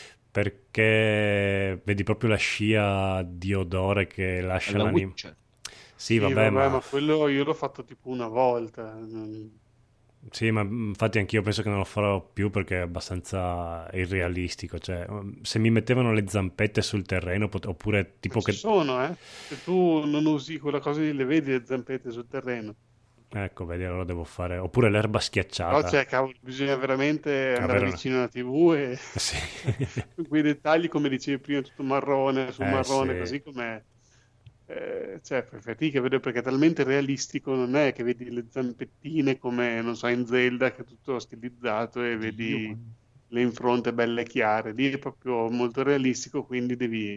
perché vedi proprio la scia di odore che lascia La l'anima. Witcher. Sì, vabbè, ma quello io l'ho fatto tipo una volta. sì, ma infatti anch'io penso che non lo farò più perché è abbastanza irrealistico, cioè se mi mettevano le zampette sul terreno oppure tipo Ci che sono, se tu non usi quella cosa lì, le vedi le zampette sul terreno. ecco, vedi, allora devo fare oppure l'erba Però schiacciata. cavolo, bisogna veramente andare Avere una- vicino alla TV e Sì. quei dettagli, come dicevi prima, tutto marrone su marrone, Sì. così come cioè, fai fatica a vedere perché è talmente realistico, non è che vedi le zampettine come, non so, in Zelda, che è tutto stilizzato e vedi le impronte belle chiare. Lì è proprio molto realistico, quindi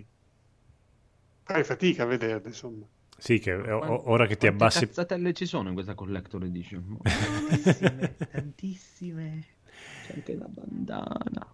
fai fatica a vederle, insomma. Sì, che ora che ti abbassi... Quante cazzatelle ci sono in questa Collector Edition? Tantissime, tantissime. C'è anche la bandana.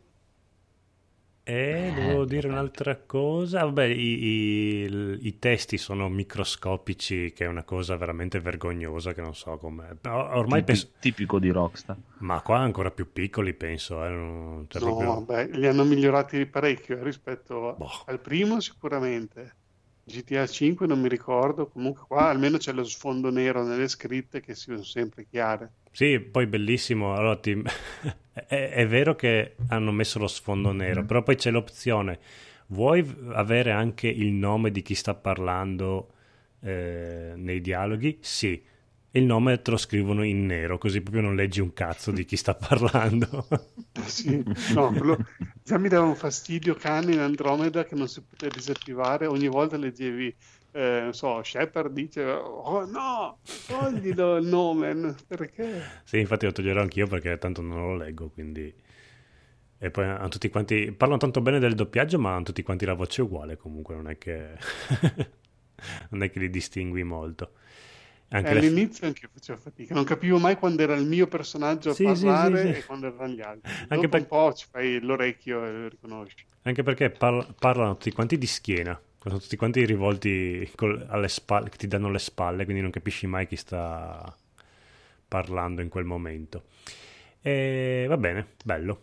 E devo dire un'altra cosa. Vabbè, i testi sono microscopici, che è una cosa veramente vergognosa, che non so come. Ormai penso... Tipico di Rockstar. Ma qua ancora più piccoli, penso. Cioè, No, proprio... beh, li hanno migliorati parecchio rispetto Boh. al primo sicuramente. GTA 5 non mi ricordo, comunque qua almeno c'è lo sfondo nero nelle scritte che sono sempre chiare. Sì, poi bellissimo. Allora, è vero che hanno messo lo sfondo nero, però poi c'è l'opzione. Vuoi avere anche il nome di chi sta parlando nei dialoghi? Sì. Il nome te lo scrivono in nero, così proprio non leggi un cazzo di chi sta parlando. Sì, no, già mi dava un fastidio cane in Andromeda che non si poteva disattivare, ogni volta leggevi, non so, Shepard dice, oh no, toglilo il nome, perché? Sì, infatti lo toglierò anch'io perché tanto non lo leggo, quindi... E poi hanno tutti quanti... Parlano tanto bene del doppiaggio, ma hanno tutti quanti la voce uguale, comunque non è che... non è che li distingui molto. Anche All'inizio anche facevo fatica, non capivo mai quando era il mio personaggio a Sì, sì, parlare sì, sì. e quando erano gli altri. Anche Dopo un po' ci fai l'orecchio e lo riconosci. Anche perché parlano tutti quanti di schiena, sono tutti quanti rivolti alle spalle, che ti danno le spalle, quindi non capisci mai chi sta parlando in quel momento. E va bene, bello.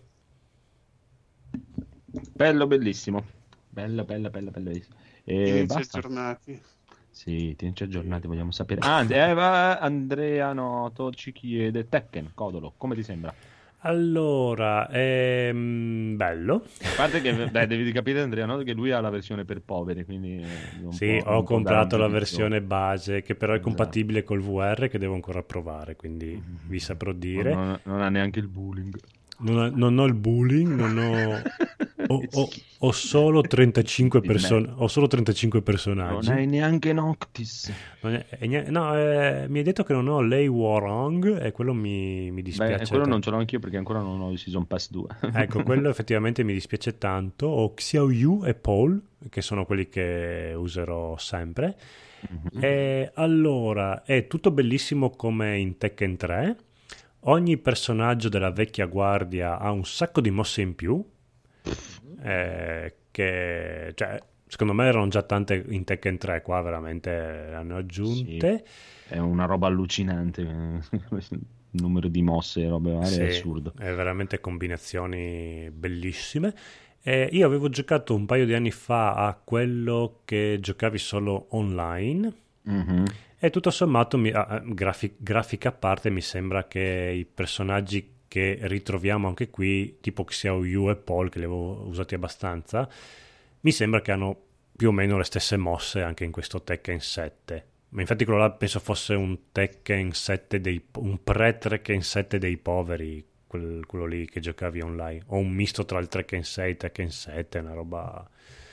Bello, bellissimo. Bellissimo. E Tienici basta. aggiornati. Sì, tienici aggiornati, vogliamo sapere. Andrea Noto ci chiede Tekken, Codolo, come ti sembra? Allora, bello. A parte che devi capire, Andrea, no? Che lui ha la versione per poveri, quindi sì, ho comprato la versione base, che però è compatibile col VR, che devo ancora provare, quindi vi saprò dire. Non ha neanche il bullying. Non ho il bullying, ho solo 35 ho solo 35 personaggi. Non hai neanche Noctis. Mi hai detto che non ho Lei Warong e quello mi dispiace. Quello non ce l'ho anch'io perché ancora non ho il Season Pass 2. Ecco, quello effettivamente mi dispiace tanto. Ho Xiao Yu e Paul, che sono quelli che userò sempre. E allora, è tutto bellissimo come in Tekken 3. Ogni personaggio della vecchia guardia ha un sacco di mosse in più, che cioè, secondo me erano già tante in Tekken 3, qua veramente le hanno aggiunte. Sì, è una roba allucinante, il numero di mosse e robe varie è assurdo. È veramente combinazioni bellissime. Io avevo giocato un paio di anni fa a quello che giocavi solo online. E tutto sommato, grafica a parte, mi sembra che i personaggi che ritroviamo anche qui, tipo Xiao Yu e Paul, che li avevo usati abbastanza, mi sembra che hanno più o meno le stesse mosse anche in questo Tekken 7. Ma infatti quello là penso fosse un Tekken 7 un pre-Tekken 7 dei poveri, quello lì che giocavi online, o un misto tra il Tekken 6 e il Tekken 7, una roba...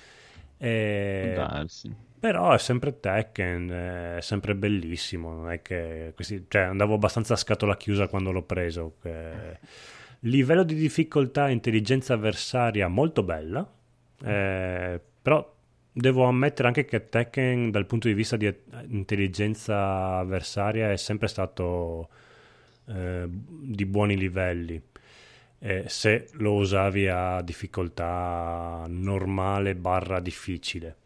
Però è sempre Tekken, è sempre bellissimo, non è che andavo abbastanza a scatola chiusa quando l'ho preso. Livello di difficoltà e intelligenza avversaria molto bella, però devo ammettere anche che Tekken dal punto di vista di intelligenza avversaria è sempre stato di buoni livelli. Se lo usavi a difficoltà normale / difficile.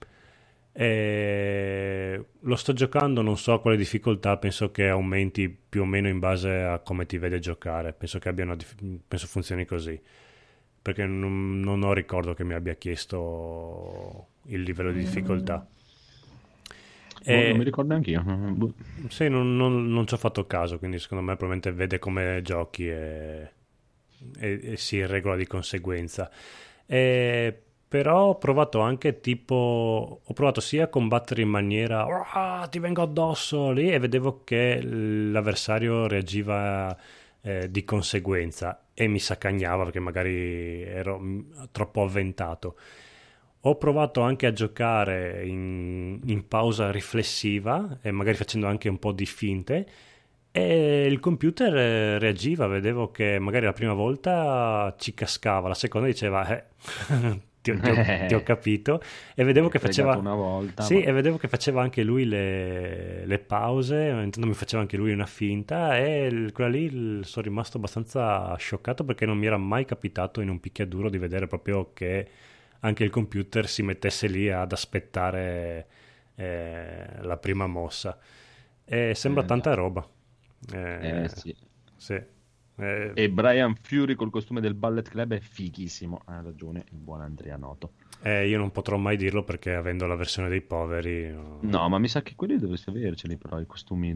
Lo sto giocando, non so a quale difficoltà, penso che aumenti più o meno in base a come ti vede giocare, penso funzioni così, perché non ho ricordo che mi abbia chiesto il livello di difficoltà. Non mi ricordo anch'io. Sì, non ci ho fatto caso, quindi secondo me probabilmente vede come giochi e si regola di conseguenza. Però ho provato anche ho provato sia a combattere in maniera ti vengo addosso lì, e vedevo che l'avversario reagiva di conseguenza e mi saccagnava perché magari ero troppo avventato. Ho provato anche a giocare in pausa riflessiva e magari facendo anche un po' di finte, e il computer reagiva, vedevo che magari la prima volta ci cascava, la seconda diceva ti ho capito, e vedevo che faceva una volta, e vedevo che faceva anche lui le pause, intanto mi faceva anche lui una finta, e quella lì sono rimasto abbastanza scioccato perché non mi era mai capitato in un picchiaduro di vedere proprio che anche il computer si mettesse lì ad aspettare la prima mossa, e sembra tanta roba. Sì. E Brian Fury col costume del Ballet Club è fighissimo, ha ragione il buon Andrea Noto. Io non potrò mai dirlo perché avendo la versione dei poveri no, ma mi sa che quelli dovresti averceli, però i costumi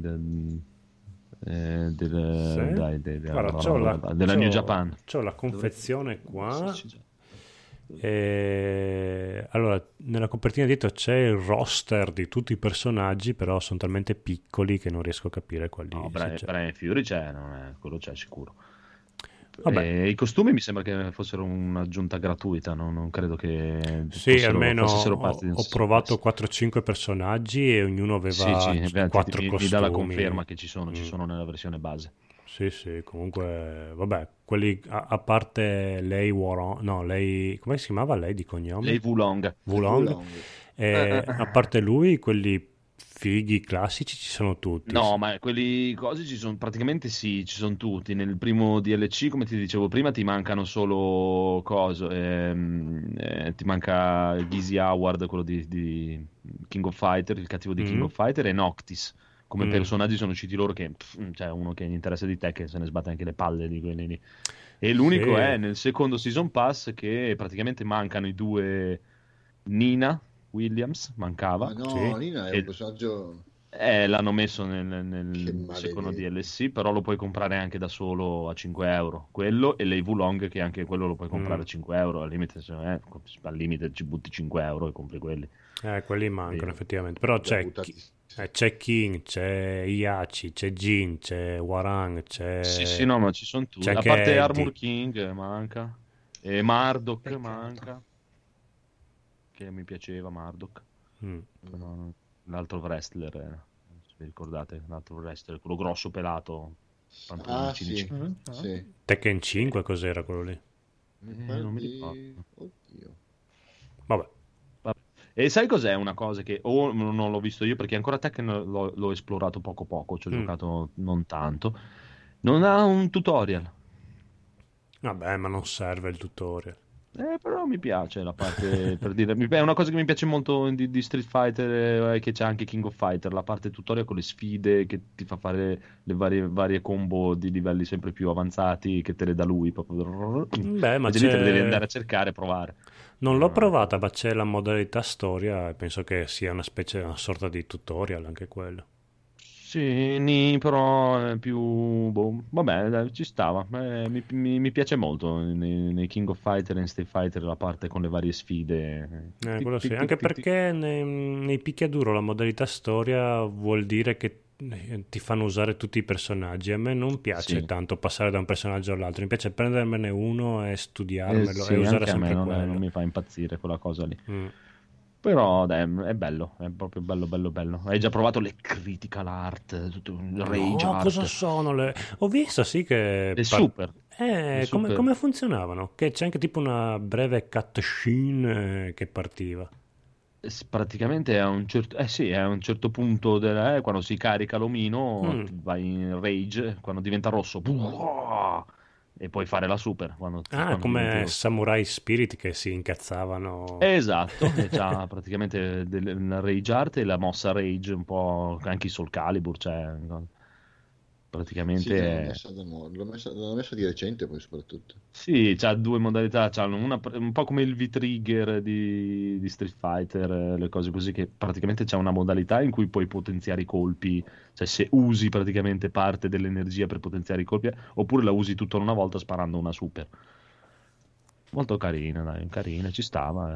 della New Japan. C'ho la confezione qua. Allora, nella copertina dietro c'è il roster di tutti i personaggi, però sono talmente piccoli che non riesco a capire quali. No, Brian Fury c'è, quello c'è sicuro. I costumi mi sembra che fossero un'aggiunta gratuita, no? Non credo che almeno ho provato 4-5 personaggi e ognuno aveva 4 costumi. Mi dà la conferma che ci sono nella versione base. Sì, comunque, vabbè, quelli a parte lei come si chiamava lei di cognome? Lei Wulong. A parte lui, quelli fighi classici ci sono tutti. No, ma quelli così ci sono praticamente, ci sono tutti. Nel primo DLC, come ti dicevo prima, ti mancano solo ti manca Gizzy Howard, quello di King of Fighter, il cattivo di King of Fighter, e Noctis. Come personaggi sono usciti loro che c'è uno che gli interessa di te che se ne sbatte anche le palle di quelli lì. E l'unico è nel secondo Season Pass che praticamente mancano i due. Nina Williams mancava. Ma no, Nina è un personaggio L'hanno messo Che nel secondo maledetto. DLC, però lo puoi comprare anche da solo a 5 euro. Quello e l'Evo Long, che anche quello lo puoi comprare a 5 euro. Al limite, al limite ci butti 5 euro e compri quelli. Quelli mancano effettivamente. Però Li ha c'è, buttati. c'è King, c'è Iaci, c'è Jin, c'è Warang, c'è... Sì, no, ma ci sono tutti. c'è A anche parte Eddie. Armor King manca. E Marduk Peccato. manca. Che mi piaceva Marduk. Mm. Però l'altro wrestler, non so se vi ricordate, l'altro wrestler, quello grosso pelato. pantaloncini Sì. Mm. Sì. Tekken 5 cos'era quello lì? non mi ricordo. Oddio. Vabbè. Vabbè. E sai cos'è una cosa che non l'ho visto io perché ancora Tekken l'ho esplorato poco poco, ci ho giocato non tanto. Non ha un tutorial. Vabbè, ma non serve il tutorial. Però mi piace la parte per dire, è una cosa che mi piace molto di Street Fighter, che c'è anche King of Fighter, la parte tutorial con le sfide che ti fa fare le varie combo di livelli sempre più avanzati che te le dà lui proprio. Beh, ma E lì te le devi c'è... andare a cercare e provare. Non l'ho provata, ma c'è la modalità storia e penso che sia una sorta di tutorial anche quello. Sì, però è più... vabbè, dai, ci stava. Mi piace molto nei King of Fighter e in Street Fighter la parte con le varie sfide. Quello sì, anche perché nei picchiaduro la modalità storia vuol dire che ti fanno usare tutti i personaggi. A me non piace Sì. tanto passare da un personaggio all'altro, mi piace prendermene uno e studiarmelo Sì, e usare anche a me sempre non quello. mi fa impazzire quella cosa lì. Mm. Però dai, è bello, è proprio bello. Hai già provato le critical art, tutto il rage No, art? cosa sono le... Ho visto, sì, che... Le super. Le come, super. come funzionavano? Che c'è anche tipo una breve cutscene che partiva. Praticamente a un certo, sì, a un certo punto quando si carica l'omino vai in rage, quando diventa rosso e puoi fare la super quando Come diventi rosso. Samurai Spirit che si incazzavano. Esatto, e c'ha praticamente la rage art e la mossa rage, un po' anche i Soul Calibur, cioè praticamente Sì, l'hanno messa di recente poi soprattutto. sì, c'ha due modalità, c'ha una un po' come il V-Trigger di Street Fighter, le cose così, che praticamente c'è una modalità in cui puoi potenziare i colpi, cioè se usi praticamente parte dell'energia per potenziare i colpi, oppure la usi tutta in una volta sparando una super. Molto carina, dai, carina, ci stava.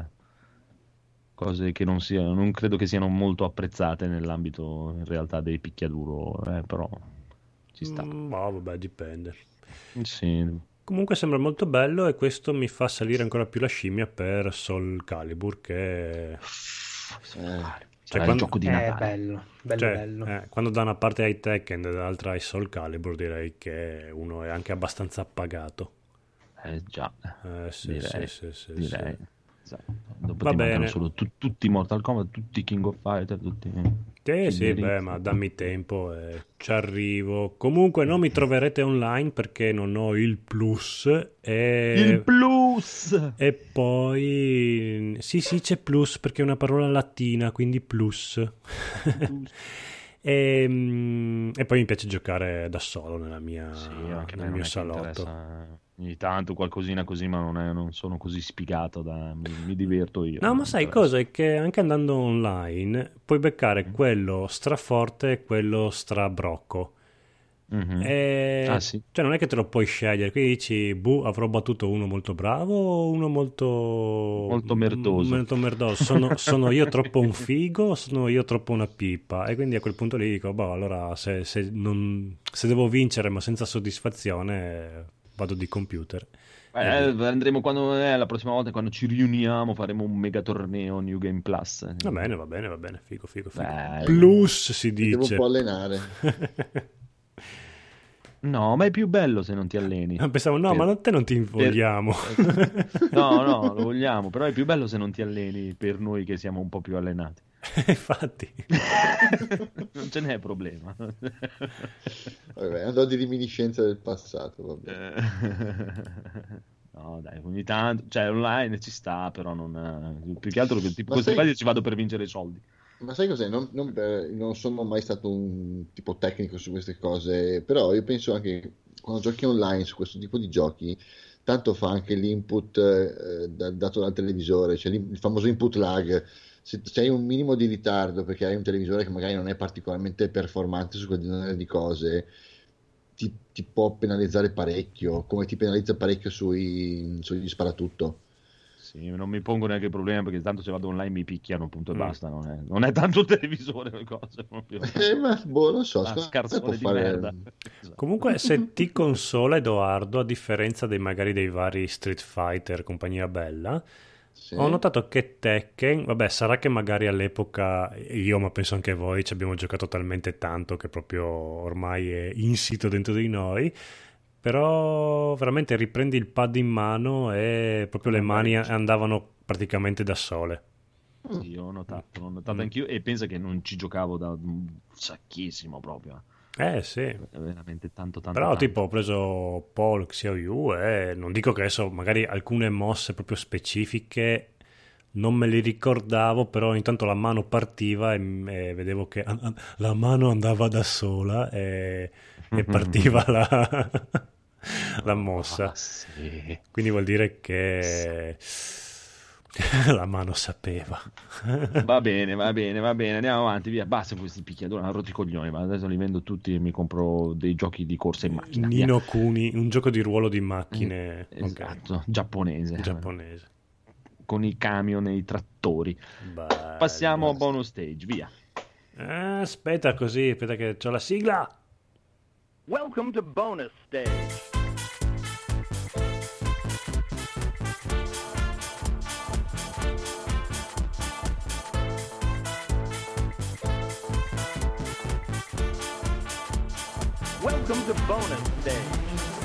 Cose che non credo che siano molto apprezzate nell'ambito in realtà dei picchiaduro, però ci sta. Vabbè, dipende. Sì. Comunque sembra molto bello e questo mi fa salire ancora più la scimmia per Soul Calibur che... Cioè, quando- il gioco di È Natale. bello. quando da una parte hai Tekken e dall'altra hai Soul Calibur direi che uno è anche abbastanza appagato. Già, Sì, direi. sì. Esatto. Dopo Va ti mancano bene. solo tutti i Mortal Kombat, tutti i King of Fighter, tutti Sì, beh, ma dammi tempo e ci arrivo. Comunque non mi troverete online perché non ho il plus il plus. e poi sì, c'è plus perché è una parola latina, quindi plus. E poi mi piace giocare da solo nella mia, Sì, anche a me nel non mio è che salotto. interessa. Ogni tanto qualcosina così, ma non sono così spigato mi diverto io. No, non ma sai mi interessa. cosa? È che anche andando online puoi beccare quello straforte e quello strabrocco. Mhm. E... Sì. Cioè non è che te lo puoi scegliere, quindi dici, avrò battuto uno molto bravo o uno molto merdoso. molto merdoso. Sono io troppo un figo o sono io troppo una pipa? E quindi a quel punto lì dico, allora se devo vincere ma senza soddisfazione vado di computer. Andremo la prossima volta quando ci riuniamo, faremo un mega torneo New Game Plus. Va bene, figo. Bello. Plus si Mi devo un dice. po' allenare. No, ma è più bello se non ti alleni. Pensavo, no, ma te non ti vogliamo. No, lo vogliamo, però è più bello se non ti alleni per noi che siamo un po' più allenati. Infatti. Non ce n'è problema. Vabbè, andò di reminiscenza del passato, vabbè. No, dai, ogni tanto, cioè online ci sta, però non più che altro che tipo Ma questi sai- qua ci vado per vincere i soldi. Ma sai cos'è? Non sono mai stato un tipo tecnico su queste cose, però io penso anche quando giochi online su questo tipo di giochi, tanto fa anche l'input dato dal televisore, cioè il famoso input lag. se hai un minimo di ritardo perché hai un televisore che magari non è particolarmente performante su quel genere di cose, ti può penalizzare parecchio, come ti penalizza parecchio sugli sparatutto. Sì, non mi pongo neanche il problema perché tanto se vado online mi picchiano, punto e basta. Non è tanto il televisore le cose proprio. Ma non so, scarsone può di fare... merda. Comunque, se ti consola, Edoardo, a differenza magari dei vari Street Fighter, compagnia bella, Sì. ho notato che Tekken, vabbè, sarà che magari all'epoca io, ma penso anche voi, ci abbiamo giocato talmente tanto che proprio ormai è insito dentro di noi. Però veramente riprendi il pad in mano e proprio le mani andavano praticamente da sole. Io l'ho notato anch'io e pensa che non ci giocavo da un sacchissimo proprio. Sì. È veramente tanto. Però tipo ho preso Paul Xiaoyu e non dico che adesso magari alcune mosse proprio specifiche non me li ricordavo, però intanto la mano partiva e vedevo che la mano andava da sola e partiva la mossa. Sì. Quindi vuol dire che la mano sapeva. Va bene, andiamo avanti, via. Basta con questi picchiadori, hanno rotto i coglioni, ma adesso li vendo tutti e mi compro dei giochi di corsa in macchina. Nino Kuni, un gioco di ruolo di macchine. Esatto, Okay. giapponese. Con i camion e i trattori. Bello. Passiamo a bonus stage, via. Aspetta che c'ho la sigla. Welcome to bonus stage. Welcome to bonus stage.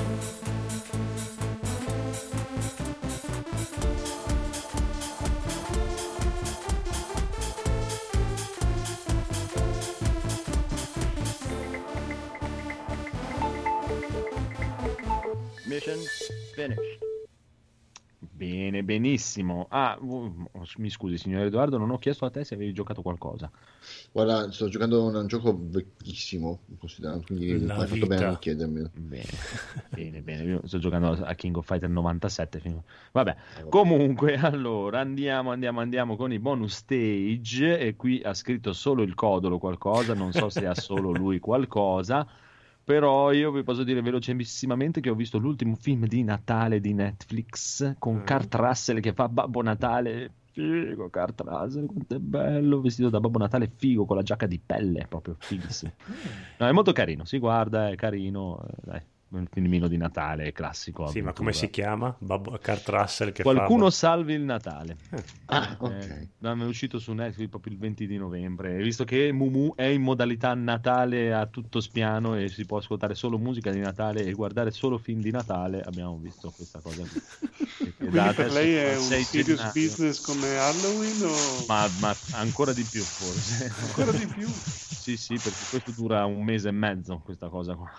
Mission finished. Bene, benissimo. Mi scusi, signor Edoardo, non ho chiesto a te se avevi giocato qualcosa. Guarda, sto giocando un gioco vecchissimo, considerato, quindi hai fatto bene a non chiedermelo. Bene. Io sto giocando a King of Fighter 97. Vabbè, comunque, allora, andiamo con i bonus stage. E qui ha scritto solo il Codolo qualcosa, non so se ha solo lui qualcosa. Però io vi posso dire velocissimamente che ho visto l'ultimo film di Natale di Netflix con Kurt Russell che fa Babbo Natale. Figo, Kurt Russell, quanto è bello, vestito da Babbo Natale, figo, con la giacca di pelle, proprio fighissimo. No, è molto carino, si guarda, è carino, dai, un filmino di Natale classico. Sì, ma come si chiama? Kurt Russell che Qualcuno salvi il Natale. Ok. È uscito su Netflix proprio il 20 di novembre. Visto che Mumu è in modalità Natale a tutto spiano e si può ascoltare solo musica di Natale e guardare solo film di Natale, abbiamo visto questa cosa lì. Quindi per lei è un serious business come Halloween o... Ma ancora di più forse. Ancora di più? Sì, perché questo dura un mese e mezzo questa cosa qua.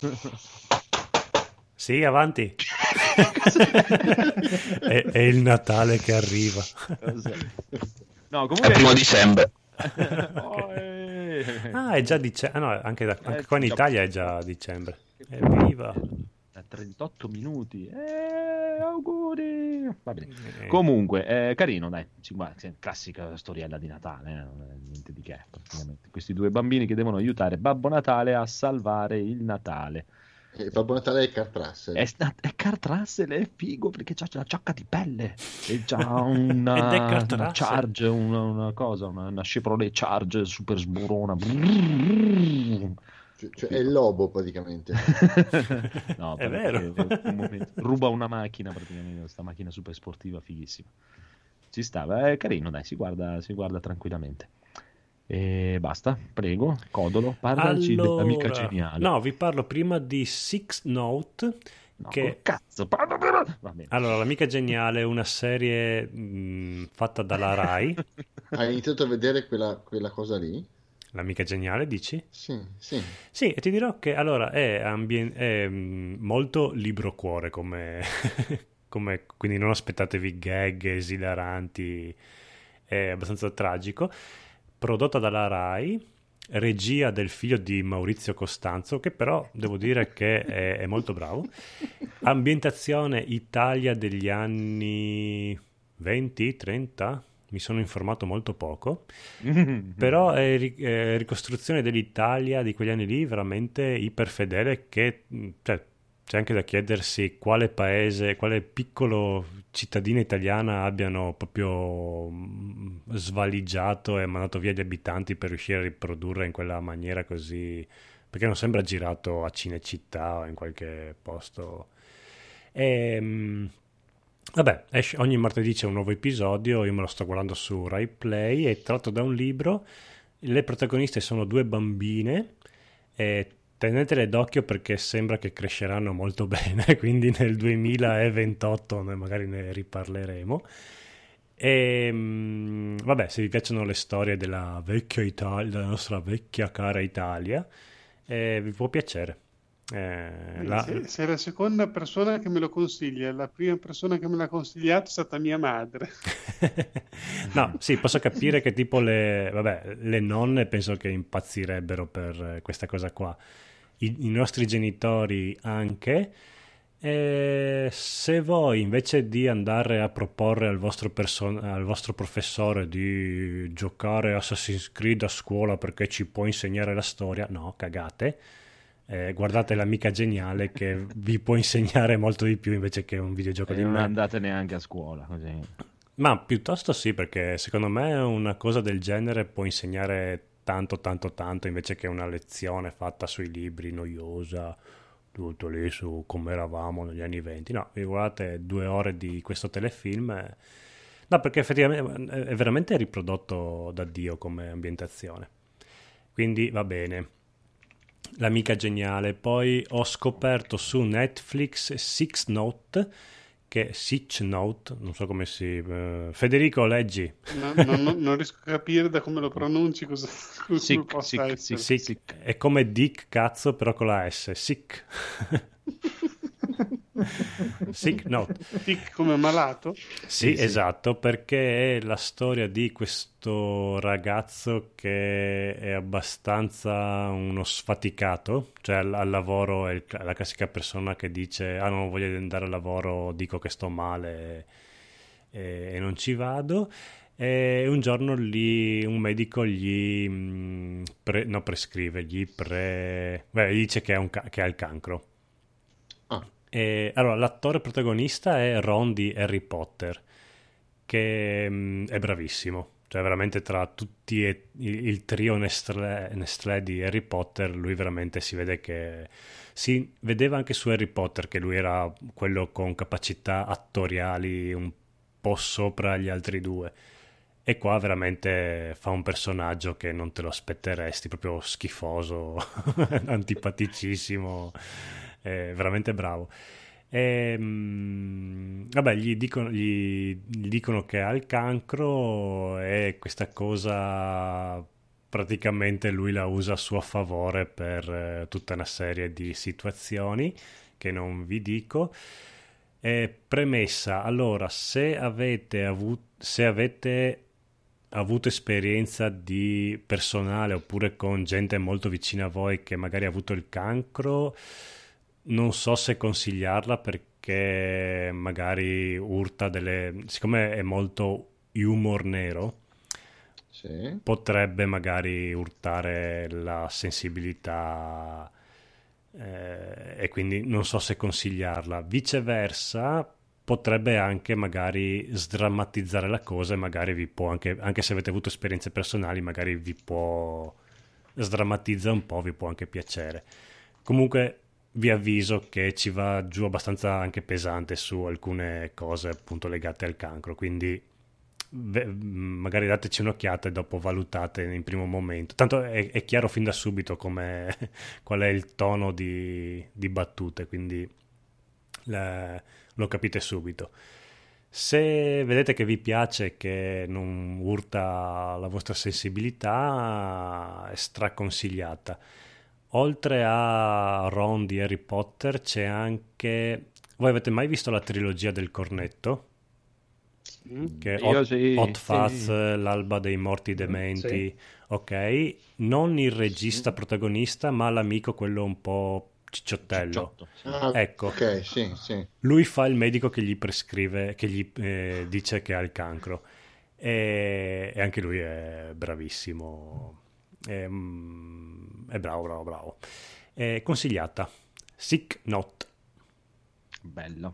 Sì, avanti. è il Natale che arriva. No, comunque... È il 1 dicembre. È già dicembre. No, anche qua in Italia è già dicembre. Evviva. Da 38 minuti. Auguri. Va bene. Comunque, carino, dai. Classica storiella di Natale, niente di che. Praticamente. Questi due bambini che devono aiutare Babbo Natale a salvare il Natale. Babbo Natale è Kurt Russell. È Kurt Russell, è figo perché c'ha la giacca di pelle e c'ha una Charge, una cosa, una Chevrolet Charge super sburona. Cioè è il lobo praticamente. No, è vero. Ruba una macchina praticamente, questa macchina super sportiva fighissima. Ci stava, è carino, dai, si guarda tranquillamente. E basta, prego, Codolo, parlaci dell'amica geniale. No, vi parlo prima di Six Note. Che... Cazzo, va bene. Allora, l'amica geniale è una serie fatta dalla Rai. Hai iniziato a vedere quella cosa lì? L'amica geniale, dici? Sì. Sì, e ti dirò che allora è molto libro cuore come quindi non aspettatevi gag esilaranti, è abbastanza tragico. Prodotta dalla Rai, regia del figlio di Maurizio Costanzo, che però devo dire che è molto bravo. Ambientazione Italia degli anni 20, 30, mi sono informato molto poco, però è ricostruzione dell'Italia di quegli anni lì veramente iperfedele, che cioè, c'è anche da chiedersi quale paese, quale piccolo cittadina italiana abbiano proprio svaligiato e mandato via gli abitanti per riuscire a riprodurre in quella maniera così, perché non sembra girato a Cinecittà o in qualche posto. Vabbè, ogni martedì c'è un nuovo episodio, io me lo sto guardando su Rai Play, è tratto da un libro, le protagoniste sono due bambine e tenetele d'occhio perché sembra che cresceranno molto bene, quindi nel 2028 noi magari ne riparleremo. E vabbè, se vi piacciono le storie della vecchia Italia, della nostra vecchia cara Italia, vi può piacere. Sei la seconda persona che me lo consiglia, la prima persona che me l'ha consigliato è stata mia madre. No, sì, posso capire che tipo le nonne penso che impazzirebbero per questa cosa qua, i nostri genitori anche. Se voi invece di andare a proporre al vostro professore di giocare Assassin's Creed a scuola perché ci può insegnare la storia, no, cagate. Guardate l'amica geniale che vi può insegnare molto di più invece che un videogioco di non me. andate neanche a scuola così. Ma piuttosto sì, perché secondo me una cosa del genere può insegnare tanto invece che una lezione fatta sui libri noiosa, tutto lì su come eravamo negli anni 20. No, vi guardate 2 ore di questo telefilm. No, perché effettivamente è veramente riprodotto da Dio come ambientazione. Quindi va bene. L'amica geniale. Poi ho scoperto su Netflix Six Note, non so come si... Federico, leggi. Non riesco a capire da come lo pronunci cosa possa essere. Sick. È come Dick, cazzo, però con la S. Sick. Sick Note. Sick come malato? Sì, esatto, perché è la storia di questo ragazzo che è abbastanza uno sfaticato, cioè al lavoro è la classica persona che dice non voglio andare al lavoro, dico che sto male e non ci vado. E un giorno un medico gli prescrive, gli dice che ha il cancro. Allora, l'attore protagonista è Ron di Harry Potter, che è bravissimo, cioè veramente tra tutti il trio Nestlé di Harry Potter lui veramente si vede che si vedeva anche su Harry Potter che lui era quello con capacità attoriali un po' sopra gli altri due, e qua veramente fa un personaggio che non te lo aspetteresti, proprio schifoso, antipaticissimo, veramente bravo. Vabbè, gli dicono che ha il cancro e questa cosa praticamente lui la usa a suo favore per tutta una serie di situazioni che non vi dico. Premessa, allora, se avete avuto esperienza di personale oppure con gente molto vicina a voi che magari ha avuto il cancro, non so se consigliarla perché magari urta siccome è molto humor nero, sì, potrebbe magari urtare la sensibilità, e quindi non so se consigliarla. Viceversa potrebbe anche magari sdrammatizzare la cosa e magari vi può anche se avete avuto esperienze personali, magari vi può sdrammatizza un po', vi può anche piacere. Comunque vi avviso che ci va giù abbastanza anche pesante su alcune cose appunto legate al cancro, quindi magari dateci un'occhiata e dopo valutate in primo momento. Tanto è chiaro fin da subito qual è il tono di battute, quindi lo capite subito. Se vedete che vi piace, che non urta la vostra sensibilità, è straconsigliata. Oltre a Ron di Harry Potter c'è anche... Voi avete mai visto la trilogia del cornetto? Che è Hot Fuzz, L'alba dei morti dementi, sì. Ok, non il regista protagonista ma l'amico, quello un po' cicciottello. Ecco, ok, sì. Lui fa il medico che gli prescrive, che gli dice che ha il cancro, e anche lui è bravissimo, è bravo. Consigliata, Sick Note. Bello.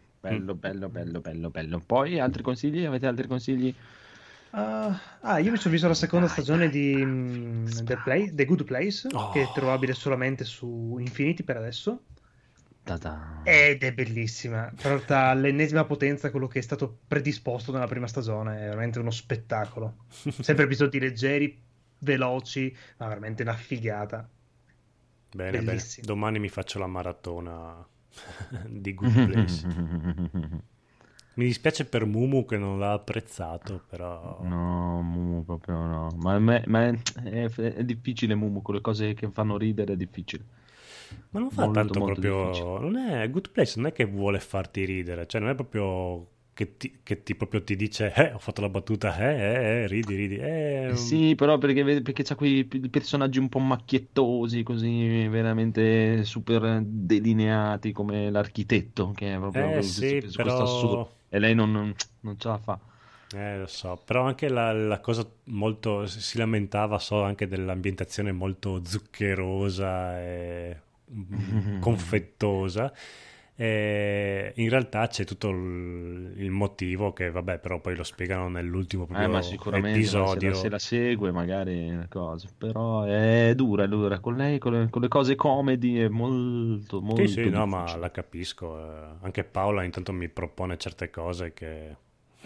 Poi altri consigli? Avete altri consigli? Io mi sono visto la seconda stagione di The Good Place, che è trovabile solamente su Infinity per adesso. Ed è bellissima, porta all'ennesima potenza quello che è stato predisposto nella prima stagione, è veramente uno spettacolo. Sempre episodi leggeri, veloci, ma veramente una figata. Bene. Bellissimo. Domani mi faccio la maratona di Good Place. Mi dispiace per Mumu che non l'ha apprezzato, però... No, Mumu proprio no. Ma è difficile Mumu, con le cose che fanno ridere è difficile. Ma non fa Molto, tanto molto proprio... difficile. Non è Good Place, non è che vuole farti ridere, cioè non è proprio che proprio ti dice ho fatto la battuta, ridi. Sì, però perché c'ha quei personaggi un po' macchiettosi, così veramente super delineati, come l'architetto, che è proprio sì, questo però... assurdo. E lei non ce la fa. Lo so, però anche la cosa molto... Si lamentava, anche dell'ambientazione molto zuccherosa e confettosa. In realtà c'è tutto il motivo che, vabbè, però poi lo spiegano nell'ultimo proprio Ma sicuramente episodio. se la segue magari una cosa, però è dura con lei, con le cose comedy è molto Sì, difficile. no, ma la capisco. Anche Paola intanto mi propone certe cose che...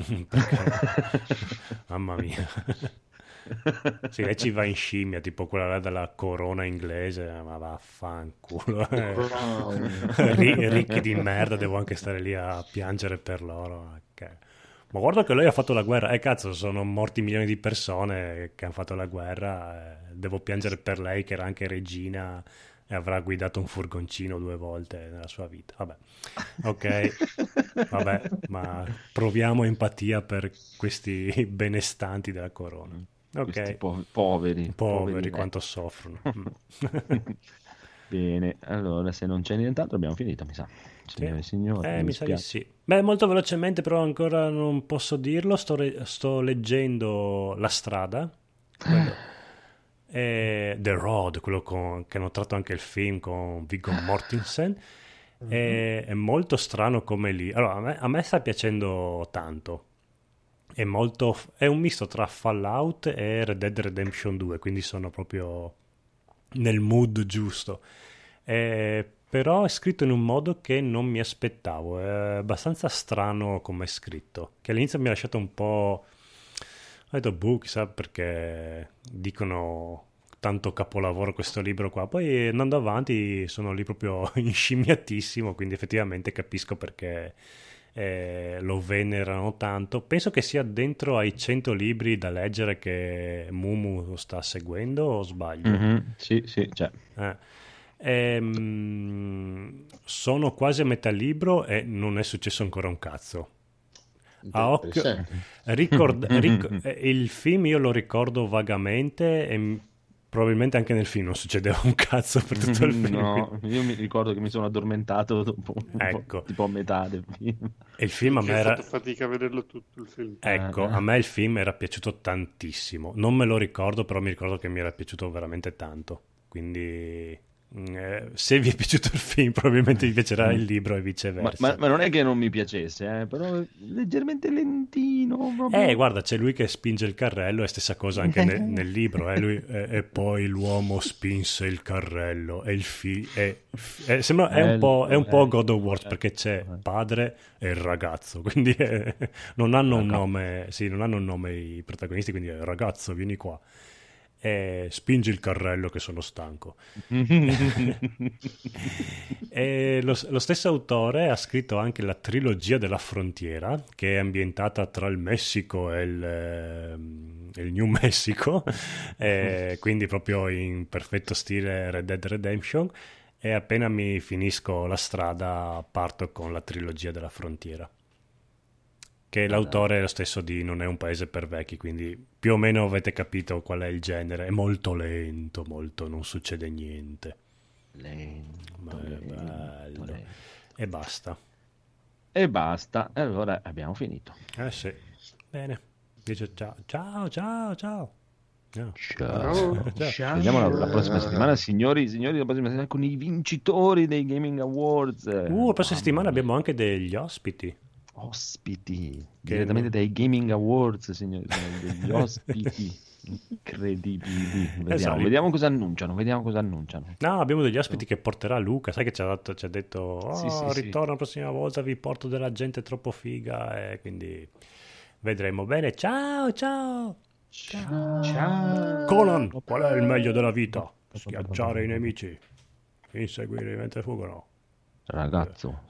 Mamma mia. Sì, lei ci va in scimmia, tipo quella là della corona inglese, ma vaffanculo. Ricchi di merda, devo anche stare lì a piangere per loro. Okay. Ma guarda che lei ha fatto la guerra. Cazzo, sono morti milioni di persone che hanno fatto la guerra. Devo piangere per lei che era anche regina e avrà guidato un furgoncino 2 volte nella sua vita. Vabbè, ok, vabbè, ma proviamo empatia per questi benestanti della corona. Ok, poveri quanto soffrono. Bene, allora se non c'è nient'altro abbiamo finito, mi sa. Signore e signori, mi sa di sì. Beh, molto velocemente, però ancora non posso dirlo. Sto leggendo La strada, The Road, quello che hanno tratto anche il film con Viggo Mortensen. È molto strano come lì. Allora, a me sta piacendo tanto. È un misto tra Fallout e Red Dead Redemption 2, quindi sono proprio nel mood giusto. Però è scritto in un modo che non mi aspettavo, è abbastanza strano come è scritto, che all'inizio mi ha lasciato un po'... Ho detto, chissà perché dicono tanto capolavoro questo libro qua, poi andando avanti sono lì proprio inscimmiatissimo, quindi effettivamente capisco perché... lo venerano tanto. Penso che sia dentro ai 100 libri da leggere che Mumu sta seguendo, o sbaglio? Sì, c'è. Sono quasi a metà libro e non è successo ancora un cazzo. A occhio, il film io lo ricordo vagamente e probabilmente anche nel film non succedeva un cazzo per tutto il film. No, io mi ricordo che mi sono addormentato dopo tipo a metà del film. E il film a me era... Ho fatto fatica a vederlo tutto il film. Ecco, a me il film era piaciuto tantissimo. Non me lo ricordo, però mi ricordo che mi era piaciuto veramente tanto. Quindi... se vi è piaciuto il film probabilmente vi piacerà il libro e viceversa. Ma non è che non mi piacesse, però leggermente lentino proprio. Guarda, c'è lui che spinge il carrello, è stessa cosa anche nel libro, e poi l'uomo spinse il carrello e il sembra, è un po' God of War, perché c'è padre e il ragazzo, quindi non hanno un nome, non hanno un nome i protagonisti, quindi ragazzo vieni qua. Spingi il carrello che sono stanco. E lo stesso autore ha scritto anche la trilogia della frontiera, che è ambientata tra il Messico e il New Mexico, quindi proprio in perfetto stile Red Dead Redemption, e appena mi finisco La strada parto con la trilogia della frontiera, che l'autore è lo stesso di Non è un paese per vecchi, quindi più o meno avete capito qual è il genere. È molto lento, non succede niente. Ma è bello. E basta. Allora abbiamo finito. Sì. Bene. Dice ciao, ciao, ciao, ciao. No. Ciao. Ciao. Vediamo la prossima settimana, signori, la prossima settimana con i vincitori dei Gaming Awards. La prossima settimana abbiamo anche degli ospiti. Ospiti direttamente dai Gaming Awards, signori, sono degli ospiti incredibili. Vediamo cosa annunciano. No, abbiamo degli ospiti che porterà Luca. Sai che ci ha detto Sì, ritorno la prossima volta, vi porto della gente troppo figa, e quindi vedremo bene. Ciao. Conan, qual è il meglio della vita? Schiacciare i nemici, inseguire mentre fuggono. Ragazzo.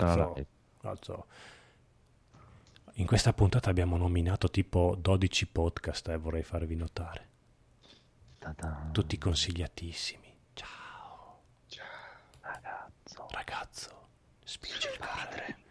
In questa puntata abbiamo nominato tipo 12 podcast, vorrei farvi notare. Tutti consigliatissimi. Ciao. Ragazzo, spingi il padre.